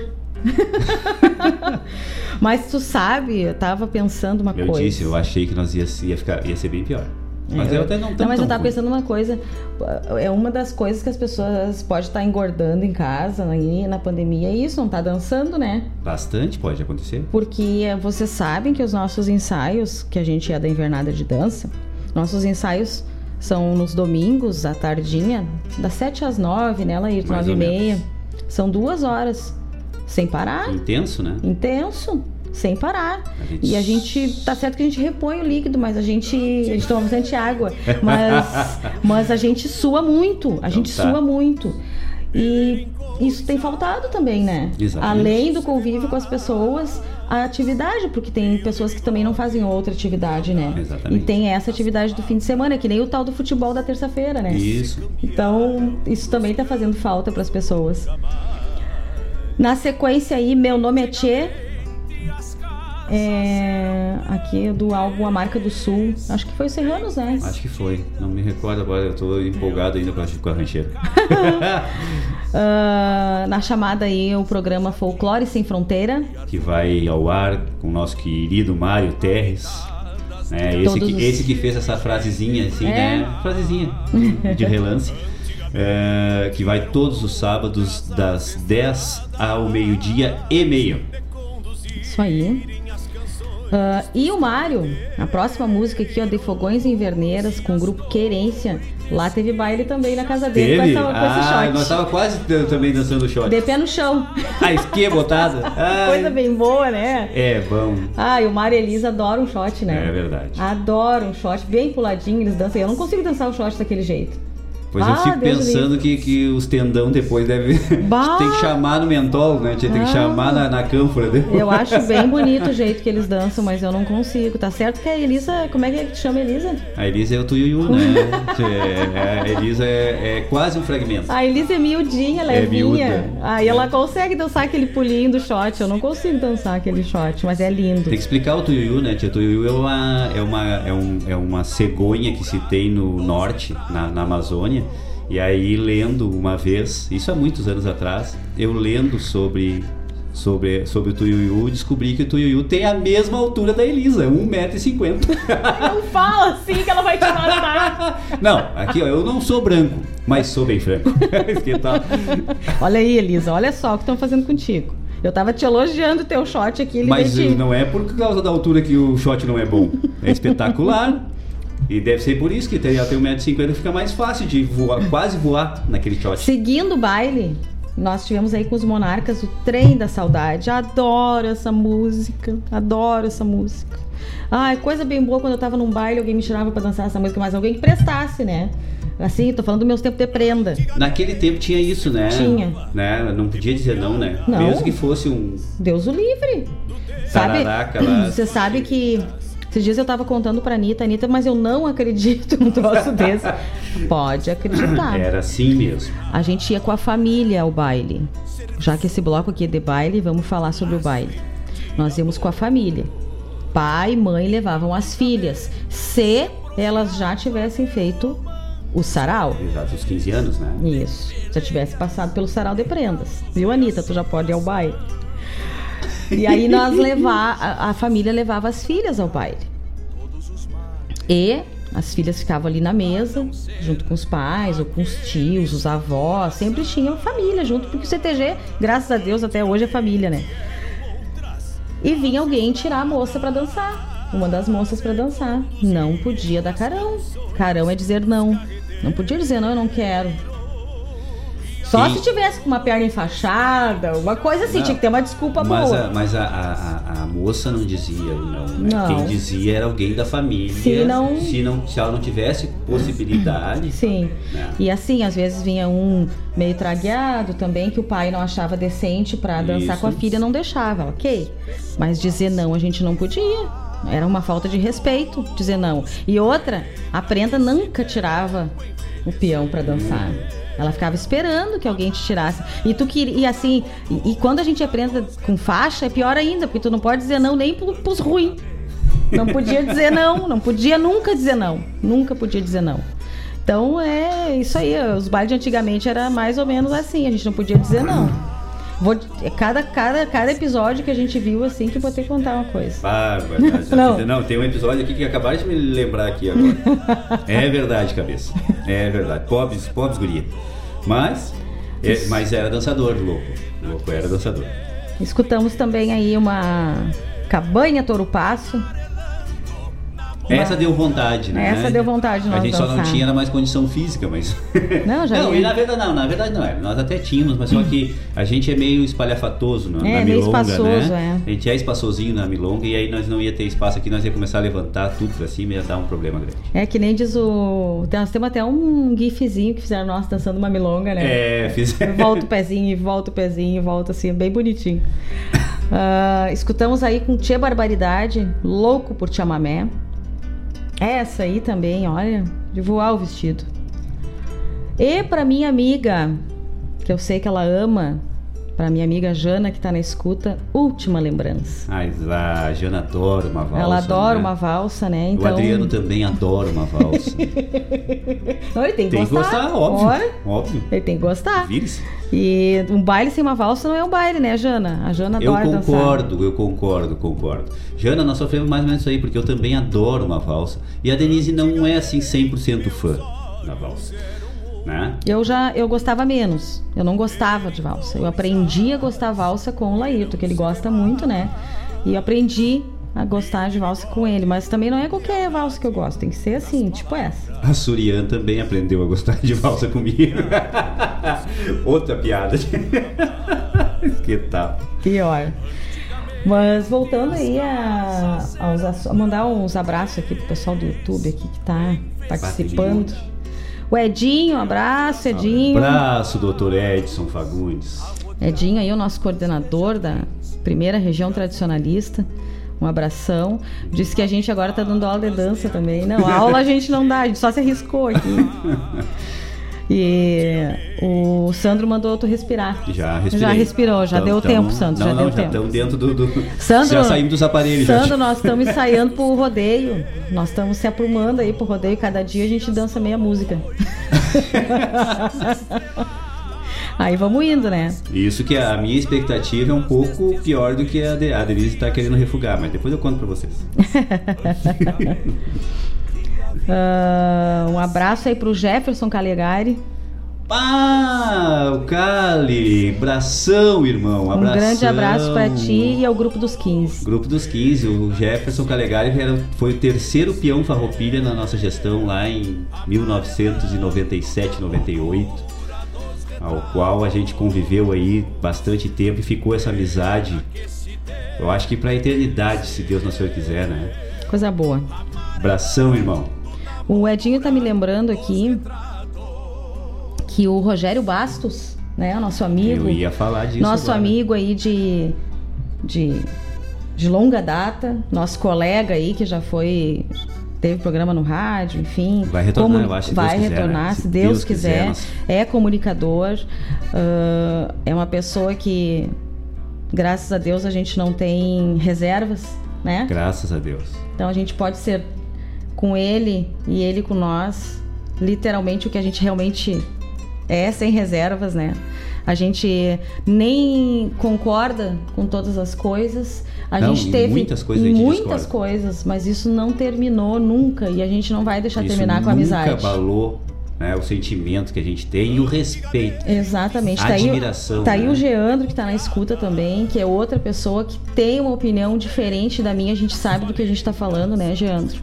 Mas tu sabe, eu tava pensando uma eu coisa. Eu disse, eu achei que nós ia, ia, ficar, ia ser bem pior. Mas é, eu até não Não, mas eu tava ruim. pensando uma coisa. É uma das coisas que as pessoas podem estar engordando em casa aí na pandemia. E isso, não tá dançando, né? Bastante pode acontecer. Porque vocês sabem que os nossos ensaios, que a gente é da Invernada de Dança, nossos ensaios são nos domingos, à tardinha, das sete às nove, né, Laírton? Mais Nove e ou meia. menos. São duas horas. Sem parar. Intenso, né? Intenso. Sem parar. A gente... E a gente, tá certo que a gente repõe o líquido, mas a gente, a gente toma bastante água. Mas, mas a gente sua muito. A então, gente tá. sua muito. E isso tem faltado também, né? Exatamente. Além do convívio com as pessoas, a atividade, porque tem pessoas que também não fazem outra atividade, né? Exatamente. E tem essa atividade do fim de semana, que nem o tal do futebol da terça-feira, né? Isso. Então, isso também tá fazendo falta para as pessoas. Na sequência aí, Meu Nome é Tchê. É, aqui do álbum A Marca do Sul. Acho que foi o Serranos, né? Acho que foi. Não me recordo agora, eu tô empolgado ainda com a, com a rancheira. uh, na chamada aí, o programa Folclore Sem Fronteira. Que vai ao ar com o nosso querido Mário Terres. Né? Esse, que, os... esse que fez essa frasezinha, assim, é. né? Frasezinha de relance. É, que vai todos os sábados das dez ao meio-dia e meio. Isso aí. Uh, e o Mário, a próxima música aqui, ó, de Fogões e Inverneiras, com o grupo Querência. Lá teve baile também na casa dele com, essa, com ah, esse shot. Nós tava quase também dançando shot. De pé no chão. A esquia botada. Coisa bem boa, né? É, bom. Ah, e o Mário e a Elisa adoram um shot, né? É verdade. Adoram um shot, bem puladinho, eles dançam. Eu não consigo dançar o shot daquele jeito. Pois ah, eu fico Deus pensando que, que os tendão depois devem... Tem que chamar no mentol, né? Tem que ah. chamar na, na cânfora. Eu acho bem bonito o jeito que eles dançam, mas eu não consigo. Tá certo que a Elisa... Como é que te chama a Elisa? A Elisa é o Tuiuiu, né? é, a Elisa é, é quase um fragmento. A Elisa é miudinha, levinha. É miúda. Aí ela consegue dançar aquele pulinho do shot. Eu não consigo dançar aquele shot, mas é lindo. Tem que explicar o Tuiuiu, né? O Tuiuiu é uma, é, uma, é, um, é uma cegonha que se tem no norte, na, na Amazônia. E aí, lendo uma vez, isso há muitos anos atrás, eu lendo sobre, sobre, sobre o Tuiuiu, descobri que o Tuiuiu tem a mesma altura da Elisa, um metro e cinquenta. Não fala assim que ela vai te matar. Não, aqui ó, eu não sou branco, mas sou bem franco. Olha aí, Elisa, olha só o que estão fazendo contigo. Eu tava te elogiando o teu shot aqui. Ele mas te... não é por causa da altura que o shot não é bom. É espetacular. E deve ser por isso que tem até um metro e cinquenta fica mais fácil de voar, quase voar naquele shot. Seguindo o baile, nós tivemos aí com os Monarcas o Trem da Saudade. Adoro essa música, adoro essa música. Ai, coisa bem boa quando eu tava num baile, alguém me tirava pra dançar essa música, mas alguém que prestasse, né? Assim, tô falando dos meus tempos de prenda. Naquele tempo tinha isso, né? Tinha. Né? Não podia dizer não, né? Não. Mesmo que fosse um... Deus o livre. Sabe? Tararaca lá. Você sabe que... Esses dias eu tava contando pra Anitta, Anitta, mas eu não acredito num troço desse. Pode acreditar. Era assim mesmo. A gente ia com a família ao baile. Já que esse bloco aqui é de baile, vamos falar sobre o baile. Nós íamos com a família. Pai e mãe levavam as filhas. Se elas já tivessem feito o sarau. Exato, os quinze anos, né? Isso. Já tivesse passado pelo sarau de prendas. Viu, Anitta? Tu já pode ir ao baile. E aí nós levar, a, a família levava as filhas ao baile. E as filhas ficavam ali na mesa, junto com os pais, ou com os tios, os avós. Sempre tinham família junto, porque o C T G, graças a Deus, até hoje é família, né? E vinha alguém tirar a moça pra dançar. Uma das moças pra dançar. Não podia dar carão. Carão é dizer não. Não podia dizer não, eu não quero. Só e... se tivesse com uma perna enfaixada, uma coisa assim, não, tinha que ter uma desculpa mas boa. A, mas a, a, a moça não dizia não, né? Não. Quem dizia era alguém da família. Se, não... Se, não, se ela não tivesse possibilidade. Sim. Né? E assim, às vezes vinha um meio tragueado também, que o pai não achava decente pra dançar Isso. com a filha, não deixava, ok? Mas dizer não a gente não podia. Era uma falta de respeito dizer não. E outra, a prenda nunca tirava o peão pra dançar. Ela ficava esperando que alguém te tirasse. E tu queria, e assim, e, e quando a gente aprende com faixa, é pior ainda, porque tu não pode dizer não nem pro, pros ruins. Não podia dizer não, não podia nunca dizer não. Nunca podia dizer não. Então é isso aí, os bailes de antigamente era mais ou menos assim, a gente não podia dizer não. Vou, cada, cada, cada episódio que a gente viu, assim, que eu vou ter que contar uma coisa. Ah, verdade. não. não, tem um episódio aqui que acabaram de me lembrar aqui agora. É verdade, cabeça. É verdade. Pobres, pobres guria. Mas, é, mas era dançador, louco. Louco era dançador. Escutamos também aí uma Cabanha Touro Passo. Essa uma... deu vontade, né? Essa deu vontade, nós A gente dançar. só não tinha mais condição física, mas... Não, já Não, e na verdade não, na verdade não é. Nós até tínhamos, mas só que a gente é meio espalhafatoso na, é, na meio milonga, espaçoso, né? É. A gente é espaçosinho na milonga e aí nós não ia ter espaço aqui, nós ia começar a levantar tudo pra cima e ia dar um problema grande. É que nem diz o... Nós temos até um gifzinho que fizeram nós dançando uma milonga, né? É, fizeram. Volta o pezinho e volta o pezinho e volta assim, bem bonitinho. Uh, escutamos aí com Tchê Barbaridade, Louco por Chamamé. Essa aí também, olha, de voar o vestido. E pra minha amiga, que eu sei que ela ama, pra minha amiga Jana, que tá na escuta, Última Lembrança. Ah, a Jana adora uma valsa. Ela adora né? uma valsa, né? Então... O Adriano também adora uma valsa. Não, ele tem que tem gostar. Tem que gostar, óbvio. Ora, óbvio. Ele tem que gostar. Vire-se. E um baile sem uma valsa não é um baile, né, Jana? A Jana adora dançar. Eu concordo, dançar. eu concordo, concordo. Jana, nós sofremos mais ou menos isso aí, porque eu também adoro uma valsa. E a Denise não é assim cem por cento fã da valsa. Né? Eu já, eu gostava menos. Eu não gostava de valsa. Eu aprendi a gostar valsa com o Laírto, que ele gosta muito, né? E eu aprendi a gostar de valsa com ele, mas também não é qualquer valsa que eu gosto, tem que ser assim, tipo essa. A Surian também aprendeu a gostar de valsa comigo. Outra piada. Que tal? Pior. Mas voltando aí a, aos, a mandar uns abraços aqui pro pessoal do YouTube aqui que tá participando. O Edinho, um abraço, Edinho. Um abraço, doutor Edson Fagundes. Edinho aí, o nosso coordenador da primeira região tradicionalista. Um abração. Disse que a gente agora tá dando aula de dança também. Não, aula a gente não dá, a gente só se arriscou aqui. E o Sandro mandou tu respirar. Já respirei. Já respirou, já então, deu então, tempo, Sandro. Não, já não, deu já tempo. estamos dentro do, do... Sandro, já saímos dos aparelhos. Sandro, já. nós estamos ensaiando pro rodeio. Nós estamos se aprumando aí pro rodeio. Cada dia a gente dança meia música. Aí vamos indo, né? Isso que a minha expectativa é um pouco pior do que a, de, a Denise tá querendo refugar, mas depois eu conto pra vocês. uh, um abraço aí pro Jefferson Calegari. Ah, o Cali, abração, irmão, abração. Um grande abraço pra ti e ao Grupo dos quinze. Grupo dos quinze, o Jefferson Calegari era, foi o terceiro peão farroupilha na nossa gestão lá em mil novecentos e noventa e sete, noventa e oito, ao qual a gente conviveu aí bastante tempo e ficou essa amizade, eu acho que pra eternidade, se Deus não Senhor quiser, né? Coisa boa. Abração, irmão. O Edinho tá me lembrando aqui que o Rogério Bastos, né, o nosso amigo, eu ia falar disso nosso agora. amigo aí de, de, de longa data, nosso colega aí que já foi, teve programa no rádio, enfim. Vai retornar, como, eu acho, se vai Deus quiser, retornar, né? se, se Deus, Deus quiser. quiser É comunicador, uh, é uma pessoa que, graças a Deus, a gente não tem reservas, né? Graças a Deus. Então a gente pode ser com ele e ele com nós, literalmente o que a gente realmente é, sem reservas, né? A gente nem concorda com todas as coisas. A não, gente teve muitas coisas, muitas coisas, mas isso não terminou nunca e a gente não vai deixar isso terminar com a amizade. Nunca abalou, né, o sentimento que a gente tem e o respeito. Exatamente. A tá admiração. Aí, tá né? aí o Geandro que tá na escuta também, que é outra pessoa que tem uma opinião diferente da minha. A gente sabe do que a gente tá falando, né, Geandro?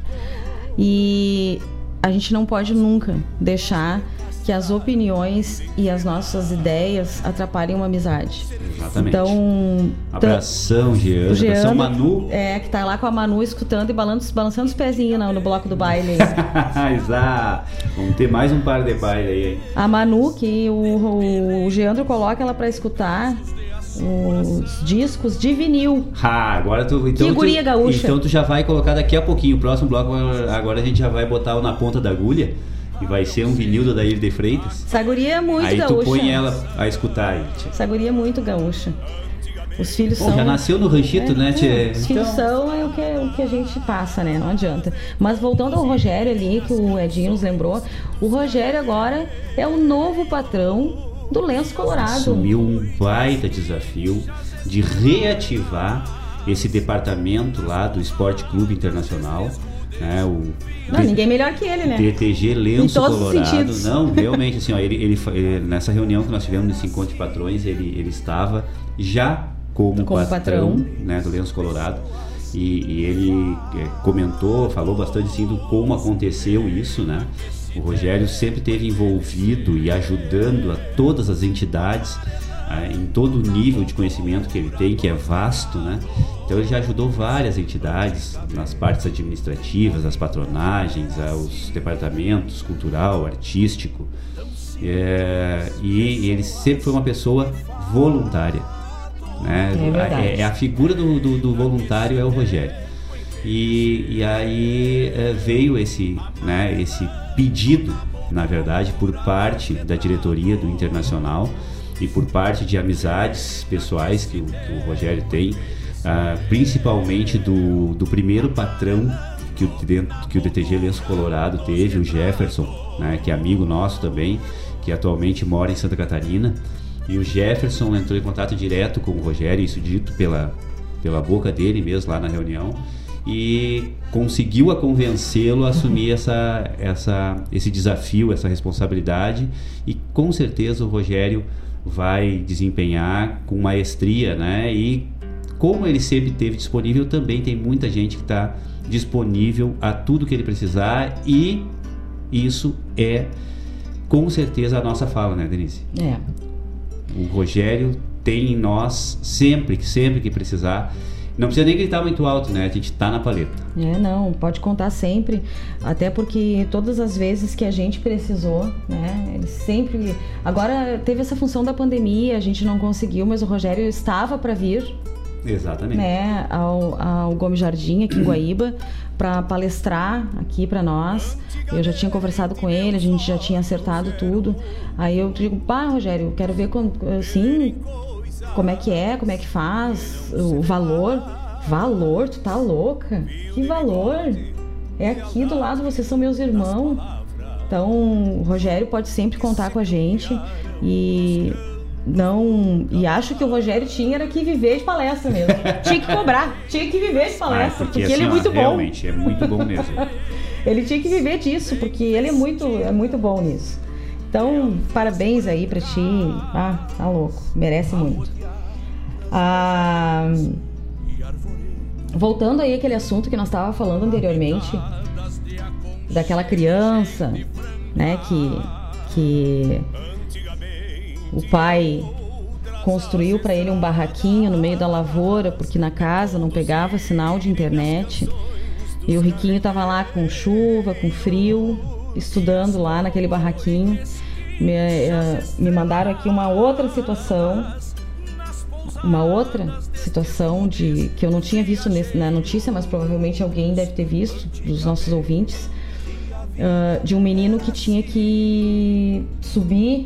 E a gente não pode nunca deixar que as opiniões e as nossas ideias atrapalhem uma amizade. Exatamente. Então, abração, Geandro, Geandro, abração, Manu. É, que tá lá com a Manu escutando e balançando, balançando os pezinhos no, no bloco do baile. Exato. Vamos ter mais um par de baile aí, hein? A Manu, que o, o Geandro coloca ela pra escutar os discos de vinil. Ah, agora tu... Então que guria tu, gaúcha. Então tu já vai colocar daqui a pouquinho. O próximo bloco, agora a gente já vai botar na ponta da agulha. E vai ser um vinil do Adair de Freitas. Essa guria é muito aí gaúcha. Aí tu põe ela a escutar aí, tia. Essa guria é muito gaúcha. Os filhos Pô, são... já nasceu no ranchito, é, né, tia? É, os então... filhos são é o que, o que a gente passa, né? Não adianta. Mas voltando ao Rogério ali, que o Edinho nos lembrou, o Rogério agora é o novo patrão do Lenço Colorado. Assumiu um baita desafio de reativar esse departamento lá do Esporte Clube Internacional. Né, o não, D... ninguém melhor que ele, né? D T G Lenço Colorado. Os não, realmente, assim, ó, ele, ele, ele, nessa reunião que nós tivemos nesse encontro de patrões, ele, ele estava já como, como patrão, patrão né, do Lenço Colorado. E, e ele é, comentou, falou bastante assim, do como aconteceu isso, né? O Rogério sempre esteve envolvido e ajudando a todas as entidades em todo o nível de conhecimento que ele tem, que é vasto, né? Então ele já ajudou várias entidades nas partes administrativas, as patronagens, os departamentos cultural, artístico, é, e ele sempre foi uma pessoa voluntária, né? É, é, é a figura do, do, do voluntário é o Rogério. E, e aí é, veio esse, né, esse pedido, na verdade, por parte da diretoria do Internacional e por parte de amizades pessoais que o, que o Rogério tem, uh, principalmente do, do primeiro patrão que o, que o D T G Lenço Colorado teve, o Jefferson, né, que é amigo nosso também, que atualmente mora em Santa Catarina. E o Jefferson entrou em contato direto com o Rogério, isso dito pela, pela boca dele mesmo lá na reunião, e conseguiu a convencê-lo a assumir essa, essa, esse desafio, essa responsabilidade, e com certeza o Rogério vai desempenhar com maestria, né, e como ele sempre esteve disponível, também tem muita gente que está disponível a tudo que ele precisar, e isso é com certeza a nossa fala, né, Denise? É. O Rogério tem em nós sempre, sempre que precisar. Não precisa nem gritar muito alto, né? A gente tá na paleta. É, não, pode contar sempre, até porque todas as vezes que a gente precisou, né, ele sempre... Agora teve essa função da pandemia, a gente não conseguiu, mas o Rogério estava para vir, exatamente, né, ao, ao Gomes Jardim, aqui em Guaíba, para palestrar aqui para nós. Eu já tinha conversado com ele, a gente já tinha acertado tudo. Aí eu digo, pá, Rogério, eu quero ver quando, assim... como é que é, como é que faz, o valor. Valor? Tu tá louca? Que valor? É aqui do lado, vocês são meus irmãos. Então, o Rogério pode sempre contar com a gente. E não... E acho que o Rogério tinha era que viver de palestra mesmo. Tinha que cobrar, tinha que viver de palestra, ah, porque, porque assim, ele é muito bom. Realmente, é muito bom mesmo. Ele tinha que viver disso, porque ele é muito, é muito bom nisso. Então, parabéns aí pra ti. Ah, tá louco. Merece muito. Ah, voltando aí àquele assunto que nós estávamos falando anteriormente, daquela criança, né, que, que o pai construiu para ele um barraquinho no meio da lavoura, porque na casa não pegava sinal de internet. E o Riquinho tava lá com chuva, com frio, estudando lá naquele barraquinho. Me, uh, me mandaram aqui uma outra situação, uma outra situação de, que eu não tinha visto nesse, na notícia, mas provavelmente alguém deve ter visto, dos nossos ouvintes, uh, de um menino que tinha que subir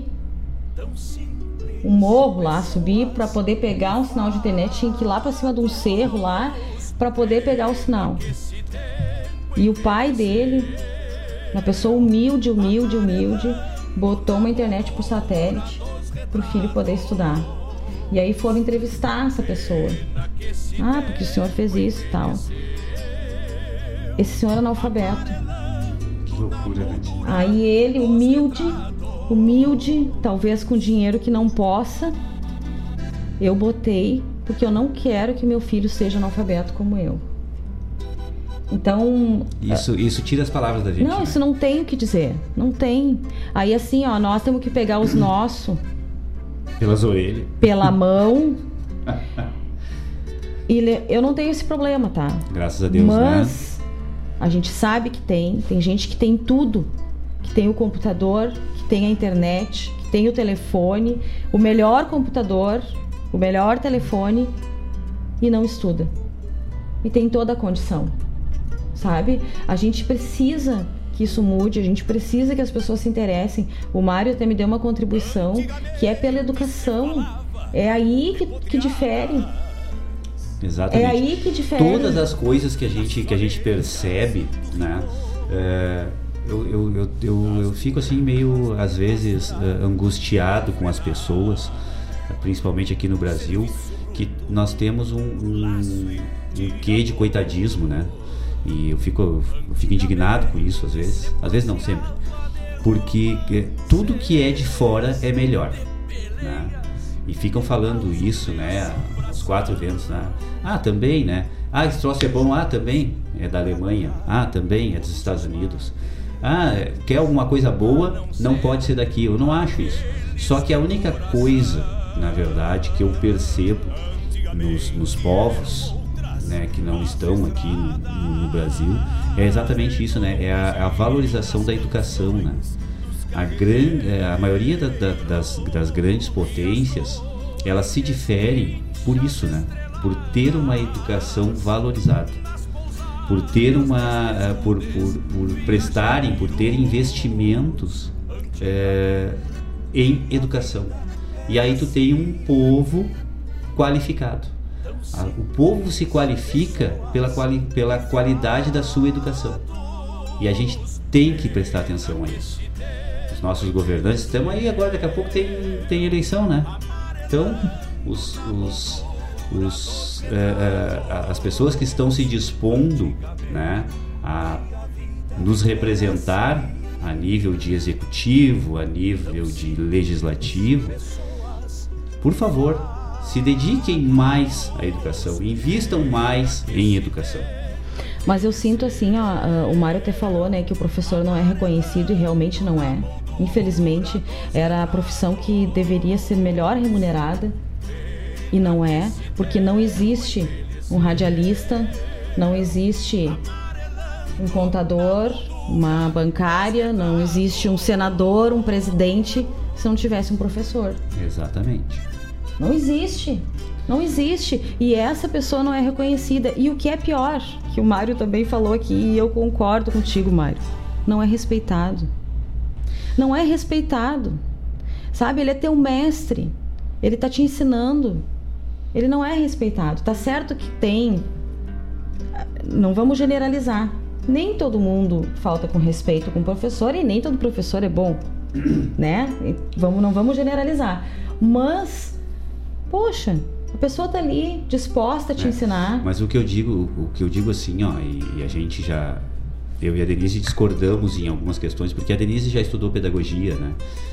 um morro lá, subir para poder pegar um sinal de internet, tinha que ir lá para cima de um cerro lá para poder pegar o sinal. E o pai dele, uma pessoa humilde, humilde, humilde, botou uma internet por satélite para o filho poder estudar. E aí foram entrevistar essa pessoa. Ah, porque o senhor fez isso e tal. Esse senhor é analfabeto. Que loucura, né? Aí ele, humilde, humilde, talvez com dinheiro que não possa, eu botei, porque eu não quero que meu filho seja analfabeto como eu. Então... Isso, isso tira as palavras da gente. Não, né? Isso não tem o que dizer. Não tem. Aí assim, ó, nós temos que pegar os nossos... Pelas orelhas. Pela mão. E eu não tenho esse problema, tá? Graças a Deus, Mas né? a gente sabe que tem. Tem gente que tem tudo. Que tem o computador, que tem a internet, que tem o telefone, o melhor computador, o melhor telefone e não estuda. E tem toda a condição. Sabe? A gente precisa que isso mude, a gente precisa que as pessoas se interessem. O Mário até me deu uma contribuição que é pela educação. É aí que, que difere. Exatamente. É aí que difere. Todas as coisas que a gente, que a gente percebe, né? É, eu, eu, eu, eu, eu fico assim meio, às vezes, angustiado com as pessoas, principalmente aqui no Brasil, que nós temos um, um, um quê de coitadismo, né? E eu fico, eu fico indignado com isso às vezes, às vezes não, sempre, porque tudo que é de fora é melhor, né? E ficam falando isso, né, os quatro ventos, né? Ah, também, né? Ah, esse troço é bom, ah, também é da Alemanha, ah, também é dos Estados Unidos. Ah, quer alguma coisa boa, não pode ser daqui. Eu não acho isso. Só que a única coisa, na verdade, que eu percebo nos, nos povos, né, que não estão aqui no, no, no Brasil, é exatamente isso, né? É a, a valorização da educação, né? A, gran, a maioria da, da, das, das grandes potências, elas se diferem por isso, né? Por ter uma educação valorizada, por ter uma, por, por, por prestarem, por ter investimentos é, em educação. E aí tu tem um povo qualificado. O povo se qualifica pela, quali, pela qualidade da sua educação. E a gente tem que prestar atenção a isso. Os nossos governantes, estamos aí agora, daqui a pouco tem, tem eleição, né? Então, os, os, os, é, é, as pessoas que estão se dispondo, né, a nos representar a nível de executivo, a nível de legislativo, por favor, se dediquem mais à educação, invistam mais em educação. Mas eu sinto assim, ó, o Mário até falou, né, que o professor não é reconhecido e realmente não é. Infelizmente, era a profissão que deveria ser melhor remunerada e não é, porque não existe um radialista, não existe um contador, uma bancária, não existe um senador, um presidente, se não tivesse um professor. Exatamente. Não existe. Não existe. E essa pessoa não é reconhecida. E o que é pior, que o Mário também falou aqui, e eu concordo contigo, Mário, não é respeitado. Não é respeitado. Sabe, ele é teu mestre. Ele tá te ensinando. Ele não é respeitado. Tá certo que tem... Não vamos generalizar. Nem todo mundo falta com respeito com o professor e nem todo professor é bom, né? Vamos, não vamos generalizar. Mas, poxa, a pessoa tá ali disposta a te é, ensinar. Mas o que eu digo, o que eu digo assim, ó, e, e a gente já... Eu e a Denise discordamos em algumas questões, porque a Denise já estudou pedagogia, né?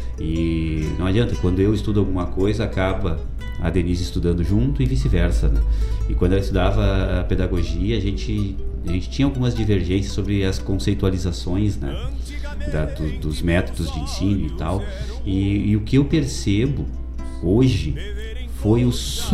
E não adianta, quando eu estudo alguma coisa, acaba a Denise estudando junto e vice-versa, né? E quando ela estudava a pedagogia, a gente, a gente tinha algumas divergências sobre as conceitualizações, né? Da, do, dos métodos de ensino e tal. E, e o que eu percebo hoje foi o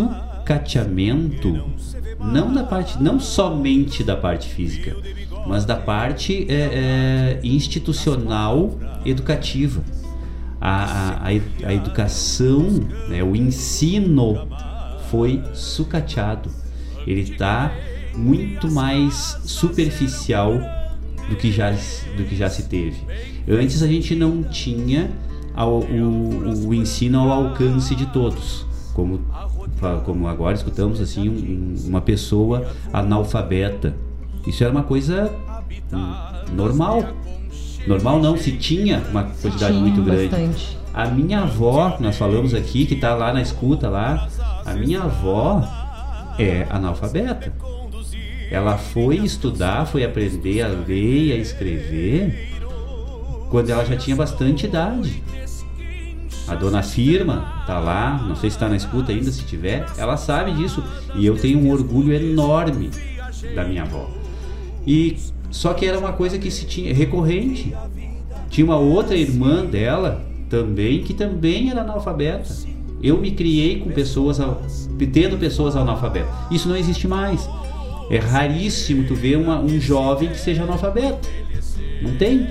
sucateamento, não da parte, não somente da parte física, mas da parte é, é, institucional educativa. A, a, a educação, né, o ensino foi sucateado. Ele está muito mais superficial do que já, do que já se teve. Antes a gente não tinha ao, o, o ensino ao alcance de todos, como, como agora escutamos assim, um, uma pessoa analfabeta. Isso era uma coisa hum, normal. Normal não, se tinha uma quantidade tinha muito grande. Bastante. A minha avó, nós falamos aqui, que está lá na escuta lá, a minha avó é analfabeta. Ela foi estudar, foi aprender a ler e a escrever quando ela já tinha bastante idade. A dona Firma tá lá, não sei se está na escuta ainda, se tiver, ela sabe disso. E eu tenho um orgulho enorme da minha avó. E só que era uma coisa que se tinha recorrente. Tinha uma outra irmã dela também, que também era analfabeta. Eu me criei com pessoas, tendo pessoas analfabetas. Isso não existe mais. É raríssimo tu ver uma, um jovem que seja analfabeto. Não tem.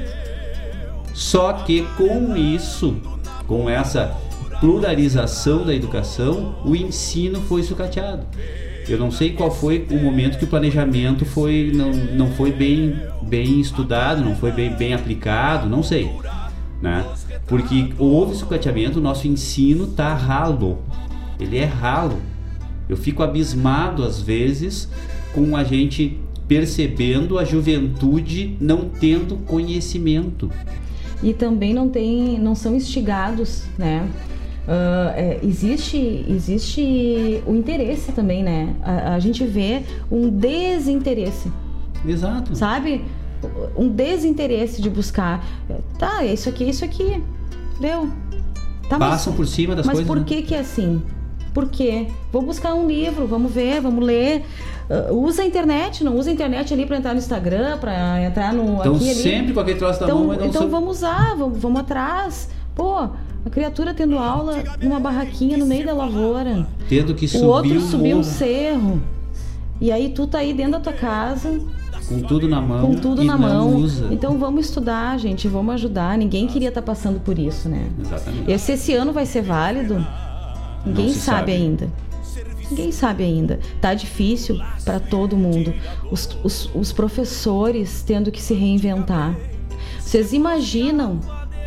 Só que com isso, com essa pluralização da educação, o ensino foi sucateado. Eu não sei qual foi o momento que o planejamento foi, não, não foi bem, bem estudado, não foi bem, bem aplicado, não sei, né? Porque houve sucateamento, o nosso ensino tá ralo, ele é ralo. Eu fico abismado às vezes com a gente percebendo a juventude não tendo conhecimento. E também não tem, não são instigados, né? Uh, é, existe, existe o interesse também, né? A, a gente vê um desinteresse. Exato. Sabe? Um desinteresse de buscar. Tá, é isso aqui, é isso aqui. Deu. Tá, Passam mas, por cima das mas coisas. Mas por né? que que é assim? Por quê? Vou buscar um livro, vamos ver, vamos ler. Uh, usa a internet, não usa a internet ali para entrar no Instagram, para entrar no... Então aqui, sempre ali. com aquele troço da então, mão, mas não Então sabe. vamos usar, vamos, vamos atrás. Pô, a criatura tendo aula numa barraquinha no meio da lavoura. Tendo que subir o outro um subir um morro. cerro. E aí tu tá aí dentro da tua casa... Com tudo na mão. Com tudo e na não mão. Usa. Então vamos estudar, gente, vamos ajudar. Ninguém queria estar passando por isso, né? Exatamente. Esse, esse ano vai ser válido? Ninguém sabe, sabe ainda. Ninguém sabe ainda. Tá difícil para todo mundo. Os, os, os professores tendo que se reinventar. Vocês imaginam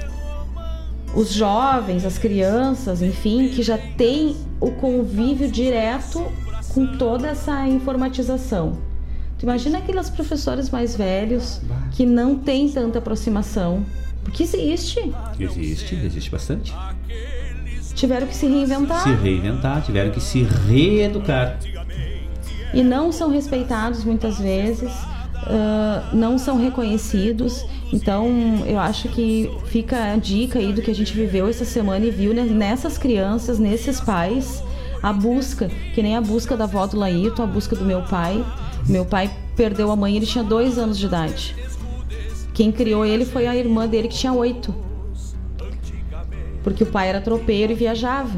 os jovens, as crianças, enfim, que já têm o convívio direto com toda essa informatização. Tu imagina aqueles professores mais velhos que não têm tanta aproximação. Porque existe. Existe, existe bastante. Tiveram que se reinventar. Se reinventar, tiveram que se reeducar. E não são respeitados muitas vezes, uh, não são reconhecidos. Então, eu acho que fica a dica aí do que a gente viveu essa semana e viu, né, nessas crianças, nesses pais, a busca, que nem a busca da avó do Laírton, a busca do meu pai. Meu pai perdeu a mãe, ele tinha dois anos de idade. Quem criou ele foi a irmã dele, que tinha oito. Porque o pai era tropeiro e viajava.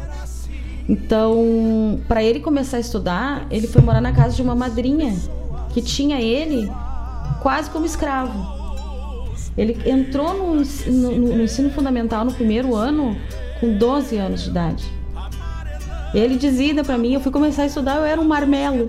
Então, para ele começar a estudar, ele foi morar na casa de uma madrinha que tinha ele quase como escravo. Ele entrou no, no, no ensino fundamental no primeiro ano com doze anos de idade. Ele dizia para mim, eu fui começar a estudar, eu era um marmelo.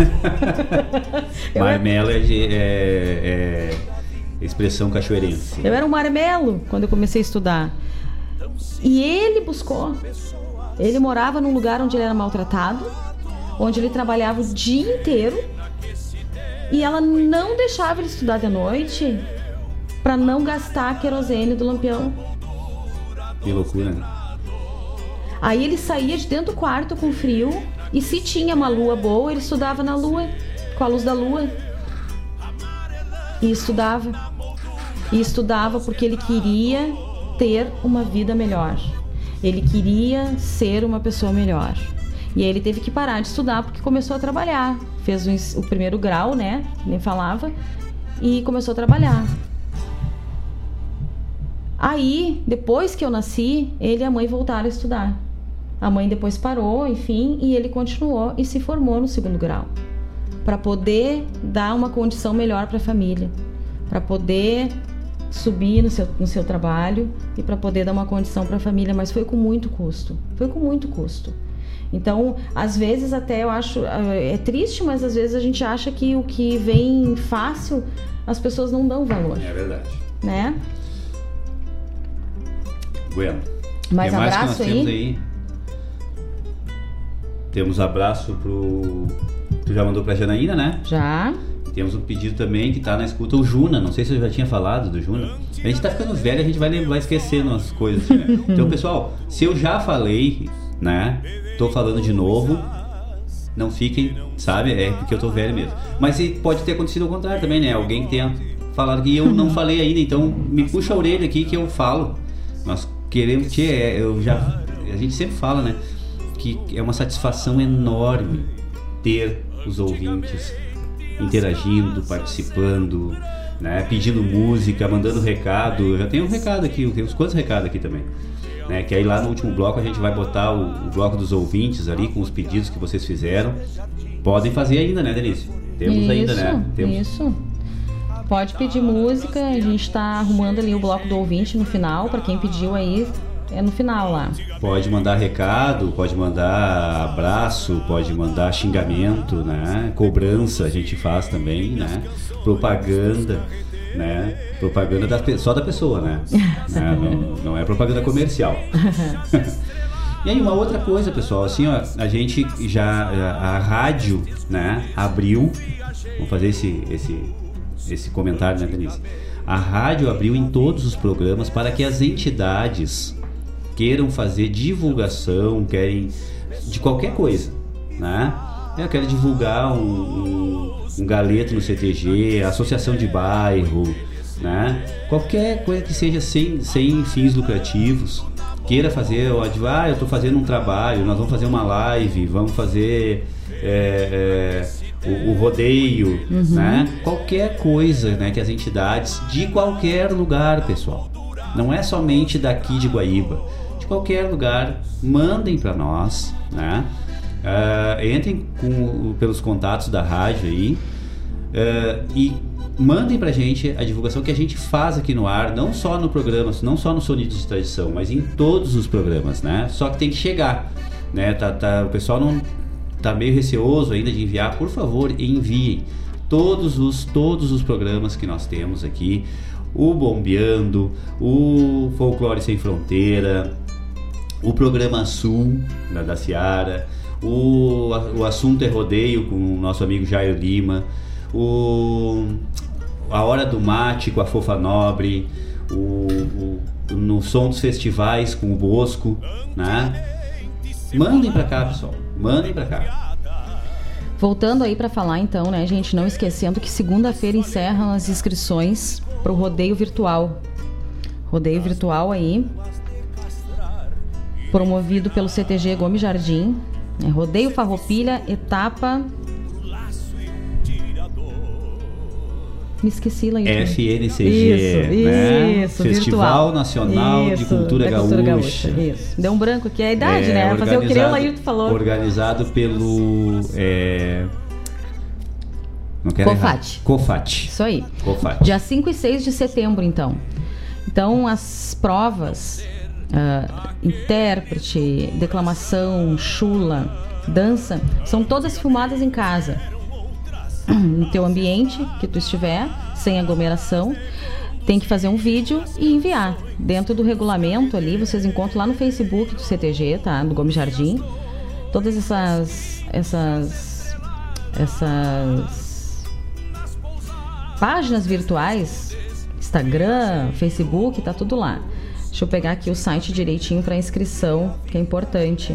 Marmelo é, de, é, é expressão cachoeirense. Eu era um marmelo quando eu comecei a estudar. E ele buscou. Ele morava num lugar onde ele era maltratado, onde ele trabalhava o dia inteiro, e ela não deixava ele estudar de noite para não gastar a querosene do lampião. Que loucura, né? Aí ele saía de dentro do quarto com frio, e se tinha uma lua boa, ele estudava na lua, com a luz da lua. E estudava. E estudava porque ele queria ter uma vida melhor. Ele queria ser uma pessoa melhor. E aí ele teve que parar de estudar porque começou a trabalhar. Fez o, o primeiro grau, né? Nem falava. E começou a trabalhar. Aí, depois que eu nasci, ele e a mãe voltaram a estudar. A mãe depois parou, enfim, e ele continuou e se formou no segundo grau. Para poder dar uma condição melhor para a família. Para poder subir no seu, no seu trabalho e para poder dar uma condição para a família, mas foi com muito custo, foi com muito custo. Então, às vezes até eu acho, é triste, mas às vezes a gente acha que o que vem fácil, as pessoas não dão valor. É verdade. Né? Bueno. Mais que abraço mais que nós aí? Temos aí? Temos abraço pro... Tu já mandou pra Janaína, né? Já. Temos um pedido também que tá na escuta, o Juna. Não sei se eu já tinha falado do Juna. A gente tá ficando velho, a gente vai lembrar, esquecendo as coisas, né? Então, pessoal, se eu já falei, né? Tô falando de novo. Não fiquem, sabe? É porque eu tô velho mesmo. Mas pode ter acontecido ao contrário também, né? Alguém que tenha falado que eu não falei ainda. Então, me puxa a orelha aqui que eu falo. Nós queremos que é, eu já... A gente sempre fala, né? Que é uma satisfação enorme ter os ouvintes interagindo, participando, né, pedindo música, mandando recado. Eu já tenho um recado aqui, eu tenho uns quantos recados aqui também, né, que aí lá no último bloco a gente vai botar o, o bloco dos ouvintes ali com os pedidos que vocês fizeram. Podem fazer ainda, né, Denise? Temos isso, ainda, né? Temos. Isso. Pode pedir música, a gente tá arrumando ali o bloco do ouvinte no final, para quem pediu aí, é no final lá. Pode mandar recado, pode mandar abraço, pode mandar xingamento, né? Cobrança a gente faz também, né? Propaganda, né? Propaganda da, só da pessoa, né? né? Não, não é propaganda comercial. E aí uma outra coisa, pessoal, assim, ó, a gente já, a rádio, né? Abriu, vamos fazer esse, esse, esse comentário, né, Denise? A rádio abriu em todos os programas para que as entidades queiram fazer divulgação, querem de qualquer coisa, né? Eu quero divulgar um, um, um galeto no C T G, associação de bairro, né? Qualquer coisa que seja sem, sem fins lucrativos, queira fazer, ah, eu estou fazendo um trabalho, nós vamos fazer uma live, vamos fazer é, é, o, o rodeio, uhum. né? Qualquer coisa, né, que as entidades de qualquer lugar, pessoal, não é somente daqui de Guaíba, qualquer lugar, mandem para nós, né? Uh, entrem com, pelos contatos da rádio aí uh, e mandem pra gente a divulgação que a gente faz aqui no ar, não só no programa, não só no Sonidos de Tradição, mas em todos os programas, né? Só que tem que chegar, né? Tá, tá, o pessoal não tá meio receoso ainda de enviar. Por favor, enviem todos os, todos os programas que nós temos aqui, o Bombeando, o Folclore Sem Fronteira, o programa Sul da, da Seara, o, o Assunto é Rodeio com o nosso amigo Jair Lima, o, a Hora do Mate com a Fofa Nobre, o, o, no Som dos Festivais com o Bosco, né? Mandem pra cá, pessoal, mandem pra cá. Voltando aí pra falar então, né, gente, não esquecendo que segunda-feira encerram as inscrições pro rodeio virtual. Rodeio virtual aí, promovido pelo C T G Gomes Jardim, É Rodeio Farroupilha, etapa... Me esqueci lá. F N C G, isso, né? Isso, Festival virtual. Nacional isso, de Cultura, Cultura Gaúcha. Gaúcha. Isso. Deu um branco aqui, é a idade, é, né? Fazer o que o Laírto falou. Organizado pelo... É... Não quero COFAT. Errar. COFAT. Isso aí. COFAT. Dia cinco e seis de setembro, então. Então, as provas, uh, intérprete, declamação, chula, dança, são todas filmadas em casa. No teu ambiente que tu estiver, sem aglomeração. Tem que fazer um vídeo e enviar. Dentro do regulamento ali, vocês encontram lá no Facebook do C T G, tá? Do Gomes Jardim. Todas essas... Essas... Essas... páginas virtuais, Instagram, Facebook, tá tudo lá. Deixa eu pegar aqui o site direitinho para inscrição, que é importante.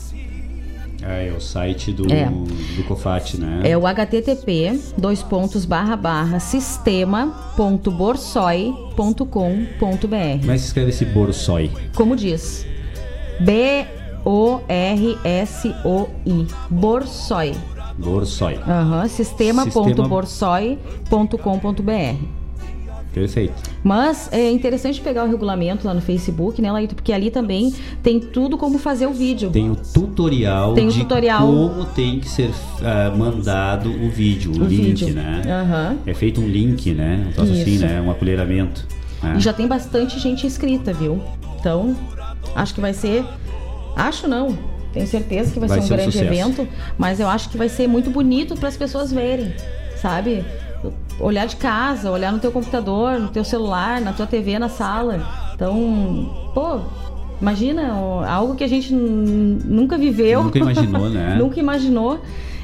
É, é o site do, é. do COFAT, né? É o H T T P, dois pontos, barra, barra, sistema ponto borsoi ponto com ponto b r. Como é que se escreve esse Borsoi? Como diz? B O R S O I. Borsoi. Borsoi. Uhum, sistema ponto borsoi ponto com ponto b r. Perfeito. Mas é interessante pegar o regulamento lá no Facebook, né, Laírto? Porque ali também tem tudo como fazer o vídeo. Tem o tutorial tem o de tutorial. como tem que ser uh, mandado o vídeo, o, o link, vídeo. né? Uhum. É feito um link, né? Um troço assim, né? Um acolheramento. Né? E já tem bastante gente inscrita, viu? Então, acho que vai ser... Acho não. Tenho certeza que vai, vai ser um ser grande um evento. Mas eu acho que vai ser muito bonito para as pessoas verem, sabe? Olhar de casa, olhar no teu computador, no teu celular, na tua T V, na sala. Então, pô, imagina algo que a gente n- nunca viveu. Nunca imaginou, né? Nunca imaginou.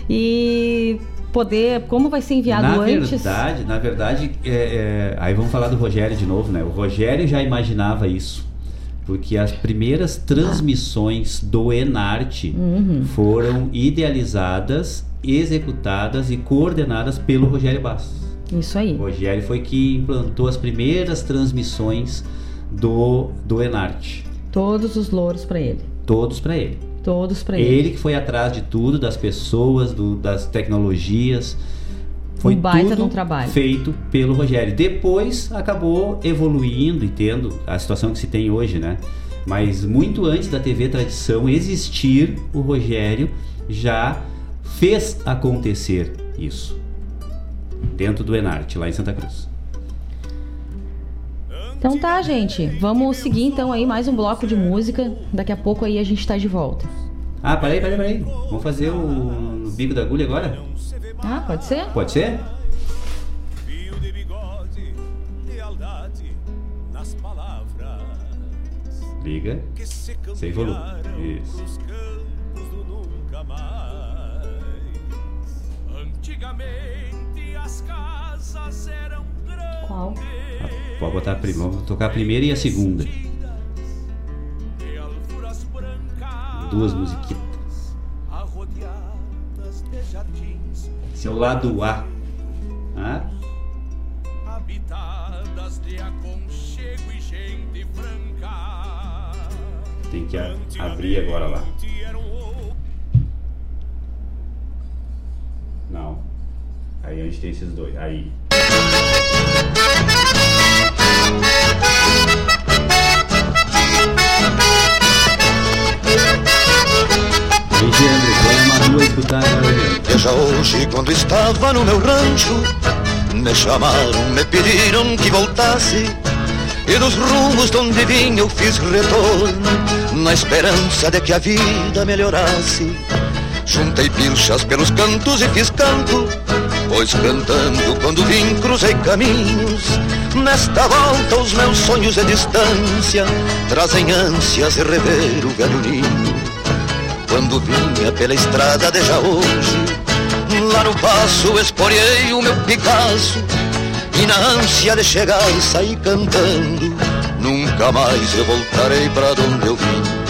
E poder, como vai ser enviado na antes. Verdade, na verdade, é, é, aí vamos falar do Rogério de novo, né? O Rogério já imaginava isso. Porque as primeiras transmissões ah. do Enarte uhum. foram idealizadas, executadas e coordenadas pelo Rogério Bastos. Isso aí. O Rogério foi que implantou as primeiras transmissões do, do Enarte. Todos os louros para ele. Todos para ele. Todos para ele. Ele que foi atrás de tudo, das pessoas, do, das tecnologias. Foi um baita tudo de um trabalho feito pelo Rogério. Depois acabou evoluindo e tendo a situação que se tem hoje, né? Mas muito antes da T V Tradição existir, o Rogério já fez acontecer isso dentro do Enarte, lá em Santa Cruz. Então tá, gente. Vamos seguir então aí mais um bloco de música. Daqui a pouco aí a gente tá de volta. Ah, peraí, peraí, peraí. Vamos fazer o, o bico da agulha agora? Ah, pode ser? Pode ser? Fio de bigode, lealdade nas palavras. Liga. Sem volume. Isso. Antigamente as casas eram grandes. Qual? Ah, pode botar a primeira. Vou tocar a primeira e a segunda. Duas musiquitas. Esse é o lado A. Ah? Habitadas de aconchego e gente franca. Tem que a- abrir agora lá. Não. Aí a gente tem esses dois. Aí. Veja hoje quando estava no meu rancho, me chamaram, me pediram que voltasse, e dos rumos de onde vinha eu fiz retorno, na esperança de que a vida melhorasse. Juntei pilchas pelos cantos e fiz canto, pois cantando quando vim cruzei caminhos. Nesta volta os meus sonhos de distância trazem ânsias de rever o velho ninho. Quando vinha pela estrada de já hoje, lá no passo esporei o meu Picasso, e na ânsia de chegar saí cantando, nunca mais eu voltarei pra onde eu vim.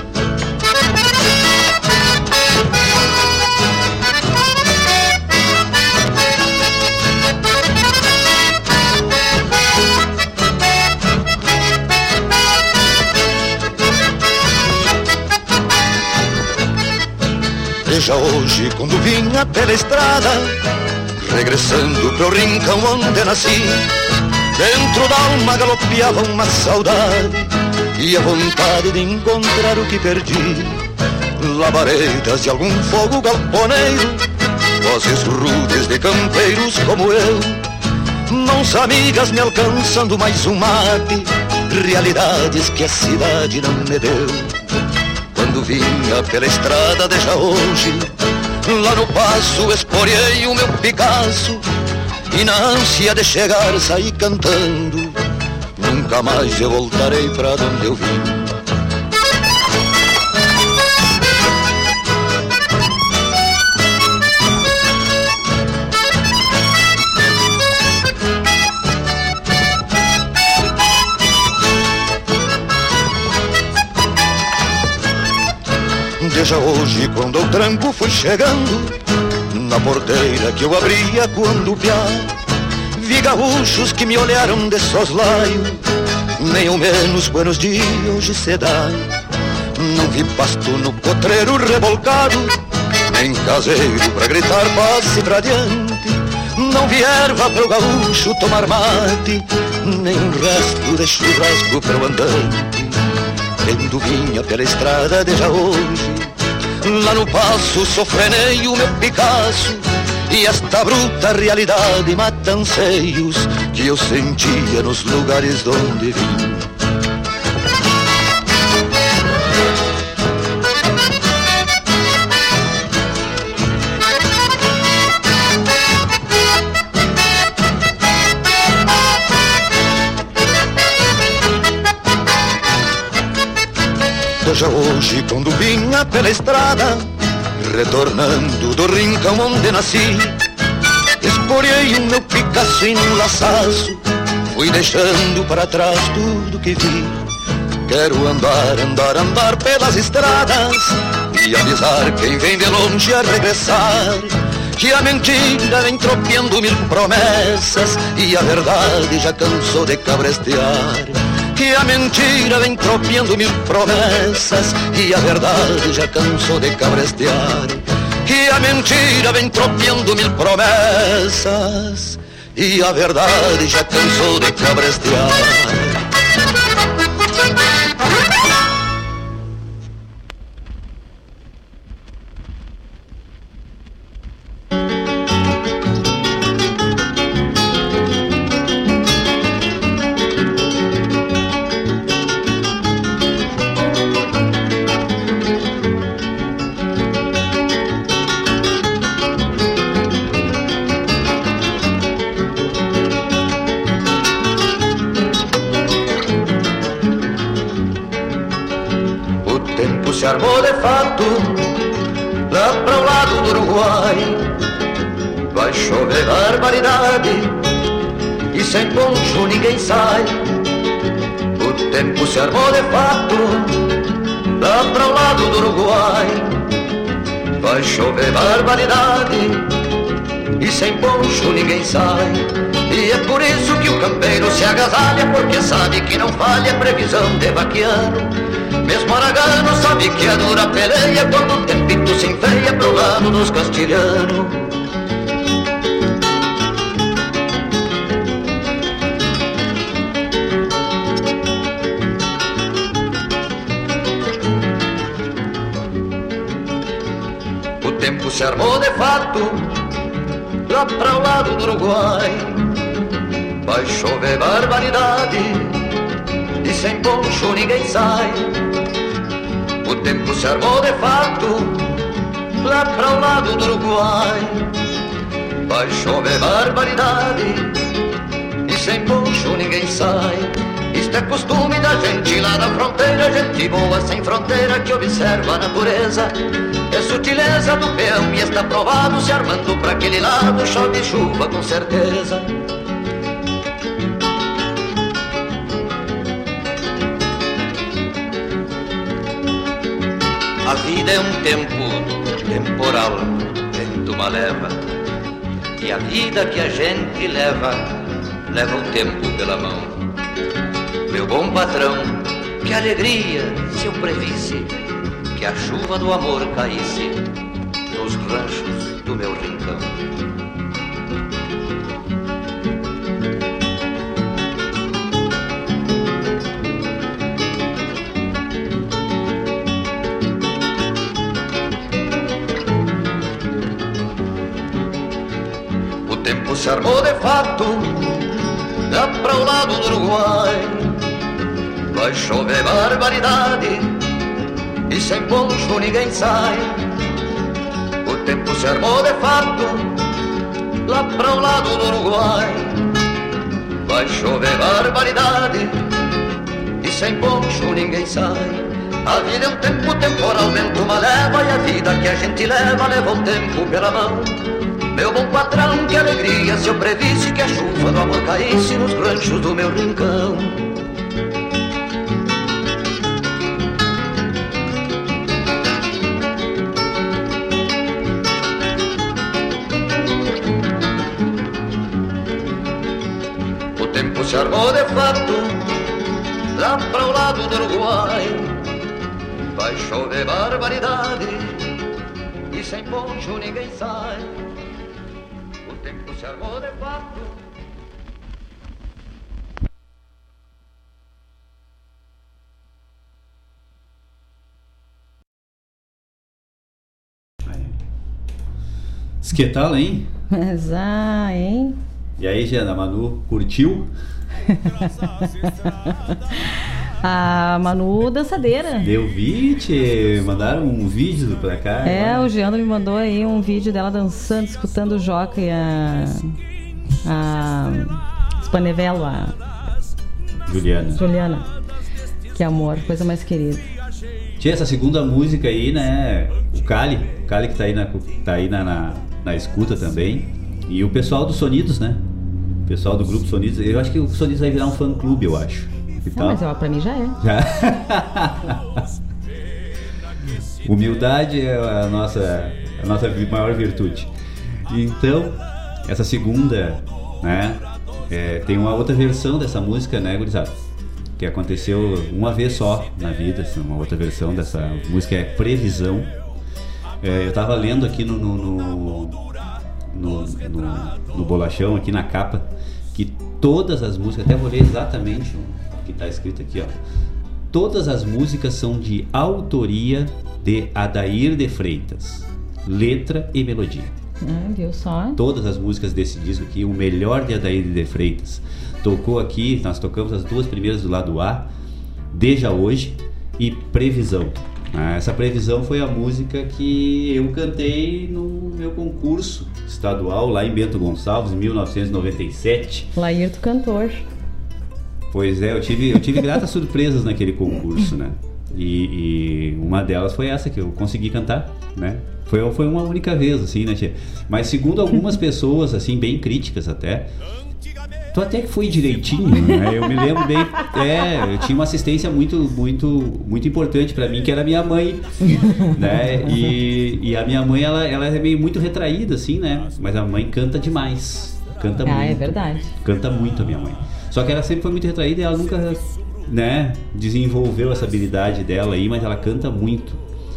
Veja hoje quando vinha pela estrada, regressando pro rincão onde nasci, dentro da alma galopeava uma saudade e a vontade de encontrar o que perdi. Labaredas de algum fogo galponeiro, vozes rudes de campeiros como eu, mãos amigas me alcançando mais um mate, realidades que a cidade não me deu. Quando vinha pela estrada desde hoje, lá no passo esporei o meu Picasso, e na ânsia de chegar saí cantando, nunca mais eu voltarei pra onde eu vim. Veja hoje quando o tranco foi chegando, na porteira que eu abria quando piá, vi gaúchos que me olharam de soslaio, nem ao menos buenos dias hoje se dá. Não vi pasto no potreiro revolcado, nem caseiro pra gritar passe pra diante, não vi erva pro gaúcho tomar mate, nem um resto de churrasco pro andante. Tendo vinha pela estrada desde hoje, lá no passo sofrenei o meu Picasso, e esta bruta realidade mata anseios que eu sentia nos lugares onde vim. Já hoje quando vinha pela estrada, retornando do rincão onde nasci, esporei o meu Picasso em um laçaço, fui deixando para trás tudo que vi. Quero andar, andar, andar pelas estradas e avisar quem vem de longe a regressar, que a mentira vem tropeando mil promessas e a verdade já cansou de cabrestear. Que a mentira vem tropeando mil promessas e a verdade já cansou de cabrestear. Que a mentira vem tropeando mil promessas e a verdade já cansou de cabrestear. Se armou de fato lá para o lado do Uruguai, vai chover barbaridade e sem poncho ninguém sai. O tempo se armou de fato lá para o lado do Uruguai, vai chover barbaridade e sem poncho ninguém sai. E é por isso que o campeiro se agasalha, porque sabe que não falha a previsão de vaquiano. Mesmo Aragano sabe que a dura peleia quando o tempito se enfeia pro lado dos castilhanos. O tempo se armou de fato lá para o lado do Uruguai, vai chover barbaridade e sem poncho ninguém sai. O tempo se armou de fato lá para o lado do Uruguai, vai chover barbaridade e sem poncho ninguém sai. Isto é costume da gente lá na fronteira, gente boa sem fronteira que observa a natureza. É sutileza do peão e está provado, se armando para aquele lado chove chuva com certeza. A vida é um tempo temporal, vento uma leva, e a vida que a gente leva, leva o tempo pela mão. Meu bom patrão, que alegria se eu previsse que a chuva do amor caísse nos ranchos do meu rincão. O tempo se armou de fato lá para o lado do Uruguai. Vai chover barbaridade e sem poncho ninguém sai. O tempo se armou de fato lá para o lado do Uruguai. Vai chover barbaridade e sem poncho ninguém sai. A vida é um tempo temporal, vento uma leva, e a vida que a gente leva, leva o tempo pela mão. Meu bom patrão, que alegria se eu previsse que a chuva do amor caísse nos ranchos do meu rincão. O tempo se armou de fato lá para o lado do Uruguai. Vai chover barbaridade e sem poncho ninguém sai. O tempo se armou de fato. Que tal, hein? Mas, ah, hein? E aí, Jana, a Manu curtiu? A Manu dançadeira. Eu vi, tchê. Mandaram um vídeo pra cá. É, agora. o Jean me mandou aí um vídeo dela dançando, escutando o Joca e a... a... Spanevelo, a... Juliana. Juliana. Que amor, coisa mais querida. Tinha essa segunda música aí, né? O Cali. O Cali que tá aí na, tá aí na, na, na escuta também. E o pessoal do Sonidos, né? O pessoal do grupo Sonidos. Eu acho que o Sonidos vai virar um fã-clube, eu acho. Não, mas ó, pra mim já é. Já. Humildade é a nossa, a nossa maior virtude. Então, essa segunda, né? É, tem uma outra versão dessa música, né, gurizada? Que aconteceu uma vez só na vida, assim, uma outra versão dessa música é Previsão. É, eu tava lendo aqui no no, no, no, no, no bolachão, aqui na capa, que todas as músicas, até vou ler exatamente o que tá escrito aqui, ó. Todas as músicas são de autoria de Adair de Freitas, letra e melodia. Ah, viu só? Todas as músicas desse disco aqui, o melhor de Adair de Freitas. Tocou aqui, nós tocamos as duas primeiras do lado A, Deja Hoje e Previsão. Ah, essa Previsão foi a música que eu cantei no meu concurso estadual lá em Bento Gonçalves, em mil novecentos e noventa e sete. Laírto cantor. Pois é, eu tive, eu tive gratas surpresas naquele concurso, né? E, e uma delas foi essa que eu consegui cantar, né? Foi, foi uma única vez, assim, né, tia? Mas segundo algumas pessoas, assim, bem críticas até, tu até que foi direitinho, né? Eu me lembro bem, é, eu tinha uma assistência muito, muito, muito importante pra mim, que era a minha mãe, né? E, e a minha mãe, ela, ela é meio muito retraída, assim, né? Mas a mãe canta demais, canta ah, muito. Ah, é verdade. Canta muito a minha mãe. Só que ela sempre foi muito retraída e ela nunca, né, desenvolveu essa habilidade dela aí, mas ela canta muito.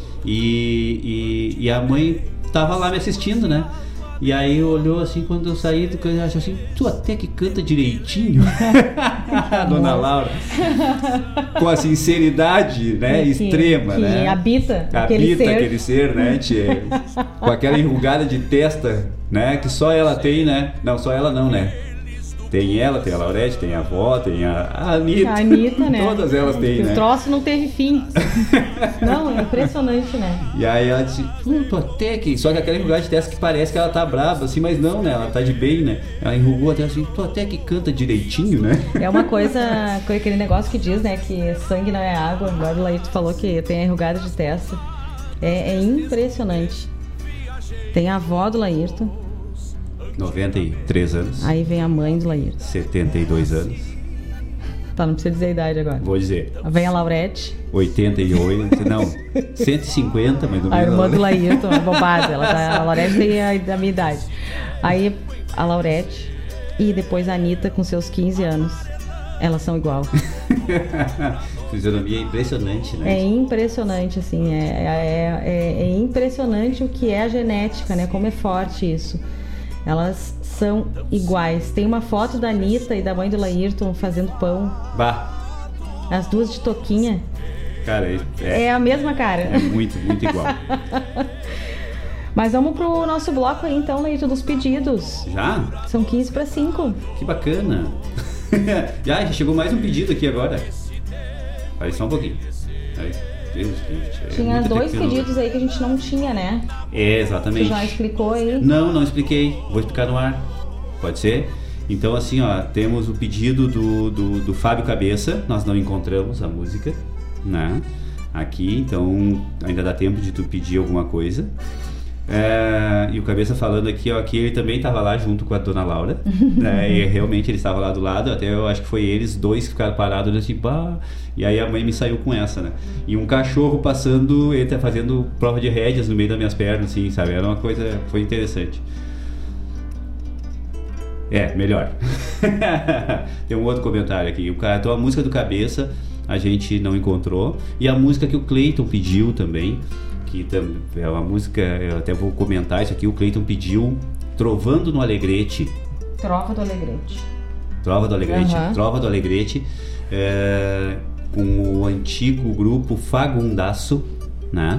E, e, e a mãe tava lá me assistindo, né? E aí olhou assim, quando eu saí do canto, achou assim, tu até que canta direitinho. A dona Laura, com a sinceridade, né, que, extrema, que né? habita, habita aquele ser. aquele ser, né, tia? Com aquela enrugada de testa, né, que só ela tem, né? Não, só ela não, né? Tem ela, tem a Laurete, tem a avó, tem a, a Anitta. A Anitta, né? Todas elas têm, né? O troço não teve fim. Não, é impressionante, né? E aí ela disse, tu, tu até que... Só que aquela enrugada de testa que parece que ela tá brava, assim, mas não, né? Ela tá de bem, né? Ela enrugou até assim, tu até que canta direitinho, né? É uma coisa, aquele negócio que diz, né? Que sangue não é água. Agora o Laírto falou que tem a enrugada de testa. É, é impressionante. Tem a avó do Laírto. noventa e três anos. Aí vem a mãe do Laírto. setenta e dois anos. Tá, não precisa dizer a idade agora. Vou dizer. Vem a Laurete. oitenta e oito, não, cento e cinquenta, mas do A mesmo. irmã do Laírto, uma bobagem. Ela tá, a Laurete tem a, a minha idade. Aí a Laurete e depois a Anitta com seus quinze anos. Elas são igual. fisionomia é impressionante, né? É impressionante, assim, é, é, é, é impressionante o que é a genética, né? Como é forte isso. Elas são iguais. Tem uma foto da Anitta e da mãe do Laírton fazendo pão. Bah! As duas de touquinha. Cara, é, é, é a mesma cara. É muito, muito igual. Mas vamos pro nosso bloco aí, então, Leito, dos pedidos. Já? São quinze para cinco. Que bacana. Já, já chegou mais um pedido aqui agora. Parece só um pouquinho. Ai, Deus, Deus, tinha é dois pedidos aí que a gente não tinha, né? É, exatamente. Você já explicou aí? Não, não expliquei. Vou explicar no ar. Pode ser? Então, assim, ó, temos o pedido do, do, do Fábio Cabeça. Nós não encontramos a música, né? Aqui, então ainda dá tempo de tu pedir alguma coisa. É, e o Cabeça falando aqui, ó, que ele também estava lá junto com a dona Laura, né, e realmente ele estava lá do lado, até eu acho que foi eles dois que ficaram parados assim, bah, e aí a mãe me saiu com essa, né, e um cachorro passando, ele tá fazendo prova de rédeas no meio das minhas pernas, assim, sabe, era uma coisa, foi interessante. É, melhor. Tem um outro comentário aqui, o cara, então a música do Cabeça a gente não encontrou, e a música que o Cleiton pediu também, que é uma música, eu até vou comentar isso aqui, o Cleiton pediu Trovando no Alegrete. Trova do Alegrete. Trova do Alegrete, uhum. Trova do Alegrete, é, com o antigo grupo Fagundaço, né?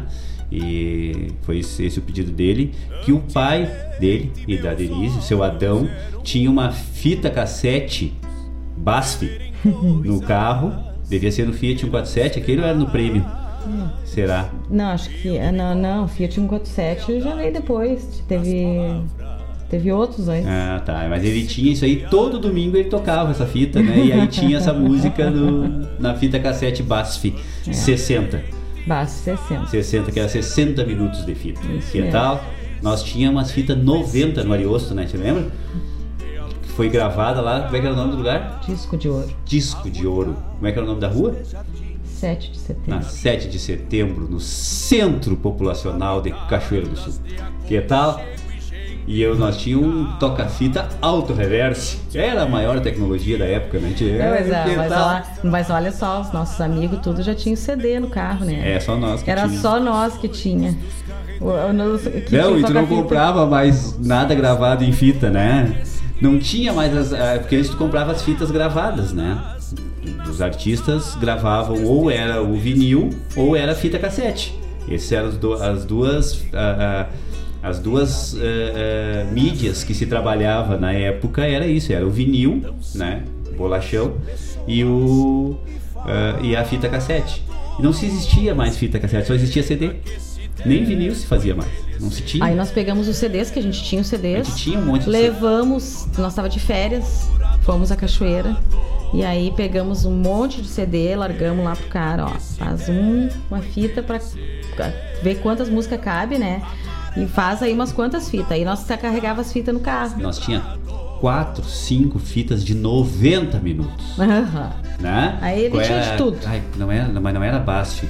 E foi esse, esse o pedido dele, que o pai dele e da Denise, o seu Adão, tinha uma fita cassete B A S F no carro, devia ser no Fiat cento e quarenta e sete, aquele ou era no Premium? Hum. Será? Não, acho que... Não, não, Fiat cento e quarenta e sete já veio depois. Teve... Teve outros antes. Ah, tá. Mas ele tinha isso aí, todo domingo ele tocava essa fita, né? E aí tinha essa música no, na fita cassete B A S F é. sessenta. B A S F sessenta. sessenta, que era sessenta minutos de fita. Isso que mesmo. Tal? Nós tínhamos umas fitas noventa no Ariosto, né? Você lembra? Que foi gravada lá, como é que era o nome do lugar? Disco de Ouro. Disco de Ouro. Como é que era o nome da rua? sete de setembro. Na sete de setembro, no Centro Populacional de Cachoeiro do Sul. Que tal? E eu, nós tínhamos um toca-fita auto-reverse. Era a maior tecnologia da época, né? Não, mas, é, mas, olha, mas olha só, os nossos amigos tudo já tinham C D no carro, né? É, só nós que Era tinha. só nós que tinha. O, o, que não, tinha e tu não comprava mais nada gravado em fita, né? Não tinha mais as... Porque antes tu comprava as fitas gravadas, né? Os artistas gravavam ou era o vinil ou era a fita cassete. Essas eram as, do, as duas... Uh, uh, As duas uh, uh, mídias que se trabalhava na época era isso, era o vinil, né, bolachão, e, o, uh, e a fita cassete. E não se existia mais fita cassete, só existia C D. Nem vinil se fazia mais, não se tinha. Aí nós pegamos os C Ds, que a gente tinha os C Ds. A gente tinha um monte de levamos, C D. Nós tava de férias, fomos à cachoeira. E aí pegamos um monte de C D, largamos lá pro cara, ó, faz um, uma fita pra ver quantas músicas cabe, né? E faz aí umas quantas fitas. Aí nós carregava as fitas no carro. Nós tinha quatro, cinco fitas de noventa minutos. Uhum. Né? Aí ele Qual tinha era? de tudo. Ai, não era, mas não era B A S F.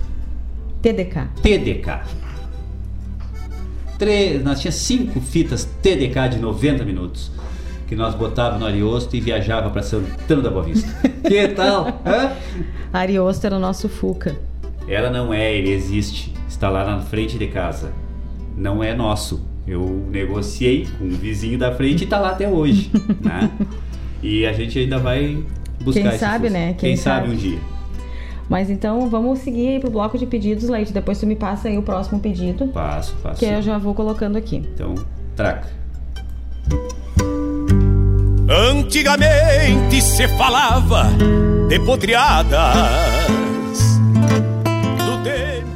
T D K. T D K. Três, nós tinha cinco fitas T D K de noventa minutos. Que nós botávamos no Ariosto e viajava para Santana da Boa Vista. Que tal? Hã? Ariosto era o nosso Fuca. Ela não é, ele existe. Está lá na frente de casa. Não é nosso. Eu negociei com um vizinho da frente e tá lá até hoje, né? E a gente ainda vai buscar. Quem sabe, né? Quem, Quem sabe, sabe um dia. Mas então vamos seguir aí pro bloco de pedidos, Leite. Depois tu me passa aí o próximo pedido. Passo, passo. Que eu já vou colocando aqui. Então, traca. Antigamente se falava de potreadas do tempo.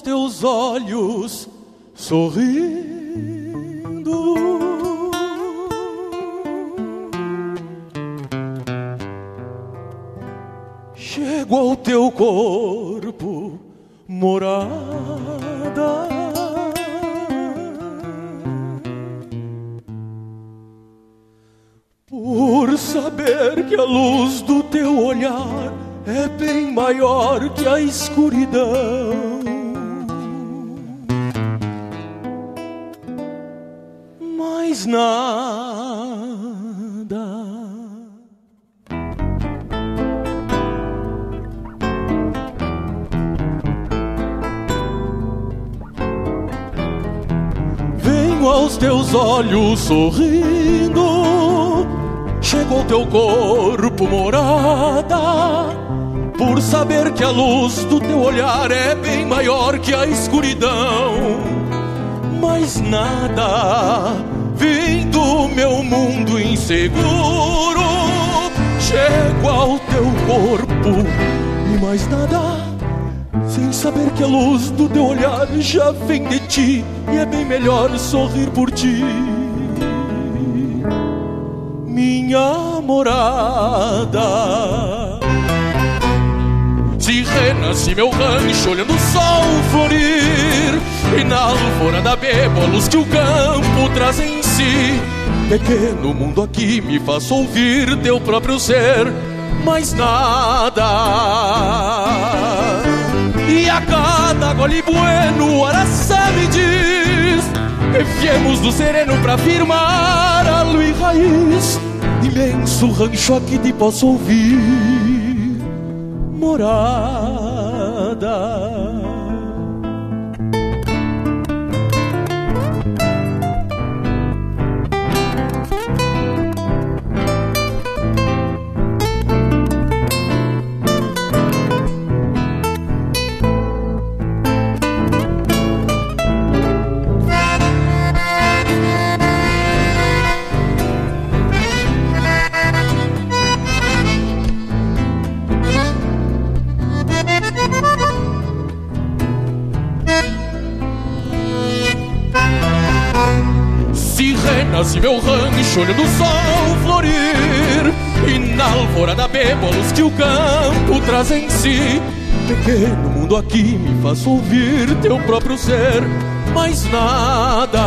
teus olhos sorrindo. Chego ao teu corpo, morada, por saber que a luz do teu olhar é bem maior que a escuridão. Mais nada. Venho aos teus olhos sorrindo, chego ao teu corpo morada, por saber que a luz do teu olhar é bem maior que a escuridão. Mais nada vem do meu mundo inseguro, chego ao teu corpo e mais nada, sem saber que a luz do teu olhar já vem de ti e é bem melhor sorrir por ti. Minha morada, se renasce meu rancho olhando o sol florir, e na alvorada bebo a luz que o campo traz em si. Pequeno mundo aqui me faz ouvir teu próprio ser, mais nada. E a cada gole bueno o araçá me diz que viemos do sereno pra firmar a lua e raiz. Imenso rancho aqui te posso ouvir, morada. Renasce meu rancho olhando o sol florir, e na alvorada bebo a luz que o campo traz em si. Pequeno mundo aqui me faz ouvir teu próprio ser, mais nada.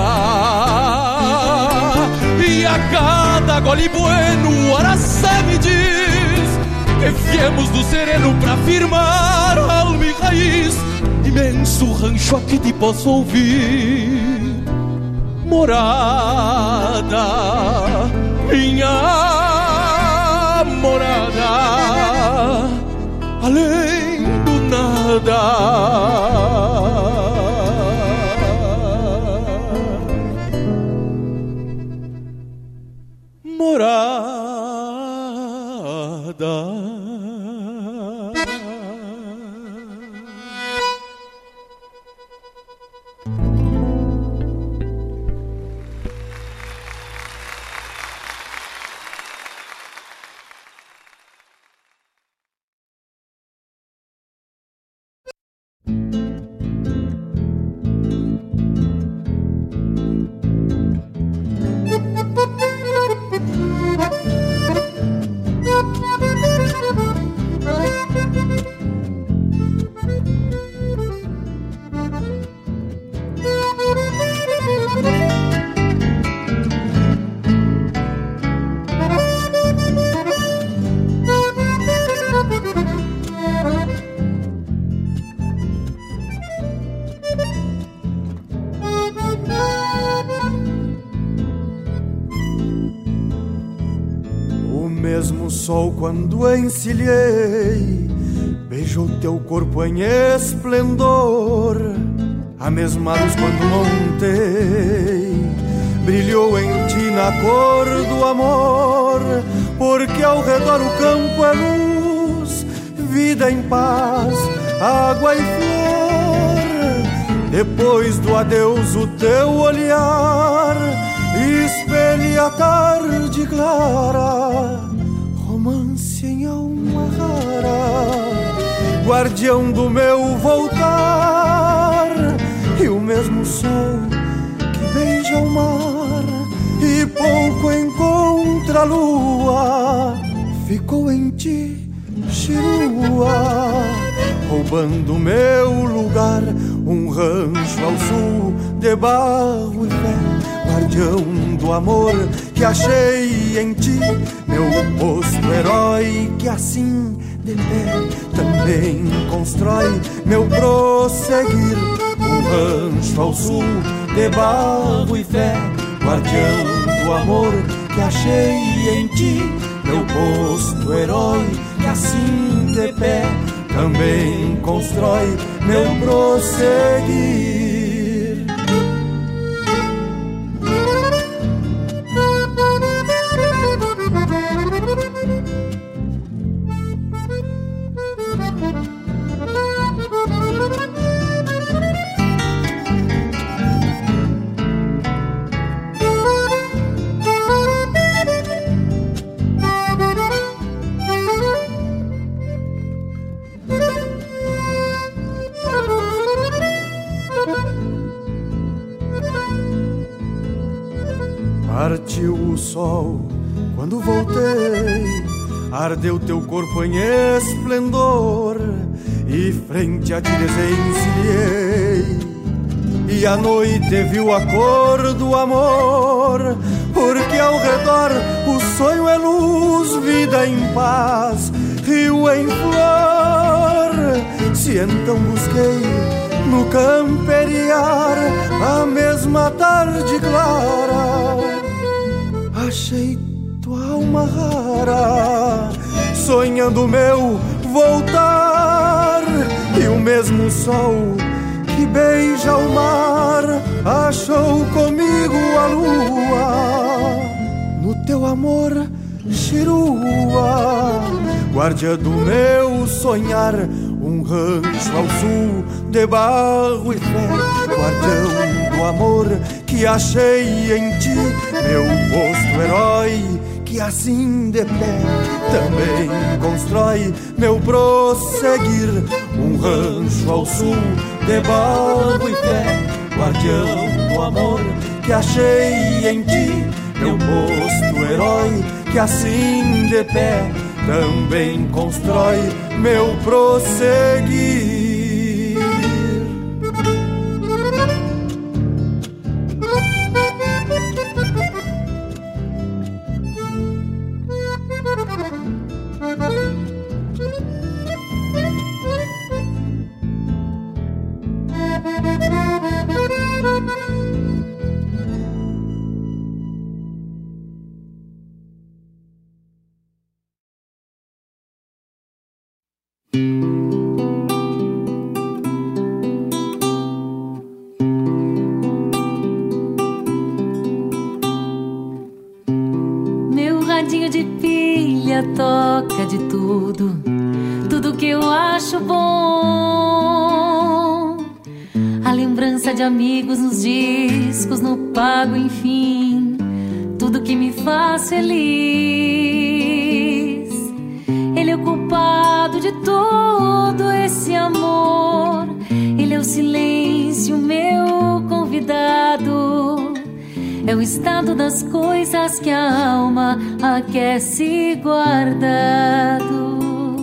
E a cada gole bueno o araçá me diz que viemos do sereno pra firmar alma e raiz. Imenso rancho aqui te posso ouvir, morada, minha morada, além do nada. Morada. Sol quando encilhei beijou teu corpo em esplendor. A mesma luz quando montei brilhou em ti na cor do amor, porque ao redor o campo é luz, vida em paz, água e flor. Depois do adeus o teu olhar espelha a tarde clara, romance em alma rara, guardião do meu voltar. mesmo sol que beija o mar e pouco encontra a lua, ficou em ti, chirua, roubando meu lugar, um rancho ao sul de barro e fé, guardião do amor que achei em ti, meu posto herói que assim de pé também constrói meu prosseguir, um rancho ao sul de barro e fé, guardião do amor que achei em ti, meu posto herói que assim de pé também constrói meu prosseguir. Partiu o sol quando voltei, ardeu teu corpo em esplendor e frente a ti desencilhei, e a noite viu a cor do amor, porque ao redor o sonho é luz, vida em paz, rio em flor. Se então busquei no camperiar a mesma tarde clara, achei tua alma rara, sonhando meu voltar, e o mesmo sol que beija o mar achou comigo a lua, no teu amor, chirua, guardia do meu sonhar, um rancho ao sul de barro e fé, guardião do amor que achei em ti, meu posto herói que assim de pé também constrói meu prosseguir, um rancho ao sul de barro e fé, guardião do amor que achei em ti, meu posto herói que assim de pé também constrói meu prosseguir. Toca de tudo, tudo que eu acho bom. A lembrança de amigos nos discos, no pago, enfim, tudo que me faz feliz. Ele é o culpado de todo esse amor, ele é o silêncio, meu convidado. É o estado das coisas que a alma aquece guardado.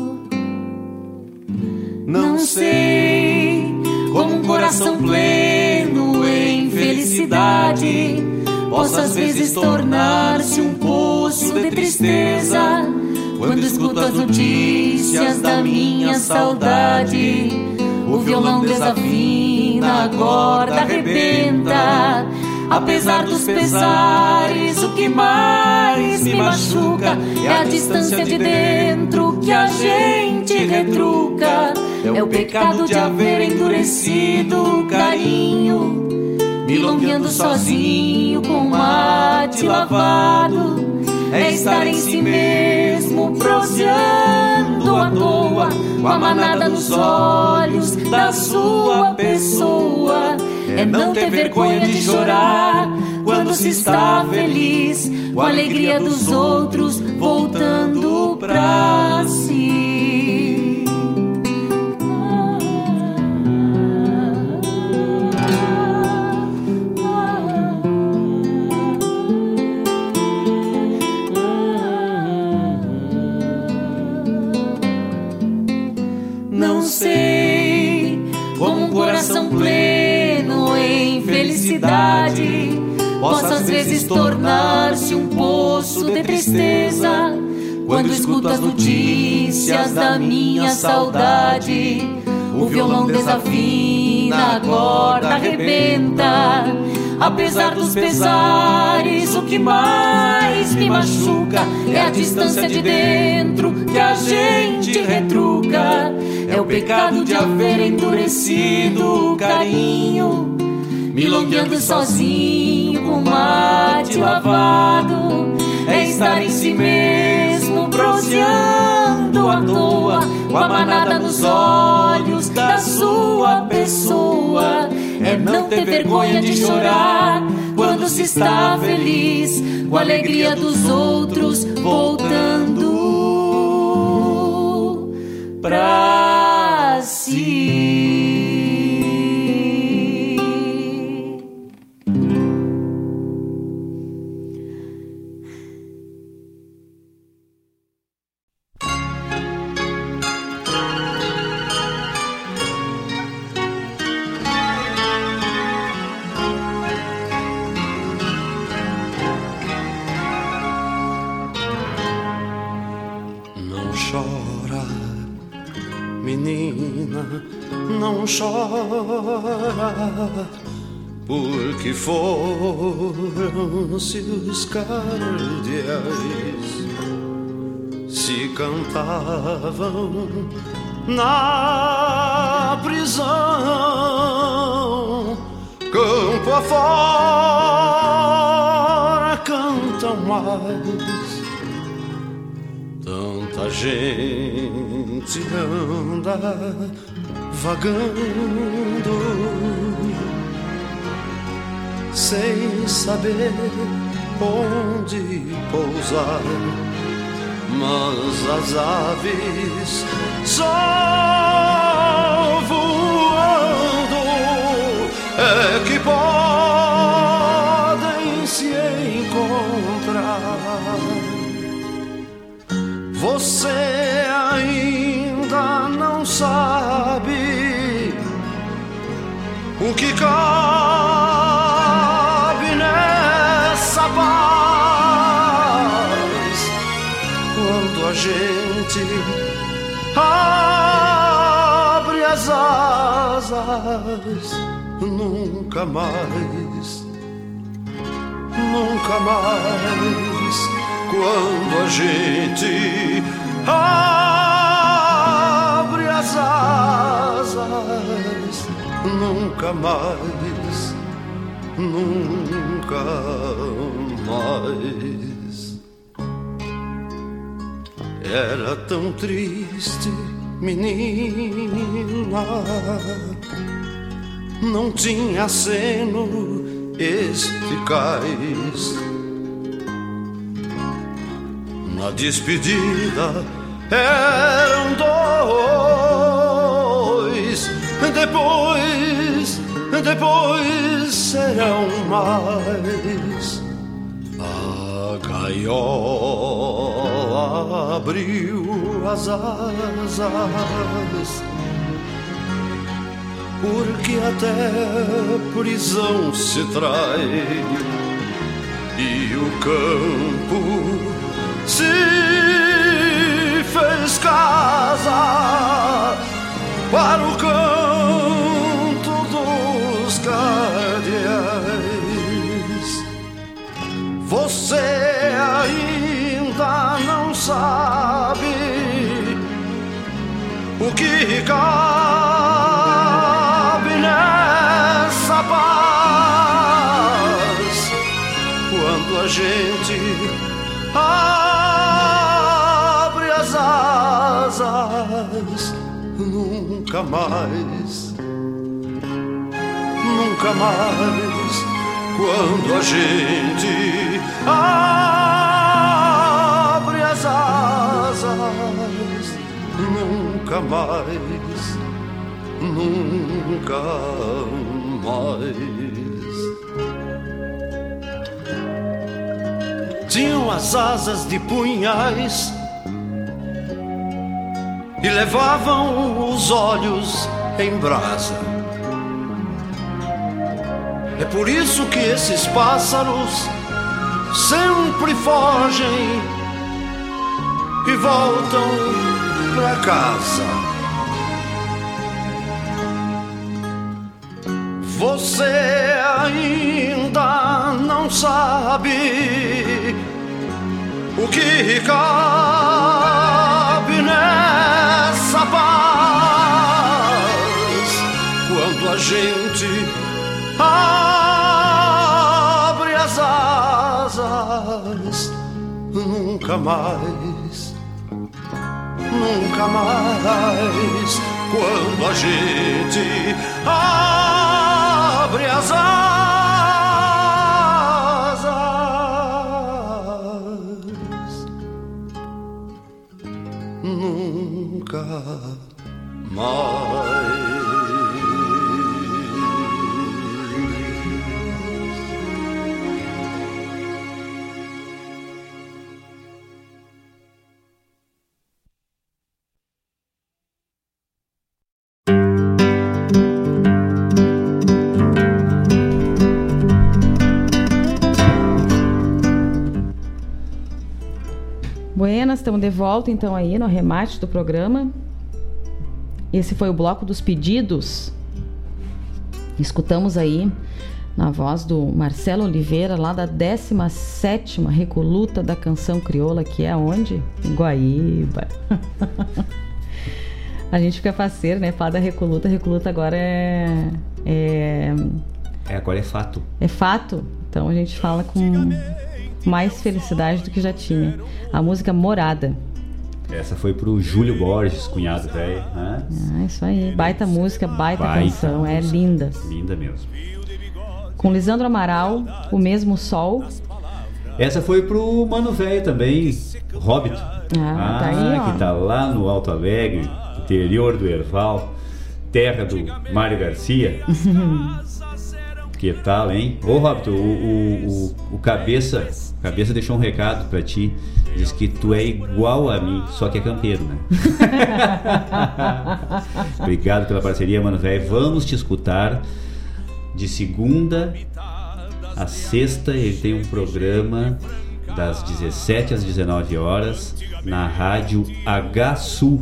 Não sei como um coração pleno em felicidade possa às vezes tornar-se um poço de tristeza, quando escuto as notícias da minha saudade. O violão desafina, a corda arrebenta. Apesar dos pesares, o que mais me machuca é a distância de dentro que a gente retruca. É o pecado de haver endurecido o carinho, milongueando sozinho com mate lavado. É estar em si mesmo, proseando à toa, com a manada nos olhos da sua pessoa. É não ter vergonha de chorar quando se está feliz, com a alegria dos outros voltando pra si. sei como um coração pleno em felicidade possa às vezes tornar-se um poço de tristeza quando escuto as notícias da minha saudade. O violão desafina, a corda arrebenta. Apesar dos pesares, o que mais me machuca é a distância de dentro que a gente retruca. É o pecado de haver endurecido o carinho, milongueando sozinho com mate lavado. É estar em si mesmo, proseando à toa, com a manada nos olhos da sua pessoa. É não ter vergonha de chorar quando se está feliz, com a alegria dos outros voltando pra si. Não chora, porque foram-se os cardeais, se cantavam na prisão, campo afora cantam mais. Tanta gente anda vagando sem saber onde pousar, mas as aves só voando é que podem se encontrar. Você ainda não sabe o que cabe nessa paz quando a gente abre as asas. Nunca mais, nunca mais, quando a gente abre as asas, nunca mais, nunca mais. Era tão triste, menina, não tinha seno eficaz. Na despedida eram dois, depois, depois serão mais. A gaiola abriu as asas, porque até prisão se trai, e o campo se fez casa para o canto dos cardeais. Você ainda não sabe o que cabe nessa paz quando a gente abre as asas. Nunca mais, nunca mais, quando a gente abre as asas. Nunca mais, nunca mais. Tinham as asas de punhais e levavam os olhos em brasa. É por isso que esses pássaros sempre fogem e voltam pra casa. Você ainda não sabe o que cabe nessa paz quando a gente abre as asas. Nunca mais, nunca mais, quando a gente abre as asas, nunca mais. Buenas, estamos de volta então aí no arremate do programa. Esse foi o bloco dos pedidos. Escutamos aí na voz do Marcelo Oliveira, lá da décima sétima Recoluta da Canção Crioula, que é onde? Em Guaíba. A gente fica faceiro, né? Fala da Recoluta. Recoluta agora é, é... É, agora é fato. É fato. Então a gente fala com mais felicidade do que já tinha. A música Morada. Essa foi pro Júlio Borges, cunhado velho, né? Ah, isso aí. Baita música, baita, baita canção. Música. É linda. Linda mesmo. Com Lisandro Amaral, O Mesmo Sol. Essa foi pro Mano Velho também, Hobbit. Ah, ah tá aí, ó. Que tá lá no Alto Alegre, interior do Erval, terra do Mário Garcia. Que tal, hein? Ô, Hobbit, o, o, o, o Cabeça, Cabeça deixou um recado pra ti. Diz que tu é igual a mim, só que é campeiro, né? Obrigado pela parceria, Mano Velho. Vamos te escutar de segunda a sexta. Ele tem um programa das dezessete às dezenove horas na rádio H-Sul,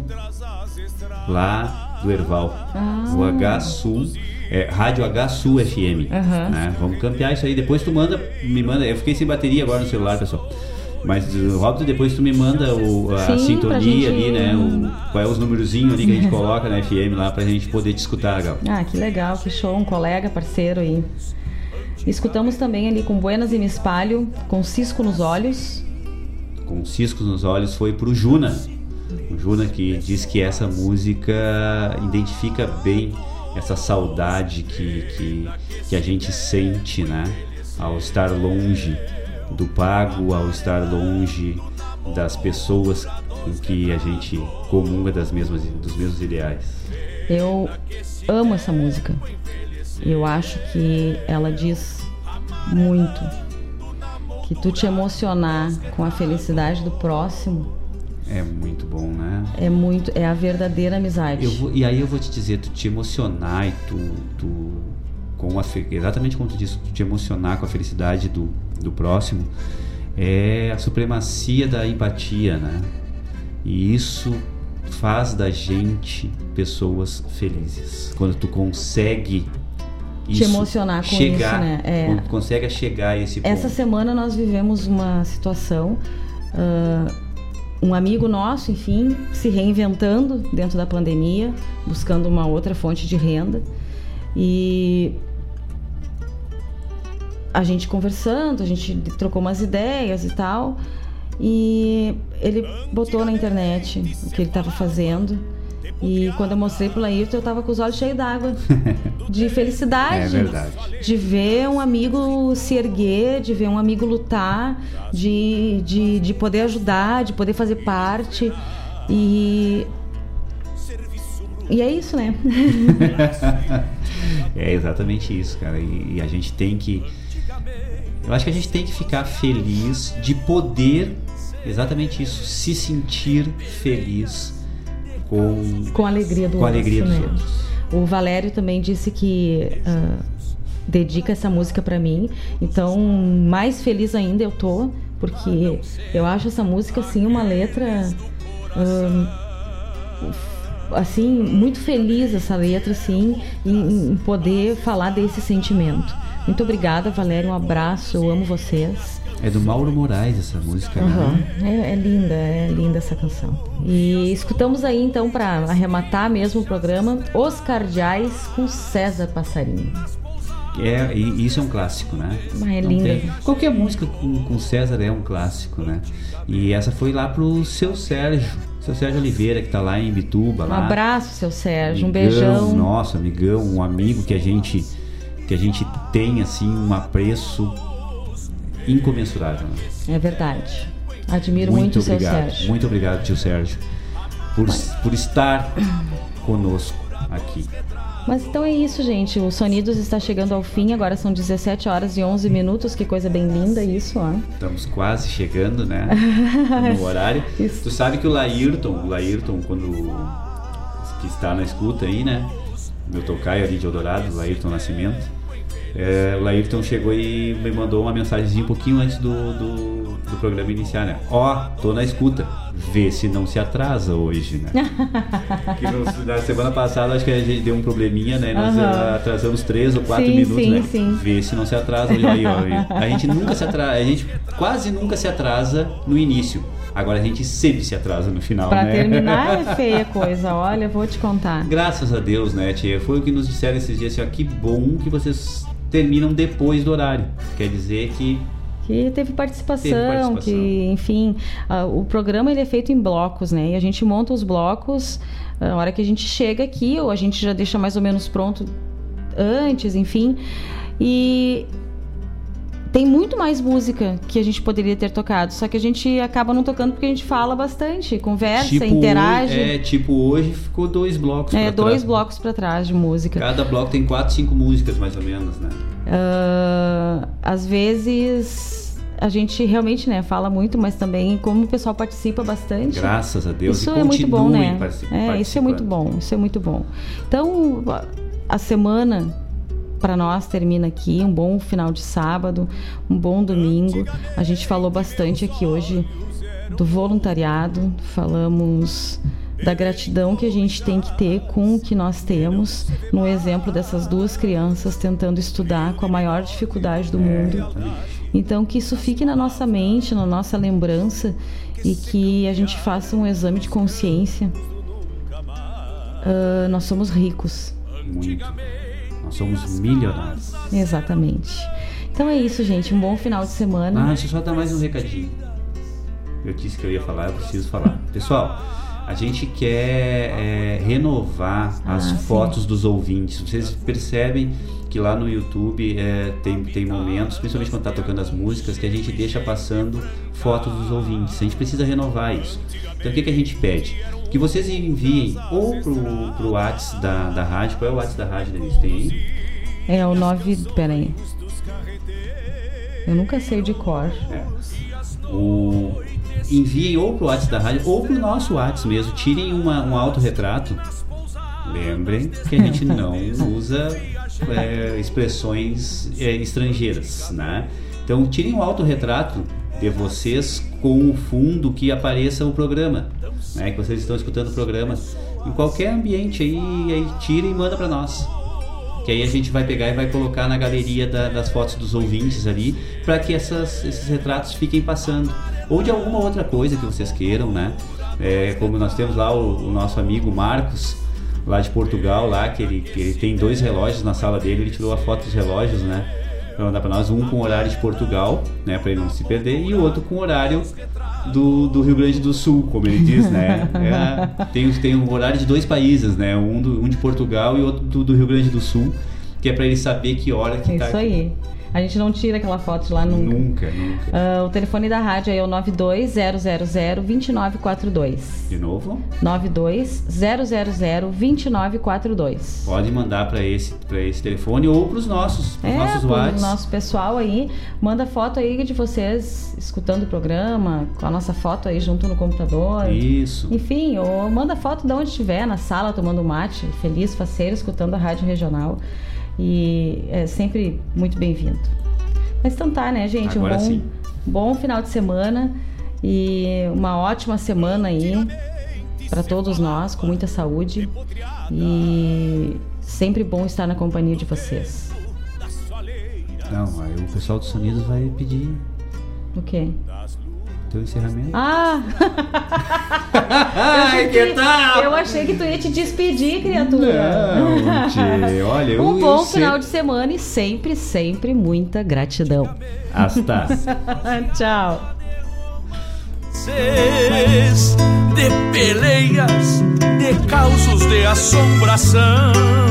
lá do Erval. Ah. O H-Sul, é, rádio H-Sul F M. Uhum. Né? Vamos campear isso aí. Depois tu manda, me manda. Eu fiquei sem bateria agora no celular, pessoal. Mas, Robson, depois tu me manda o, a Sim, sintonia gente... ali, né? O, qual é os numerozinhos ali que a gente coloca na F M lá pra gente poder te escutar, Gal. Ah, que legal, que show, um colega, parceiro aí. Escutamos também ali com Buenas e Me Espalho, com Cisco nos Olhos. Com Cisco nos Olhos foi pro Juna. O Juna que diz que essa música identifica bem essa saudade que, que, que a gente sente, né? Ao estar longe do pago, ao estar longe das pessoas com que a gente comunga das mesmas, dos mesmos ideais. Eu amo essa música. Eu acho que ela diz muito. Que tu te emocionar com a felicidade do próximo é muito bom, né? É muito, é a verdadeira amizade. Eu vou, e aí eu vou te dizer, tu te emocionar e tu, tu com a, exatamente como tu disse, tu te emocionar com a felicidade do, do próximo, é a supremacia da empatia, né? E isso faz da gente pessoas felizes. Quando tu consegue te isso, emocionar com chegar, isso, né? É. Quando tu consegue chegar a esse ponto. Essa semana nós vivemos uma situação, uh, um amigo nosso, enfim, se reinventando dentro da pandemia, buscando uma outra fonte de renda. E a gente conversando, a gente trocou umas ideias e tal, e ele botou na internet o que ele estava fazendo, e quando eu mostrei pro Laírton, eu tava com os olhos cheios d'água, de felicidade, é verdade. De ver um amigo se erguer, de ver um amigo lutar, de, de, de poder ajudar, de poder fazer parte, e... E é isso, né? É exatamente isso, cara. E, e a gente tem que... Eu acho que a gente tem que ficar feliz de poder, exatamente isso, se sentir feliz com, com a alegria do com a alegria outro, dos né? outros. O Valério também disse que uh, dedica essa música pra mim, então mais feliz ainda eu tô, porque eu acho essa música assim uma letra uh, assim muito feliz, essa letra assim, em, em poder falar desse sentimento. Muito obrigada, Valério, um abraço, eu amo vocês. É do Mauro Moraes essa música, Uhum. né? É, é linda, é linda essa canção. E escutamos aí então, para arrematar mesmo o programa, Os Cardeais com César Passarinho. É, e isso é um clássico, né? Mas é Não linda. tem- Qualquer música com, com César é um clássico, né? E essa foi lá pro seu Sérgio, seu Sérgio Oliveira, que tá lá em Bituba. Um lá. abraço, seu Sérgio, um Amigão, beijão. Nossa, amigão, um amigo que a gente que a gente tem assim um apreço incomensurável. Né? É verdade. Admiro muito, o seu obrigado, Sérgio. muito obrigado, tio Sérgio, por, por estar conosco aqui. Mas então é isso, gente. O Sonidos está chegando ao fim. Agora são dezessete horas e onze minutos. Que coisa bem linda isso, ó. Estamos quase chegando, né? No horário. Tu sabe que o Laírton, o Laírton, quando que está na escuta aí, né? Meu tocaio ali de Eldorado, o Laírton Nascimento. É, o Laírton chegou e me mandou uma mensagenzinha um pouquinho antes do, do, do programa iniciar, né? Ó, tô na escuta. Vê se não se atrasa hoje, né? Que no, na semana passada acho que a gente deu um probleminha, né? Nós Aham. atrasamos três ou quatro Sim, minutos, sim, né? sim. Vê se não se atrasa hoje. Aí, ó, a gente nunca se atrasa, a gente quase nunca se atrasa no início. Agora a gente sempre se atrasa no final, Pra né? terminar é feia a coisa. Olha, vou te contar. Graças a Deus, né, tia? Foi o que nos disseram esses dias, assim, ó, que bom que vocês terminam depois do horário. Quer dizer que Que teve participação, Teve participação. que, enfim, ah, o programa ele é feito em blocos, né? E a gente monta os blocos, ah, na hora que a gente chega aqui, ou a gente já deixa mais ou menos pronto antes, enfim. E tem muito mais música que a gente poderia ter tocado, só que a gente acaba não tocando porque a gente fala bastante, conversa, tipo, interage. É, tipo, hoje ficou dois blocos É, pra dois trás. blocos para trás de música. Cada bloco tem quatro, cinco músicas, mais ou menos, né? Ah, às vezes a gente realmente, né, fala muito, mas também como o pessoal participa bastante. Graças a Deus. Isso e é muito bom, continuem né? partici- É, isso é muito bom, isso é muito bom. Então, a semana para nós termina aqui, um bom final de sábado, um bom domingo. A gente falou bastante aqui hoje do voluntariado, falamos da gratidão que a gente tem que ter com o que nós temos, no exemplo dessas duas crianças tentando estudar com a maior dificuldade do mundo. Então, que isso fique na nossa mente, na nossa lembrança, e que a gente faça um exame de consciência. Uh, nós somos ricos. Muito. Nós somos milionários. Exatamente. Então é isso, gente. Um bom final de semana. Ah, deixa eu só dar mais um recadinho. Eu disse que eu ia falar, eu preciso falar. Pessoal, a gente quer é, renovar Ah, as sim. fotos dos ouvintes. Vocês percebem que lá no YouTube é, tem, tem momentos, principalmente quando tá tocando as músicas, que a gente deixa passando fotos dos ouvintes. A gente precisa renovar isso. Então o que, que a gente pede? Que vocês enviem ou pro, pro WhatsApp da, da rádio. Qual é o WhatsApp da rádio, Denise? Tem aí? É o nove... Peraí. Eu nunca sei de cor. É. O... Enviem ou pro WhatsApp da rádio ou pro nosso WhatsApp mesmo. Tirem uma, um autorretrato. Lembrem que a gente não usa é, expressões é, estrangeiras, né? Então tirem um autorretrato de vocês com o fundo que apareça o programa, né? Que vocês estão escutando o programa em qualquer ambiente aí, aí tira e manda para nós. Que aí a gente vai pegar e vai colocar na galeria da, das fotos dos ouvintes ali, para que essas, esses retratos fiquem passando. Ou de alguma outra coisa que vocês queiram, né? É, como nós temos lá o, o nosso amigo Marcos, lá de Portugal, lá, que ele, que ele tem dois relógios na sala dele, ele tirou a foto dos relógios, né? Pra mandar pra nós, um com horário de Portugal, né? Pra ele não se perder, e o outro com horário do, do Rio Grande do Sul, como ele diz, né? É, tem, tem um horário de dois países, né? Um, do, um de Portugal e outro do, do Rio Grande do Sul, que é pra ele saber que hora que É tá isso aqui. aí. A gente não tira aquela foto de lá nunca. Nunca, nunca. Uh, o telefone da rádio é o nove dois zero zero zero, dois nove quatro dois. De novo? nove dois zero zero zero, dois nove quatro dois. Pode mandar para esse, pra esse telefone ou para os nossos, pros é, nossos WhatsApp. Nosso pessoal aí, manda foto aí de vocês escutando o programa, com a nossa foto aí junto no computador. Isso. Enfim, ou manda foto de onde estiver, na sala, tomando mate, feliz, faceiro, escutando a Rádio Regional. E é sempre muito bem-vindo. Mas então tá, né, gente? Agora um bom, sim. bom final de semana e uma ótima semana aí para todos nós, com muita saúde. E sempre bom estar na companhia de vocês. Não, aí o pessoal dos sonidos vai pedir o quê? Teu encerramento. Ah! Ai, que tal? Eu achei que tu ia te despedir, criatura. Não, tchê, olha, eu, um bom eu final sempre... de semana e sempre, sempre muita gratidão. Hasta. Tchau. De peleias, de causos de assombração,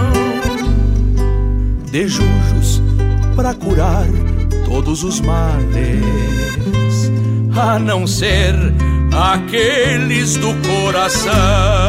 de jujos pra curar todos os males, a não ser aqueles do coração.